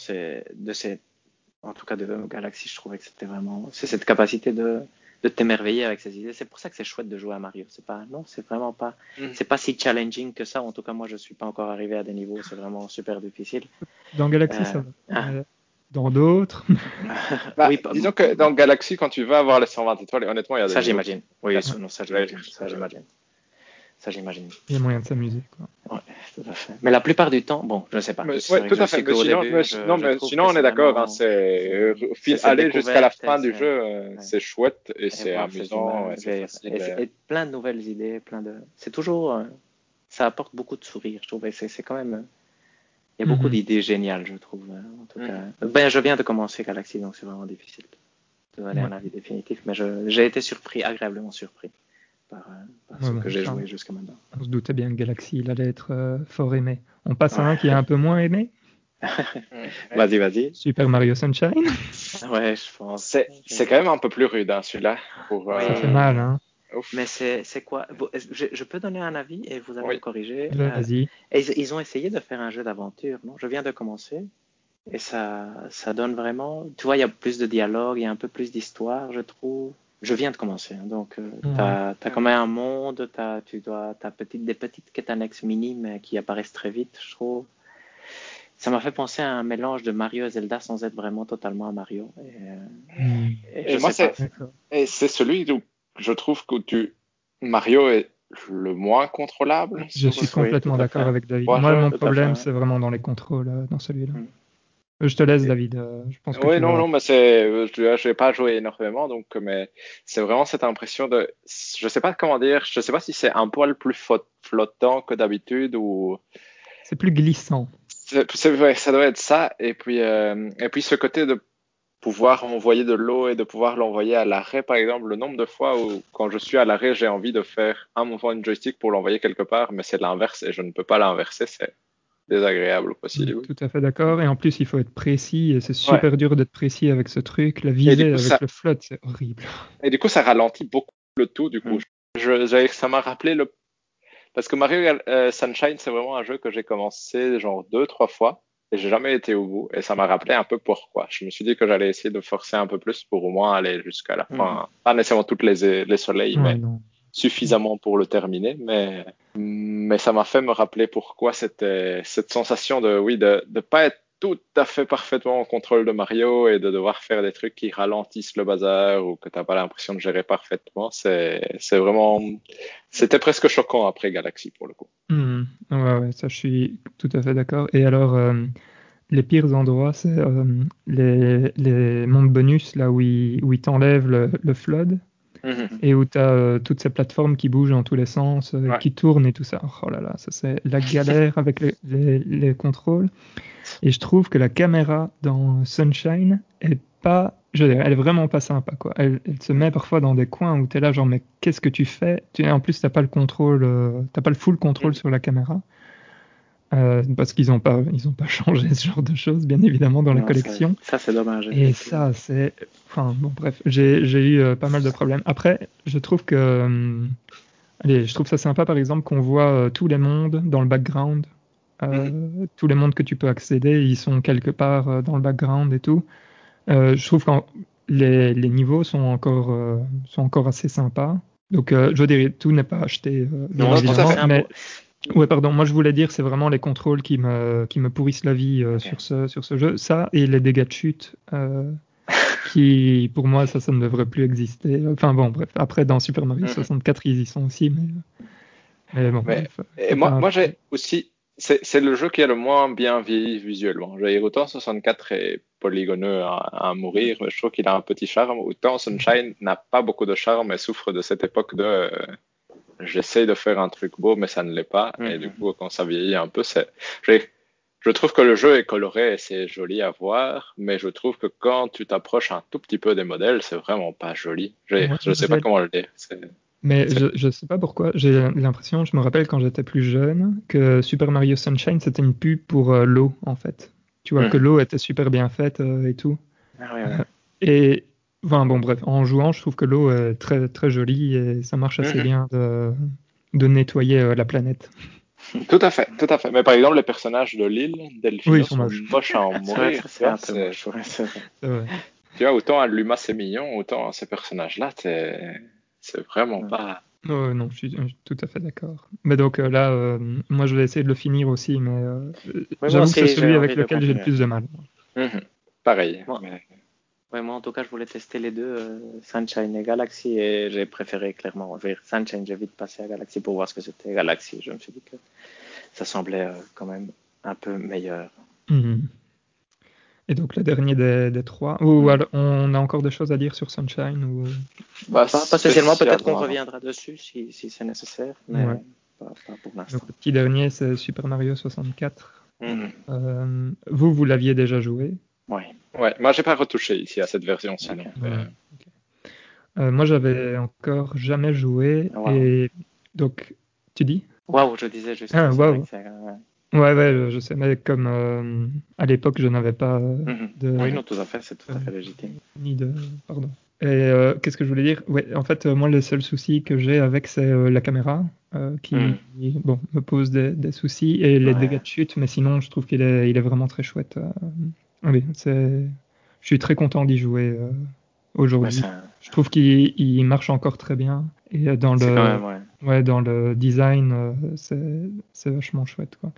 en tout cas de Galaxy, je trouvais que c'était vraiment, c'est cette capacité de t'émerveiller avec ces idées. C'est pour ça que c'est chouette de jouer à Mario. C'est pas, non, c'est vraiment pas, c'est pas si challenging que ça. En tout cas, moi, je suis pas encore arrivé à des niveaux, c'est vraiment super difficile. Dans Galaxy, Euh, ça va. ah, Mais dans d'autres, Bah, oui, disons que dans Galaxy, quand tu vas avoir les 120 étoiles, et honnêtement, il y a des ça niveaux qui j'imagine. Oui, sont non, ça très, j'imagine. Ça j'imagine. Ça j'imagine. il y a moyen de s'amuser, quoi. Ouais, tout à fait. Mais la plupart du temps, bon, je ne sais pas. C'est ouais, vrai tout que je à fait. suis qu'au début. Non, Je mais trouve sinon, que on c'est est d'accord. Hein, vraiment, c'est cette aller jusqu'à la découverte, fin du jeu, ouais. c'est chouette et Et c'est voir ces amusant, et images c'est facile. et plein de nouvelles idées, c'est toujours, ça apporte beaucoup de sourires, je trouve. Et c'est quand même, il y a beaucoup Mhm. d'idées géniales, je trouve. En tout cas, Mhm. ben, je viens de commencer Galaxy, donc c'est vraiment difficile de donner Ouais. un avis définitif. Mais j'ai été surpris, agréablement surpris par Ouais, ce ouais. que j'ai Enfin, joué jusqu'à maintenant. on se doutait bien que Galaxy, il allait être fort aimé. On passe à un qui est Ouais. un peu moins aimé. Ouais. Vas-y, vas-y. Super Mario Sunshine. Ouais, je pense. C'est quand même un peu plus rude, hein, celui-là. Pour, Ça fait Oui, mal, hein. mais ouf. c'est quoi? Je peux donner un avis et vous allez me Oui. corriger. Vas-y. Et ils ont essayé de faire un jeu d'aventure, non? Je viens de commencer et ça donne vraiment. Tu vois, il y a plus de dialogue, il y a un peu plus d'histoire, je trouve. Je viens de commencer, hein, donc Ouais. t'as quand même un monde, t'as des petites quêtes annexes minimes qui apparaissent très vite, je trouve. Ça m'a fait penser à un mélange de Mario et Zelda sans être vraiment totalement à Mario. Hmm. Et Et je moi, sais pas. D'accord. c'est celui où je trouve que Mario est le moins contrôlable Je sur suis Oui, tout complètement à d'accord fait. avec David. trois Moi, jeux. mon Tout à fait. problème, c'est vraiment dans les contrôles dans celui-là. Mm. Je te laisse, David. Je pense que Oui, tu non, vas. non, mais je n'ai pas joué énormément, donc, mais c'est vraiment cette impression je sais pas comment dire, je sais pas si c'est un poil plus flottant que d'habitude ou C'est plus glissant. Ouais, ça doit être ça. Et puis ce côté de pouvoir envoyer de l'eau et de pouvoir l'envoyer à l'arrêt, par exemple, le nombre de fois où, quand je suis à l'arrêt, j'ai envie de faire un mouvement de joystick pour l'envoyer quelque part, mais c'est l'inverse et je ne peux pas l'inverser, c'est désagréable au possible. Tout à fait d'accord. Et en plus, il faut être précis et c'est Ouais. super dur d'être précis avec ce truc. La Et du visée coup, avec le float, c'est horrible. ça ralentit beaucoup le tout, du coup. Ça m'a rappelé parce que Mario Sunshine, c'est vraiment un jeu que j'ai commencé genre 2, 3 fois et j'ai jamais été au bout. Et ça m'a rappelé un peu pourquoi. Je me suis dit que j'allais essayer de forcer un peu plus pour au moins aller jusqu'à la fin. Pas nécessairement toutes les soleils, Ouais, mais non. suffisamment pour le terminer. Mais ça m'a fait me rappeler pourquoi c'était cette sensation de pas être tout à fait parfaitement en contrôle de Mario et de devoir faire des trucs qui ralentissent le bazar ou que t'as pas l'impression de gérer parfaitement. C'est vraiment, c'était presque choquant après Galaxy pour le coup. Ouais, ça, je suis tout à fait d'accord. Et alors, les pires endroits, c'est les mondes bonus, là où ils t'enlèvent le flood et où tu as toutes ces plateformes qui bougent dans tous les sens, Ouais. qui tournent et tout ça. Oh là là, ça c'est la galère avec les contrôles. Et je trouve que la caméra dans Sunshine est pas, je veux dire, elle est vraiment pas sympa, quoi. Elle se met parfois dans des coins où tu es là, genre, mais qu'est-ce que tu fais? En plus, t'as pas le contrôle, t'as pas le full contrôle sur la caméra. Parce ils ont pas changé ce genre de choses, bien évidemment, dans la Non, collection. ça c'est dommage. Et Effectivement. ça, c'est, enfin, bon, bref, j'ai eu pas mal de problèmes. Après, je trouve que, allez, je trouve ça sympa, par exemple, qu'on voit tous les mondes dans le background. Tous les mondes que tu peux accéder, ils sont quelque part dans le background et tout. Je trouve que les niveaux sont encore assez sympas. Donc, je veux dire, tout n'est pas acheté, bien Non, tout à évidemment. fait. Mais, ouais, pardon, moi je voulais dire, c'est vraiment les contrôles qui me pourrissent la vie Ok. sur ce jeu. Ça et les dégâts de chute, qui, pour moi, ça ne devrait plus exister. Enfin bon, bref. Après, dans Super Mario 64, ils y sont aussi, mais bon, Mais bref. et C'est pas moi un- j'ai aussi, c'est le jeu qui a le moins bien vieilli visuellement. J'ai autant 64 est polygoneux à mourir, mais je trouve qu'il a un petit charme. Autant Sunshine n'a pas beaucoup de charme et souffre de cette époque de j'essaye de faire un truc beau, mais ça ne l'est pas. Et du coup, quand ça vieillit un peu, je trouve que le jeu est coloré et c'est joli à voir, mais je trouve que quand tu t'approches un tout petit peu des modèles, c'est vraiment pas joli. Ouais, Je sais pas comment le dire. mais C'est- je sais pas pourquoi. J'ai l'impression, je me rappelle quand j'étais plus jeune, que Super Mario Sunshine, c'était une pub pour l'eau, en fait. Tu vois, que l'eau était super bien faite et tout. Ah oui, oui. Et, enfin, bon, bref, en jouant, je trouve que l'eau est très, très jolie et ça marche assez bien de nettoyer la planète. Tout à fait, tout à fait. Mais par exemple, les personnages de l'île, Oui, ils Delphino, sont sont moches. moches à en C'est vrai que mourir. ça Tu c'est vois, un peu moche. Ouais, c'est vrai. C'est vrai. tu vois, autant Aluma c'est mignon, autant ces personnages-là, c'est vraiment Ouais. pas. Non, je suis tout à fait d'accord. Mais donc là, moi, je vais essayer de le finir aussi, mais Oui, moi j'avoue que c'est aussi j'ai celui avec envie de lequel j'ai le continuer. plus de mal. Mhm. Pareil. Moi, Mais... ouais, moi en tout cas je voulais tester les deux, Sunshine et Galaxy, et j'ai préféré clairement. Je veux dire, Sunshine, j'ai vite passé à Galaxy pour voir ce que c'était. Galaxy, je me suis dit que ça semblait quand même un peu meilleur. Mhm. Et donc le dernier des trois. Ou alors, on a encore des choses à dire sur Sunshine ou... Pas spécialement, peut-être qu'on spécialement, non. reviendra dessus si c'est nécessaire, mais Ouais. pas pour Donc l'instant. le petit dernier, c'est Super Mario 64. Mhm. Vous l'aviez déjà joué? Oui. Ouais, moi j'ai pas retouché ici à cette version-ci, Ok. donc. Ouais. Ok. Moi, j'avais encore jamais joué Waouh. et donc tu dis? Waouh, je disais juste, Ah, c'est vrai waouh. que c'est. Ouais, je sais, mais comme à l'époque, je n'avais pas Oui, de non, tout à fait, c'est tout à fait légitime. ni de pardon. Et qu'est-ce que je voulais dire? Ouais, en fait, moi, le seul souci que j'ai avec, c'est la caméra qui, bon, me pose des soucis et les dégâts Ouais. de chute, mais sinon, je trouve il est vraiment très chouette. Oui, je suis très content d'y jouer Ouais, aujourd'hui. Je trouve qu'il marche encore très bien et c'est quand même, ouais. dans le design, c'est vachement chouette, quoi.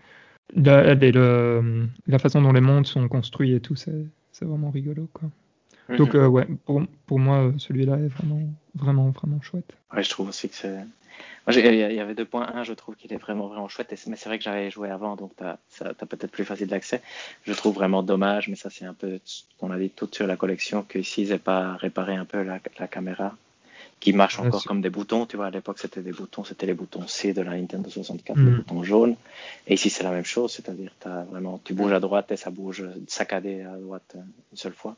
La façon dont les mondes sont construits et tout, c'est vraiment rigolo, quoi. Donc, ouais, pour moi, celui-là est vraiment chouette. Ouais, je trouve aussi que c'est. Moi, il y avait 2.1, je trouve qu'il est vraiment, vraiment chouette. Mais c'est vrai que j'avais joué avant, donc t'as peut-être plus facile d'accès. Je trouve vraiment dommage, mais ça, c'est un peu ce qu'on a dit tout sur la collection, qu'ici, ils n'aient pas réparé un peu la caméra, qui marchent Ouais, encore c'est- comme des boutons. Tu vois, à l'époque, c'était des boutons, c'était les boutons C de la Nintendo 64, les Mhm. boutons jaunes. Et ici, c'est la même chose, c'est-à-dire, tu bouges à droite et ça bouge saccadé à droite une seule fois.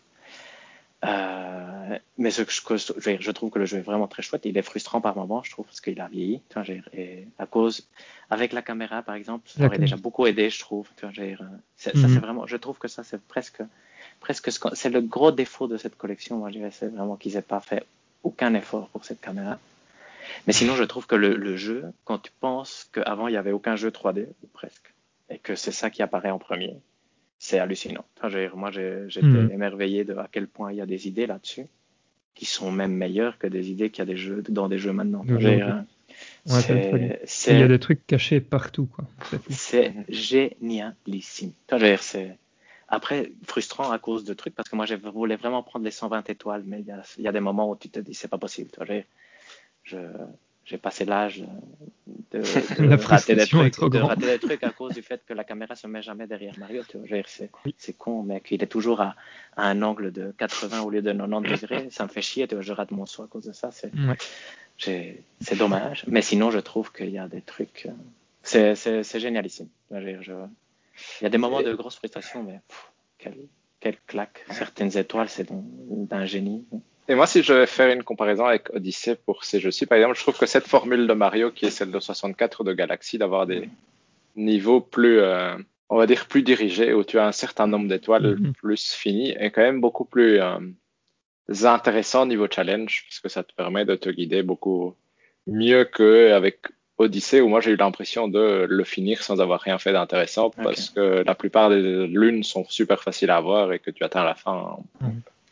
Mais je trouve que le jeu est vraiment très chouette. Il est frustrant par moments, je trouve, parce qu'il a vieilli. Tu vois, et à cause, avec la caméra, par exemple, ça La aurait déjà caméra. beaucoup aidé, je trouve. Tu vois, ça, c'est Mhm. vraiment, je trouve que ça, c'est presque c'est le gros défaut de cette collection. Moi, je dirais, c'est vraiment qu'ils aient pas fait aucun effort pour cette caméra. Mais sinon, je trouve que le jeu, quand tu penses qu'avant, il n'y avait aucun jeu 3D, ou presque, et que c'est ça qui apparaît en premier, c'est hallucinant. Enfin, moi, j'étais Mhm. émerveillé de à quel point il y a des idées là-dessus qui sont même meilleures que des idées qu'il y a dans des jeux maintenant. D'aujourd'hui. Ouais, c'est la folie. Et il y a des trucs cachés partout, quoi. C'est fou. C'est génialissime. Enfin, après, frustrant à cause de trucs, parce que moi, je voulais vraiment prendre les 120 étoiles, mais il y a des moments où tu te dis, c'est pas possible. Je, j'ai passé l'âge de, La de frustration est trop de grande. rater des trucs à cause du fait que la caméra se met jamais derrière Mario. Tu vois, c'est con, mais qu'il est toujours à un angle de 80 au lieu de 90 degrés. Ça me fait chier. Tu vois, je rate mon saut à cause de ça. Ouais. C'est dommage. Mais sinon, je trouve qu'il y a des trucs. C'est génialissime. Il y a des moments de grosse frustration, mais quelle claque. Certaines étoiles, c'est d'un génie. Et moi, si je vais faire une comparaison avec Odyssey pour ces jeux-ci, par exemple, je trouve que cette formule de Mario, qui est celle de 64 de Galaxy, d'avoir des niveaux plus, on va dire, plus dirigés, où tu as un certain nombre d'étoiles Mhm. plus finies, est quand même beaucoup plus intéressant au niveau challenge, parce que ça te permet de te guider beaucoup mieux qu'avec Odyssey, où moi j'ai eu l'impression de le finir sans avoir rien fait d'intéressant, parce que la plupart des lunes sont super faciles à avoir et que tu atteins la fin. Ouais.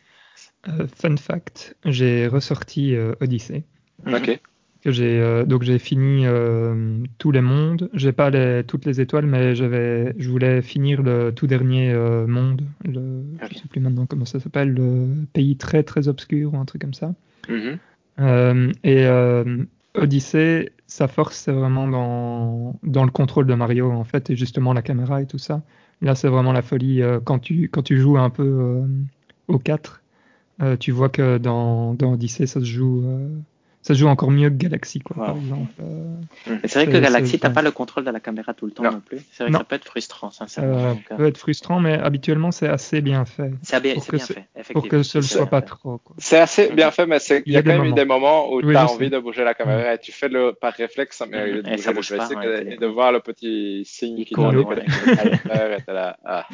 Fun fact, j'ai ressorti Odyssey. Ok. Donc j'ai fini tous les mondes. J'ai pas toutes les étoiles, mais je voulais finir le tout dernier monde. Je sais plus maintenant comment ça s'appelle, le pays très très obscur ou un truc comme ça. Mhm. Et Odyssey, sa force c'est vraiment dans le contrôle de Mario en fait, et justement la caméra et tout ça. Là c'est vraiment la folie quand tu joues un peu au 4. Tu vois que dans Odyssey, ça se joue encore mieux que Galaxy, quoi, par Wow. exemple. Mais c'est vrai que Galaxy, t'as pas le contrôle de la caméra tout le temps Non. non plus. C'est vrai que Non, ça peut être frustrant, sincèrement. ça Donc, peut être frustrant, mais habituellement, c'est assez bien fait pour c'est que bien ce, fait, pour que effectivement. ce ne C'est soit bien pas fait. trop, quoi. C'est assez bien fait, mais il Il y y a a des quand même eu des moments. moments où Oui, tu je as envie sais. de bouger la Mm. caméra et tu fais le par réflexe, ça m'est arrivé de Et ça bouger le bouge pas, joystick ouais, et de voir le petit signe qui Icône, t'indique ouais. à y faire et t'es là. Ah.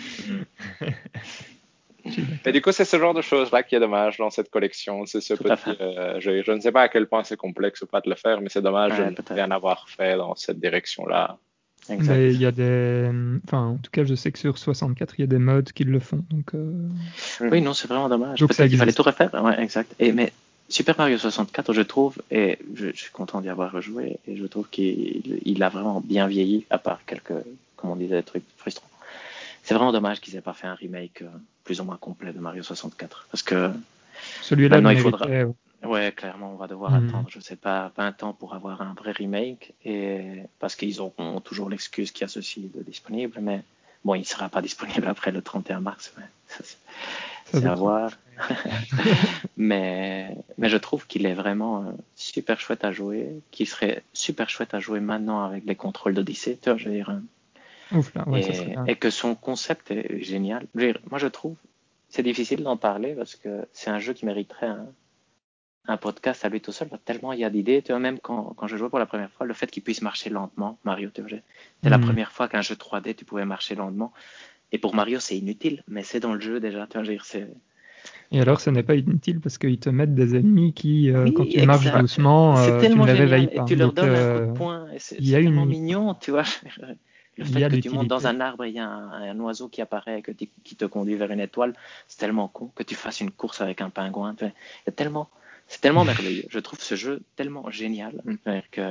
Je suis Et d'accord. du coup, c'est ce genre de choses-là qui est dommage dans cette collection. C'est ce tout à fait. petit. Je ne sais pas à quel point c'est complexe ou pas de le faire, mais c'est dommage de Ouais, ne peut-être. rien avoir fait dans cette direction-là. Mais il Exact. y a des. Enfin, en tout cas, je sais que sur 64, il y a des mods qui le font. Oui, non, c'est vraiment dommage. Donc ça Peut-être qu'il fallait tout existe. refaire. Ouais, exact. Mais Super Mario 64, je trouve, et je suis content d'y avoir rejoué, et je trouve qu'il a vraiment bien vieilli, à part quelques, comme on disait, trucs frustrants. C'est vraiment dommage qu'ils aient pas fait un remake plus ou moins complet de Mario 64. Parce que Celui-là le maintenant, il faudra. méritait. Ouais, clairement, on va devoir Mm. attendre, je sais pas, 20 ans pour avoir un vrai remake. Et parce qu'ils auront toujours l'excuse qu'il y a ceci de disponible. Mais bon, il sera pas disponible après le 31 mars. Mais ça, Ça c'est à dépend. voir. Mais je trouve qu'il est vraiment super chouette à jouer, qu'il serait super chouette à jouer maintenant avec les contrôles d'Odyssey, tu vois, je veux dire, Ouf là, ouais, ça serait dingue. et que son concept est génial. Je veux dire, moi, je trouve, c'est difficile d'en parler parce que c'est un jeu qui mériterait un podcast à lui tout seul, tellement il y a d'idées. Tu vois, même quand je jouais pour la première fois, le fait qu'il puisse marcher lentement, Mario, tu vois, c'était la Mm. première fois qu'un jeu 3D, tu pouvais marcher lentement. Et pour Mario, c'est inutile, mais c'est dans le jeu déjà, tu vois, je veux dire, Et alors, ce n'est pas inutile parce qu'ils te mettent des ennemis qui, quand Oui, tu marches exact. doucement, C'est tu ne tellement les réveilles génial. Et pas. tu leur Donc, donnes un coup de poing. Et il y c'est a tellement une, mignon, tu vois. Le il y fait a que tu montes dans l'utilité. un arbre et il y a un oiseau qui apparaît et qui te conduit vers une étoile, c'est tellement con. Que tu fasses une course avec un pingouin. Tu vois. C'est tellement merveilleux. Je trouve ce jeu tellement génial que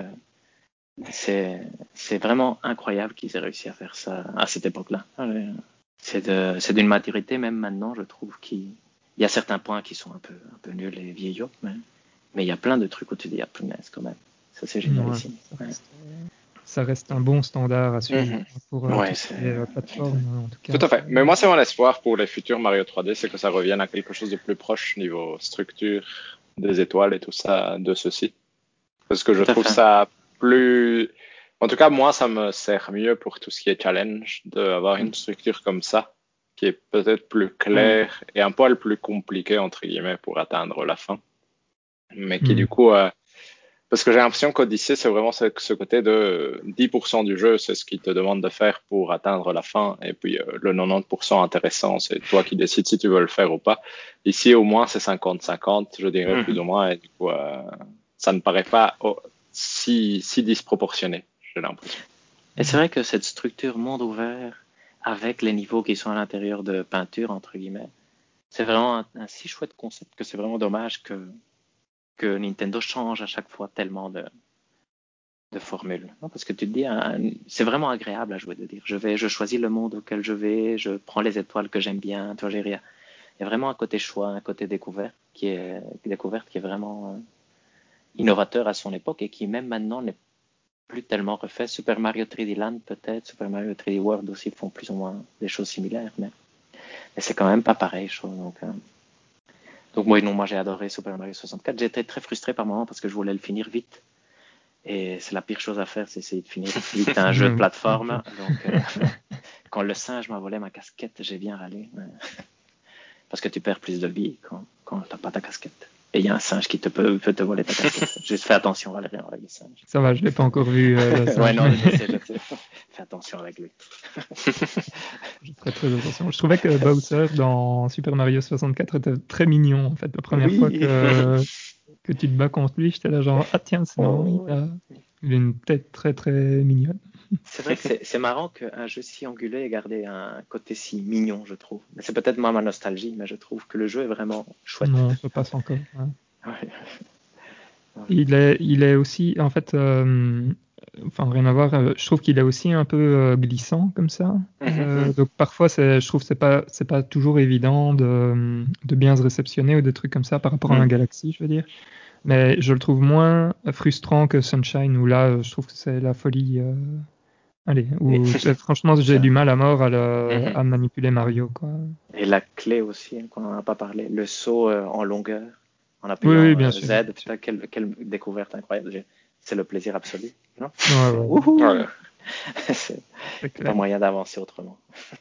c'est vraiment incroyable qu'ils aient réussi à faire ça à cette époque-là. C'est d'une maturité, même maintenant, je trouve qu'il y a certains points qui sont un peu nuls et vieillots, mais il y a plein de trucs où tu dis, ah, punaise, quand même. Ça, c'est génial Ouais, ici. Ouais. ça reste un bon standard à suivre Mhm. pour Ouais, tout ce qui est exact. plateforme, en tout Tout cas. à fait. Mais moi, c'est mon espoir pour les futurs Mario 3D, c'est que ça revienne à quelque chose de plus proche niveau structure des étoiles et tout ça de ceci. Parce que je Tout à trouve fait. ça plus... En tout cas, moi, ça me sert mieux pour tout ce qui est challenge, d'avoir une structure comme ça, qui est peut-être plus claire et un poil plus compliquée, entre guillemets, pour atteindre la fin. Mais qui, du coup... parce que j'ai l'impression qu'Odyssey, c'est vraiment ce côté de 10% du jeu, c'est ce qu'il te demande de faire pour atteindre la fin. Et puis le 90% intéressant, c'est toi qui décides si tu veux le faire ou pas. Ici, au moins, c'est 50-50, je dirais plus ou moins. Et du coup, ça ne paraît pas si disproportionné, j'ai l'impression. Et c'est vrai que cette structure monde ouvert, avec les niveaux qui sont à l'intérieur de peinture, entre guillemets, c'est vraiment un si chouette concept que c'est vraiment dommage que Nintendo change à chaque fois tellement de formules. Non, parce que tu te dis, c'est vraiment agréable à jouer, de dire, je choisis le monde auquel je vais, je prends les étoiles que j'aime bien, tu vois, il y a vraiment un côté choix, un côté découverte qui est vraiment innovateur à son époque et qui même maintenant n'est plus tellement refait. Super Mario 3D Land peut-être, Super Mario 3D World aussi font plus ou moins des choses similaires, mais c'est quand même pas pareil, je trouve. Donc moi j'ai adoré Super Mario 64. J'ai été très frustré par moments parce que je voulais le finir vite. Et c'est la pire chose à faire, c'est essayer de finir vite un jeu de plateforme. Donc quand le singe m'a volé ma casquette, j'ai bien râlé. Parce que tu perds plus de vie quand t'as pas ta casquette. Et il y a un singe qui peut te voler ta casquette. Juste fais attention, Valérie, avec le singe. Ça va, je l'ai pas encore vu, le singe. Ouais, non, je sais. Fais attention avec lui. Je ferai très attention. Je trouvais que Bowser dans Super Mario 64 était très mignon, en fait. La première fois que tu te bats contre lui, j'étais là genre, ah tiens, c'est marrant, il a une tête très très mignonne. C'est vrai que c'est marrant qu'un jeu si angulé ait gardé un côté si mignon, je trouve. C'est peut-être moi ma nostalgie, mais je trouve que le jeu est vraiment chouette. Non, ça passe encore. Ouais. Ouais. Il est aussi, en fait, enfin rien à voir, je trouve qu'il est aussi un peu glissant comme ça. Donc parfois, je trouve que c'est pas toujours évident de bien se réceptionner ou des trucs comme ça par rapport à un Galaxy, je veux dire. Mais je le trouve moins frustrant que Sunshine, où là, je trouve que c'est la folie. Allez, franchement, j'ai du mal à mort à manipuler Mario, quoi. Et la clé aussi, qu'on n'en a pas parlé, le saut en longueur, en appuyant Oui, bien sûr. Z, putain, quelle découverte incroyable. C'est le plaisir absolu, non? Ouais. C'est pas moyen d'avancer autrement.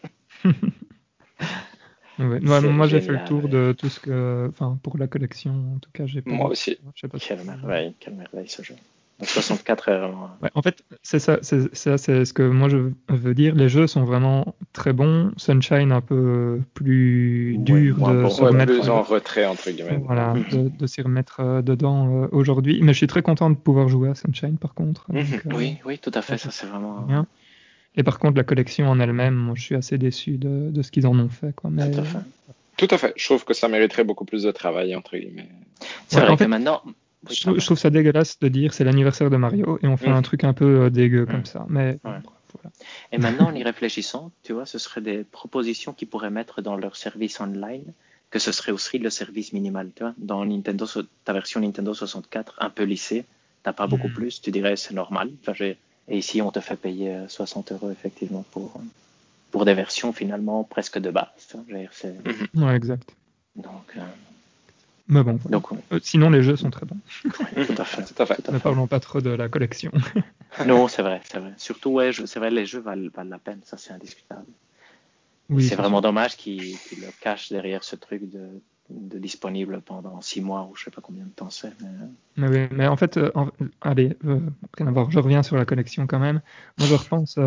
Ouais, moi, j'ai fait le tour de tout ce que, enfin, pour la collection, en tout cas, j'ai pas. Moi aussi. Je sais pas quelle merveille ce jeu. Donc 64 est vraiment. Ouais, en fait, c'est ça, c'est ce que moi je veux dire. Les jeux sont vraiment très bons. Sunshine un peu plus dur de se remettre. Plus en retrait entre guillemets. Voilà, de s'y remettre dedans aujourd'hui. Mais je suis très content de pouvoir jouer à Sunshine par contre. Donc, oui, tout à fait. Ça c'est vraiment. Bien. Et par contre, la collection en elle-même, moi, je suis assez déçu de ce qu'ils en ont fait, quoi. Mais... Tout à fait. Je trouve que ça mériterait beaucoup plus de travail, entre guillemets. C'est vrai que maintenant... Je trouve ça dégueulasse de dire c'est l'anniversaire de Mario et on fait un truc un peu dégueu comme ça. Mais voilà. Et maintenant, en y réfléchissant, tu vois, ce seraient des propositions qu'ils pourraient mettre dans leur service online, que ce serait aussi le service minimal, tu vois. Dans ta version Nintendo 64, un peu lissée, t'as pas beaucoup plus, tu dirais c'est normal. Et ici, on te fait payer 60 € effectivement pour des versions finalement presque de base. Ouais, exact. Donc, mais bon, voilà. Donc, sinon les jeux sont très bons. Tout à fait. Ne parlons pas trop de la collection. Non, c'est vrai. Surtout, ouais, c'est vrai, les jeux valent la peine, ça c'est indiscutable. Oui, c'est vraiment dommage qu'ils le cachent derrière ce truc de disponible pendant 6 mois ou je sais pas combien de temps c'est. Mais en fait, allez, rien à voir, je reviens sur la collection quand même. Moi, je repense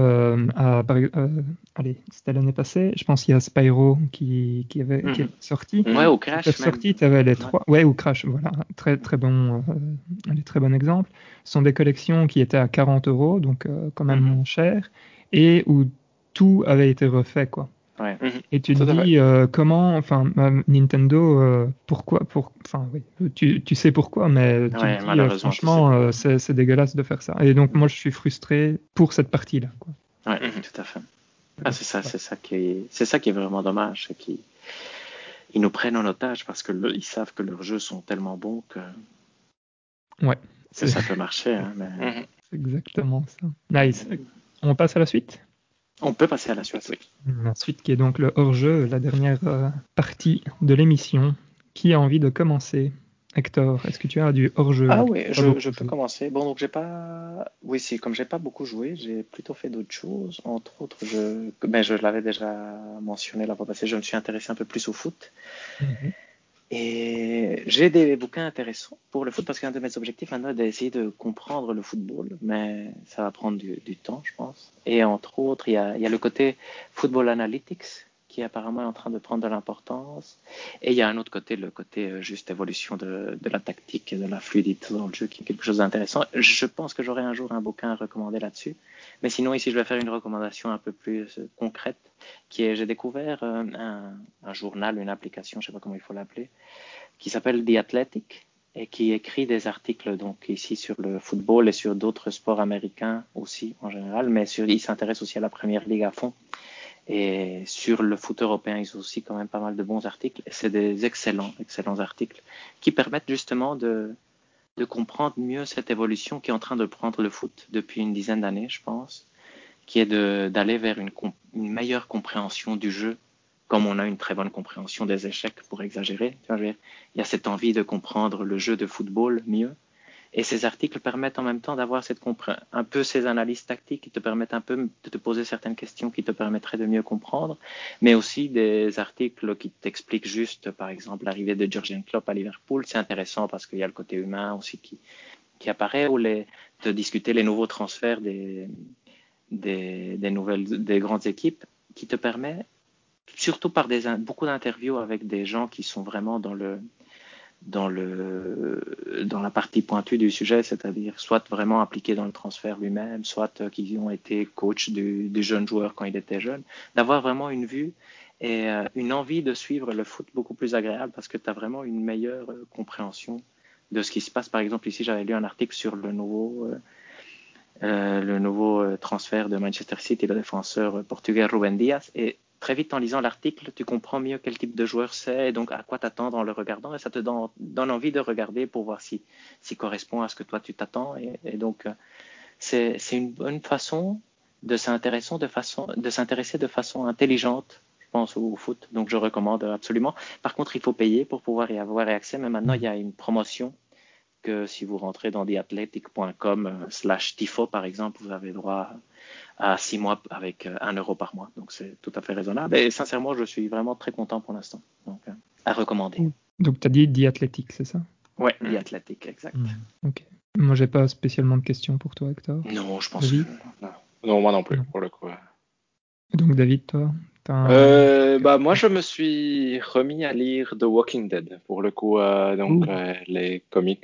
allez, c'était l'année passée, je pense qu'il y a Spyro qui est sorti. Ouais, ou Crash même. Sorti, tu avais les trois. Ouais, ou Crash, voilà, très bon, très bon exemple. Ce sont des collections qui étaient à 40 €, donc quand même moins cher, et où tout avait été refait, quoi. Ouais. Et tu te dis comment, enfin Nintendo, pourquoi, enfin oui, tu sais pourquoi, mais tu te dis franchement c'est dégueulasse de faire ça. Et donc moi je suis frustré pour cette partie-là, quoi. Ouais, tout à fait. Ah, c'est ça qui est vraiment dommage, c'est qu'ils nous prennent en otage parce que ils savent que leurs jeux sont tellement bons que ça peut marcher. Hein, mais... C'est exactement ça. Nice. On passe à la suite. On peut passer à la suite, oui. La suite qui est donc le hors-jeu, la dernière partie de l'émission. Qui a envie de commencer? Hector, est-ce que tu as du hors-jeu? Ah oui, Pas beaucoup je peux joué. commencer. Bon, donc j'ai pas. Oui, si, comme j'ai pas beaucoup joué, j'ai plutôt fait d'autres choses. Entre autres, je l'avais déjà mentionné la fois passée, je me suis intéressé un peu plus au foot. Mhm. Et j'ai des bouquins intéressants pour le foot parce qu'un de mes objectifs maintenant est d'essayer de comprendre le football, mais ça va prendre du temps, je pense. Et entre autres, il y a le côté football analytics qui apparemment est en train de prendre de l'importance. Et il y a un autre côté, le côté juste évolution de la tactique et de la fluidité dans le jeu qui est quelque chose d'intéressant. Je pense que j'aurai un jour un bouquin à recommander là-dessus. Mais sinon, ici, je vais faire une recommandation un peu plus concrète qui est, j'ai découvert un journal, une application, je sais pas comment il faut l'appeler, qui s'appelle The Athletic et qui écrit des articles donc ici sur le football et sur d'autres sports américains aussi en général, mais il s'intéresse aussi à la Première Ligue à fond. Et sur le foot européen, ils ont aussi quand même pas mal de bons articles. Et c'est des excellents articles qui permettent justement de comprendre mieux cette évolution qui est en train de prendre le foot depuis une dizaine d'années, je pense, qui est d'aller vers une meilleure compréhension du jeu, comme on a une très bonne compréhension des échecs, pour exagérer. Tu vois, il y a cette envie de comprendre le jeu de football mieux. Et ces articles permettent en même temps d'avoir un peu ces analyses tactiques qui te permettent un peu de te poser certaines questions qui te permettraient de mieux comprendre, mais aussi des articles qui t'expliquent juste, par exemple, l'arrivée de Jürgen Klopp à Liverpool. C'est intéressant parce qu'il y a le côté humain aussi qui apparaît, ou de discuter les nouveaux transferts des grandes équipes, qui te permet, surtout par beaucoup d'interviews avec des gens qui sont vraiment dans la partie pointue du sujet, c'est-à-dire soit vraiment impliqués dans le transfert lui-même, soit qui ont été coach du jeune joueur quand il était jeune, d'avoir vraiment une vue et une envie de suivre le foot beaucoup plus agréable parce que tu as vraiment une meilleure compréhension de ce qui se passe. Par exemple, ici, j'avais lu un article sur le nouveau transfert de Manchester City, le défenseur portugais Ruben Dias. Et très vite, en lisant l'article, tu comprends mieux quel type de joueur c'est et donc à quoi t'attendre en le regardant. Et ça te donne envie de regarder pour voir s'il correspond à ce que toi tu t'attends. Et donc, c'est une bonne façon de s'intéresser de façon intelligente, je pense, au foot. Donc, je recommande absolument. Par contre, il faut payer pour pouvoir y avoir accès. Mais maintenant, il y a une promotion que si vous rentrez dans theathletic.com/tifo, par exemple, vous avez droit à 6 mois avec 1 euro par mois. Donc, c'est tout à fait raisonnable. Et sincèrement, je suis vraiment très content pour l'instant. Donc, à recommander. Donc, tu as dit The Athletic, c'est ça? Ouais, The Athletic, exact. Ok. Moi, j'ai pas spécialement de questions pour toi, Hector. Non, je pense David? que... Non, moi non plus, Non. pour le coup. Et donc, David, toi, Moi, je me suis remis à lire The Walking Dead, pour le coup, donc Ouh. les comics.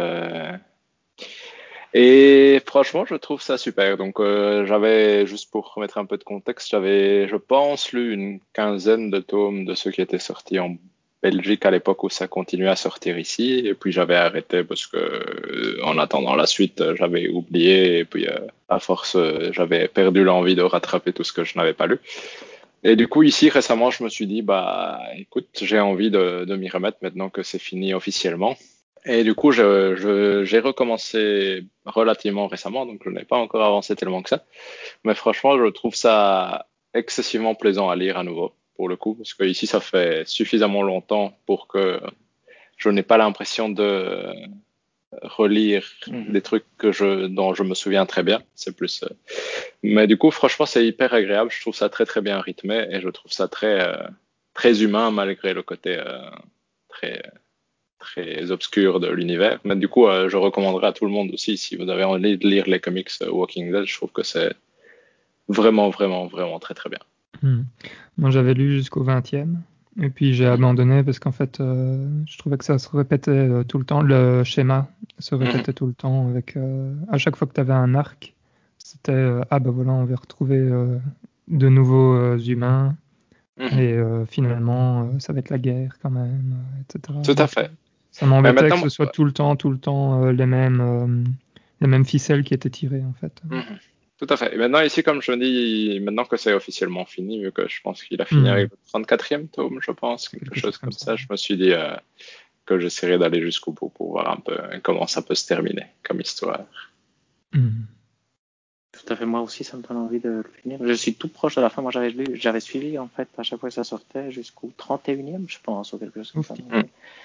Et franchement, je trouve ça super. Donc, j'avais, juste pour remettre un peu de contexte, j'avais, je pense, lu une quinzaine de tomes de ceux qui étaient sortis en Belgique à l'époque où ça continuait à sortir ici. Et puis, j'avais arrêté parce que, en attendant la suite, j'avais oublié. Et puis, à force, j'avais perdu l'envie de rattraper tout ce que je n'avais pas lu. Et du coup, ici, récemment, je me suis dit, bah, écoute, j'ai envie de m'y remettre maintenant que c'est fini officiellement. Et du coup, j'ai recommencé relativement récemment, donc je n'ai pas encore avancé tellement que ça. Mais franchement, je trouve ça excessivement plaisant à lire à nouveau, pour le coup, parce que ici, ça fait suffisamment longtemps pour que je n'ai pas l'impression de relire des trucs dont je me souviens très bien. C'est plus. Mais du coup, franchement, c'est hyper agréable. Je trouve ça très très bien rythmé et je trouve ça très humain malgré le côté très très obscur de l'univers. Mais du coup, je recommanderais à tout le monde aussi, si vous avez envie de lire les comics Walking Dead, je trouve que c'est vraiment, vraiment, vraiment très, très bien. Moi, j'avais lu jusqu'au 20e, et puis j'ai abandonné parce qu'en fait, je trouvais que ça se répétait tout le temps. Le schéma se répétait tout le temps avec à chaque fois que tu avais un arc, c'était ah bah voilà, on va retrouver de nouveaux humains, et finalement, ça va être la guerre quand même, etc. Tout à Donc, fait. ça Mais m'embêtait que maintenant, ce soit tout le temps les mêmes ficelles qui étaient tirées en fait. tout à fait. Et maintenant, ici, comme je dis, maintenant que c'est officiellement fini, vu que je pense qu'il a fini Hmm. avec le 34e tome, je pense, quelque Quelque chose chose comme comme ça. ça, je me suis dit que j'essaierai d'aller jusqu'au bout pour voir un peu comment ça peut se terminer comme histoire. Hmm. Tout à fait, moi aussi, ça me donne envie de le finir. Je suis tout proche de la fin. Moi, j'avais suivi, en fait, à chaque fois que ça sortait, jusqu'au 31e, je pense, ou quelque chose comme Ouf. ça.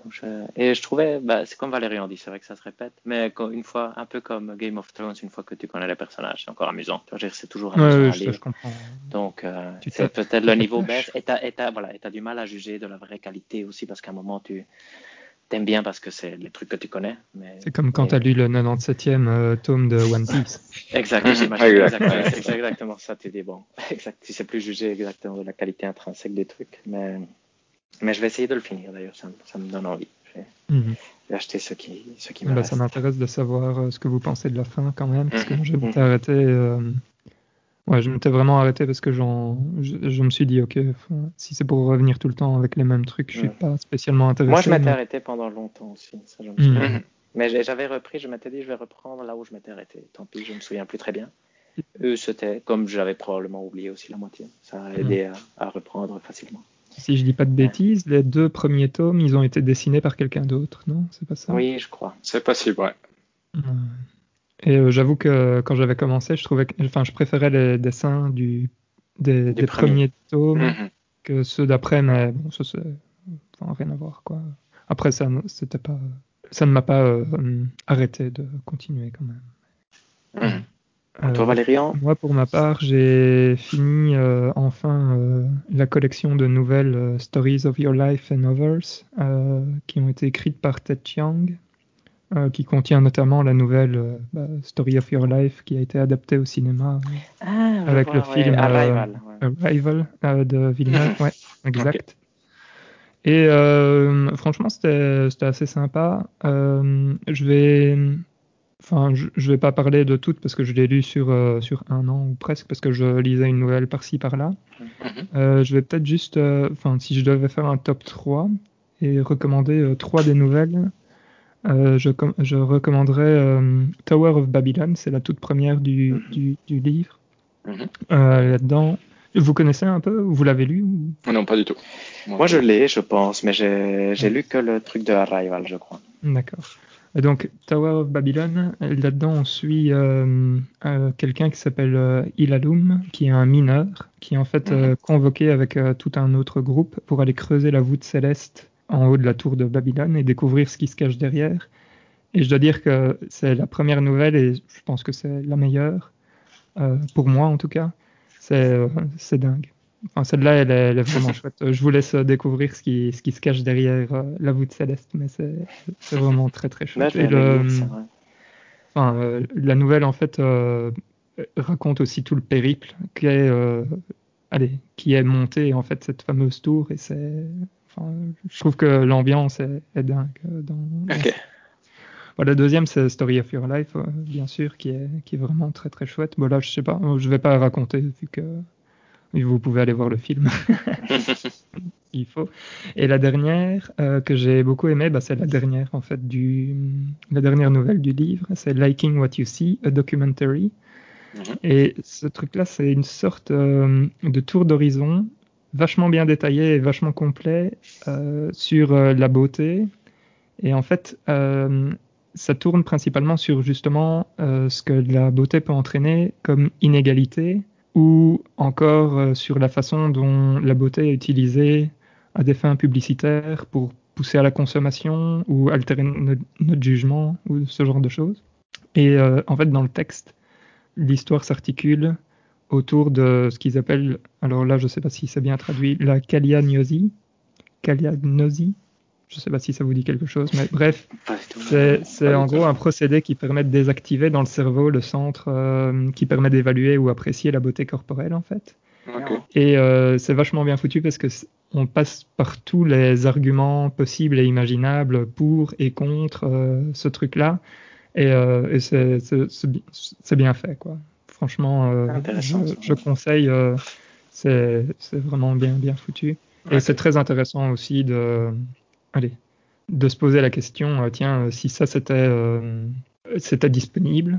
Et je trouvais, c'est comme Valérie en dit, c'est vrai que ça se répète, mais une fois, un peu comme Game of Thrones, une fois que tu connais les personnages, c'est encore amusant. C'est toujours amusant à lire. Je comprends. Donc, c'est peut-être le niveau baisse, et t'as du mal à juger de la vraie qualité aussi, parce qu'à un moment, tu t'aimes bien parce que c'est les trucs que tu connais. C'est comme quand tu as lu le 97e tome de One Piece. Exactement, c'est exactement ça, tu dis, bon, exact, tu sais plus juger exactement de la qualité intrinsèque des trucs, mais je vais essayer de le finir d'ailleurs, ça me donne envie. Je vais acheter ce qui me reste. Ça m'intéresse de savoir ce que vous pensez de la fin quand même, parce que moi je m'étais arrêté. Je m'étais vraiment arrêté parce que je me suis dit, ok, si c'est pour revenir tout le temps avec les mêmes trucs, je suis pas spécialement intéressé. Moi je m'étais arrêté pendant longtemps aussi, ça je me souviens. Mais j'avais repris, je m'étais dit, je vais reprendre là où je m'étais arrêté. Tant pis, je me souviens plus très bien. Eux, c'était comme j'avais probablement oublié aussi la moitié. Ça a aidé à reprendre facilement. Si je dis pas de bêtises, les 2 premiers tomes, ils ont été dessinés par quelqu'un d'autre, non? C'est pas ça? Oui, je crois. C'est possible, ouais. Et j'avoue que quand j'avais commencé, je préférais les dessins des premiers tomes que ceux d'après, mais bon, ça c'est rien à voir, quoi. Après, ça ne m'a pas arrêté de continuer quand même. Toi, Valérian? Moi, pour ma part, j'ai fini enfin la collection de nouvelles Stories of Your Life and Others qui ont été écrites par Ted Chiang, qui contient notamment la nouvelle Story of Your Life qui a été adaptée au cinéma avec le film Arrival, Arrival de Villeneuve. Ouais, exact. Et franchement, c'était assez sympa. Je vais pas parler de toutes parce que je l'ai lu sur 1 an ou presque, parce que je lisais une nouvelle par-ci par-là. Je vais peut-être juste, si je devais faire un top 3 et recommander 3 des nouvelles, je recommanderais Tower of Babylon, c'est la toute première du livre. Là-dedans, vous connaissez un peu? Vous l'avez lu ou... Non, pas du tout. Moi, je l'ai, je pense, mais j'ai lu que le truc de Arrival, je crois. D'accord. Et donc, Tower of Babylon, là-dedans, on suit quelqu'un qui s'appelle Ilalum, qui est un mineur, qui est en fait convoqué avec tout un autre groupe pour aller creuser la voûte céleste en haut de la tour de Babylone et découvrir ce qui se cache derrière. Et je dois dire que c'est la première nouvelle et je pense que c'est la meilleure, pour moi en tout cas. C'est dingue. Enfin, celle-là, elle est vraiment chouette. Je vous laisse découvrir ce qui se cache derrière la voûte céleste, mais c'est vraiment très très chouette. Et la nouvelle, en fait, raconte aussi tout le périple qui est monté en fait cette fameuse tour, et je trouve que l'ambiance est dingue dans ça. La deuxième, c'est Story of Your Life, bien sûr, qui est vraiment très très chouette. Bon là, je sais pas, je vais pas raconter vu que vous pouvez aller voir le film. Il faut. Et la dernière que j'ai beaucoup aimée, c'est la dernière en fait la dernière nouvelle du livre, c'est Liking What You See, a documentary. Et ce truc-là, c'est une sorte de tour d'horizon vachement bien détaillé et vachement complet sur la beauté. Et en fait, ça tourne principalement sur justement ce que la beauté peut entraîner comme inégalité, ou encore sur la façon dont la beauté est utilisée à des fins publicitaires pour pousser à la consommation ou altérer notre jugement ou ce genre de choses. Et en fait, dans le texte, l'histoire s'articule autour de ce qu'ils appellent, alors là, je ne sais pas si c'est bien traduit, la kaliagnosie. Je ne sais pas si ça vous dit quelque chose, mais bref, c'est en gros un procédé qui permet de désactiver dans le cerveau le centre qui permet d'évaluer ou apprécier la beauté corporelle, en fait. Et c'est vachement bien foutu parce que on passe par tous les arguments possibles et imaginables pour et contre ce truc-là, et c'est bien fait, quoi. Franchement, je conseille, c'est vraiment bien foutu. Et c'est très intéressant aussi de se poser la question, si ça c'était disponible,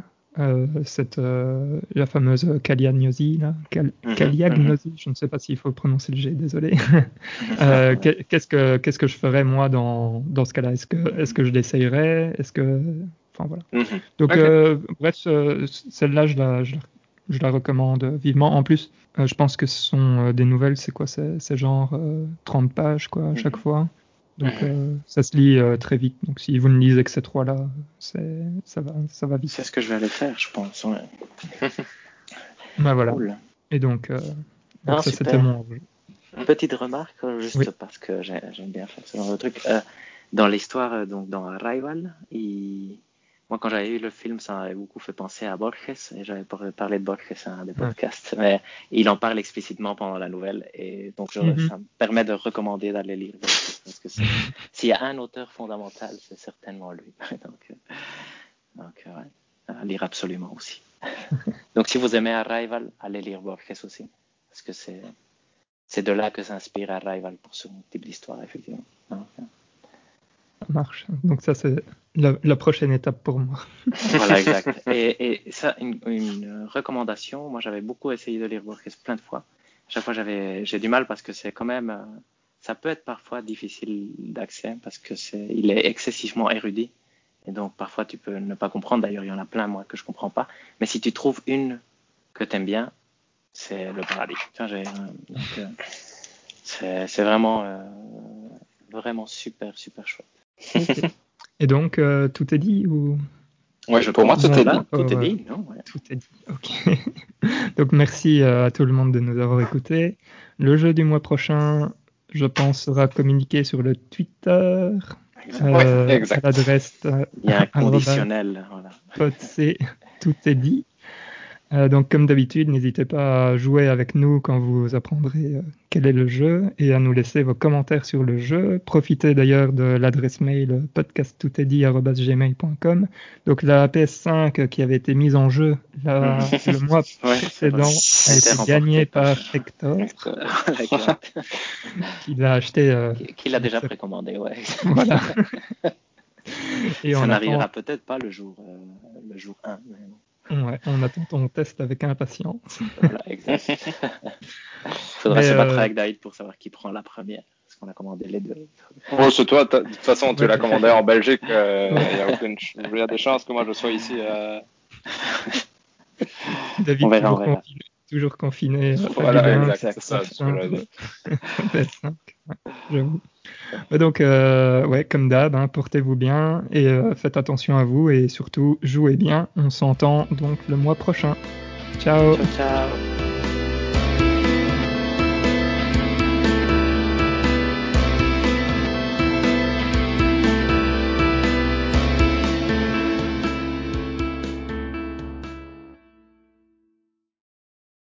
la fameuse kaliagnosie, kaliagnosie, je ne sais pas s'il faut prononcer le G, désolé. Qu'est-ce que je ferais moi dans ce cas-là? Est-ce que je l'essayerais? Enfin voilà. Donc bref, celle-là, je la recommande vivement. En plus, je pense que ce sont des nouvelles, c'est quoi? C'est genre 30 pages quoi, à chaque fois. Donc ça se lit très vite. Donc si vous ne lisez que ces trois-là, ça va vite. C'est ce que je vais aller faire, je pense. Ouais. Bah voilà. Cool. Et donc Non, ça super. c'était mon jeu. Une petite remarque, juste Oui. parce que j'aime bien faire ce genre de truc. Dans l'histoire, donc dans Arrival, moi quand j'avais vu le film, ça m'avait beaucoup fait penser à Borges, et j'avais parlé de Borges à un des podcasts, mais il en parle explicitement pendant la nouvelle, et donc ça me permet de recommander d'aller lire Borges, parce que s'il y a un auteur fondamental, c'est certainement lui. donc ouais, à lire absolument aussi. Donc si vous aimez Arrival, allez lire Borges aussi, parce que c'est de là que s'inspire Arrival pour ce type d'histoire, effectivement. Ça marche. Donc ça, c'est la prochaine étape pour moi. Voilà, exact. Et ça, une recommandation, moi j'avais beaucoup essayé de lire Borges plein de fois. À chaque fois, j'ai du mal parce que c'est quand même, ça peut être parfois difficile d'accès parce que il est excessivement érudit. Et donc parfois tu peux ne pas comprendre. D'ailleurs, il y en a plein, moi, que je comprends pas. Mais si tu trouves une que tu aimes bien, c'est le paradis. C'est vraiment super, super chouette. Okay. Et donc, tout est dit ou... Ouais, pour moi, tout est dit. Tout est dit, non? Ouais. Tout est dit, ok. Donc, merci à tout le monde de nous avoir écoutés. Le jeu du mois prochain, je pense, sera communiqué sur le Twitter. Exact. À l'adresse... Il y a un conditionnel. Voilà. Podc, tout est dit. Donc, comme d'habitude, n'hésitez pas à jouer avec nous quand vous apprendrez quel est le jeu et à nous laisser vos commentaires sur le jeu. Profitez d'ailleurs de l'adresse mail podcasttoutestdit@gmail.com. Donc, la PS5 qui avait été mise en jeu le mois précédent a été gagnée par Hector. Qui l'a acheté. Qui l'a déjà précommandé, ouais. Voilà. Et ça n'arrivera peut-être pas le jour 1. Mais bon. Ouais, on attend ton test avec impatience. Voilà, exact. Il faudra se battre avec David pour savoir qui prend la première, parce qu'on a commandé les deux. Oh, c'est toi, de toute façon, tu l'as commandé en Belgique, il y a des chances que moi je sois ici. David, toujours confiné. Voilà, exact, c'est ça, c'est ce que j'allais dire. J'avoue. Donc, comme d'hab, portez-vous bien et faites attention à vous et surtout, jouez bien. On s'entend donc le mois prochain. Ciao. Ciao, ciao.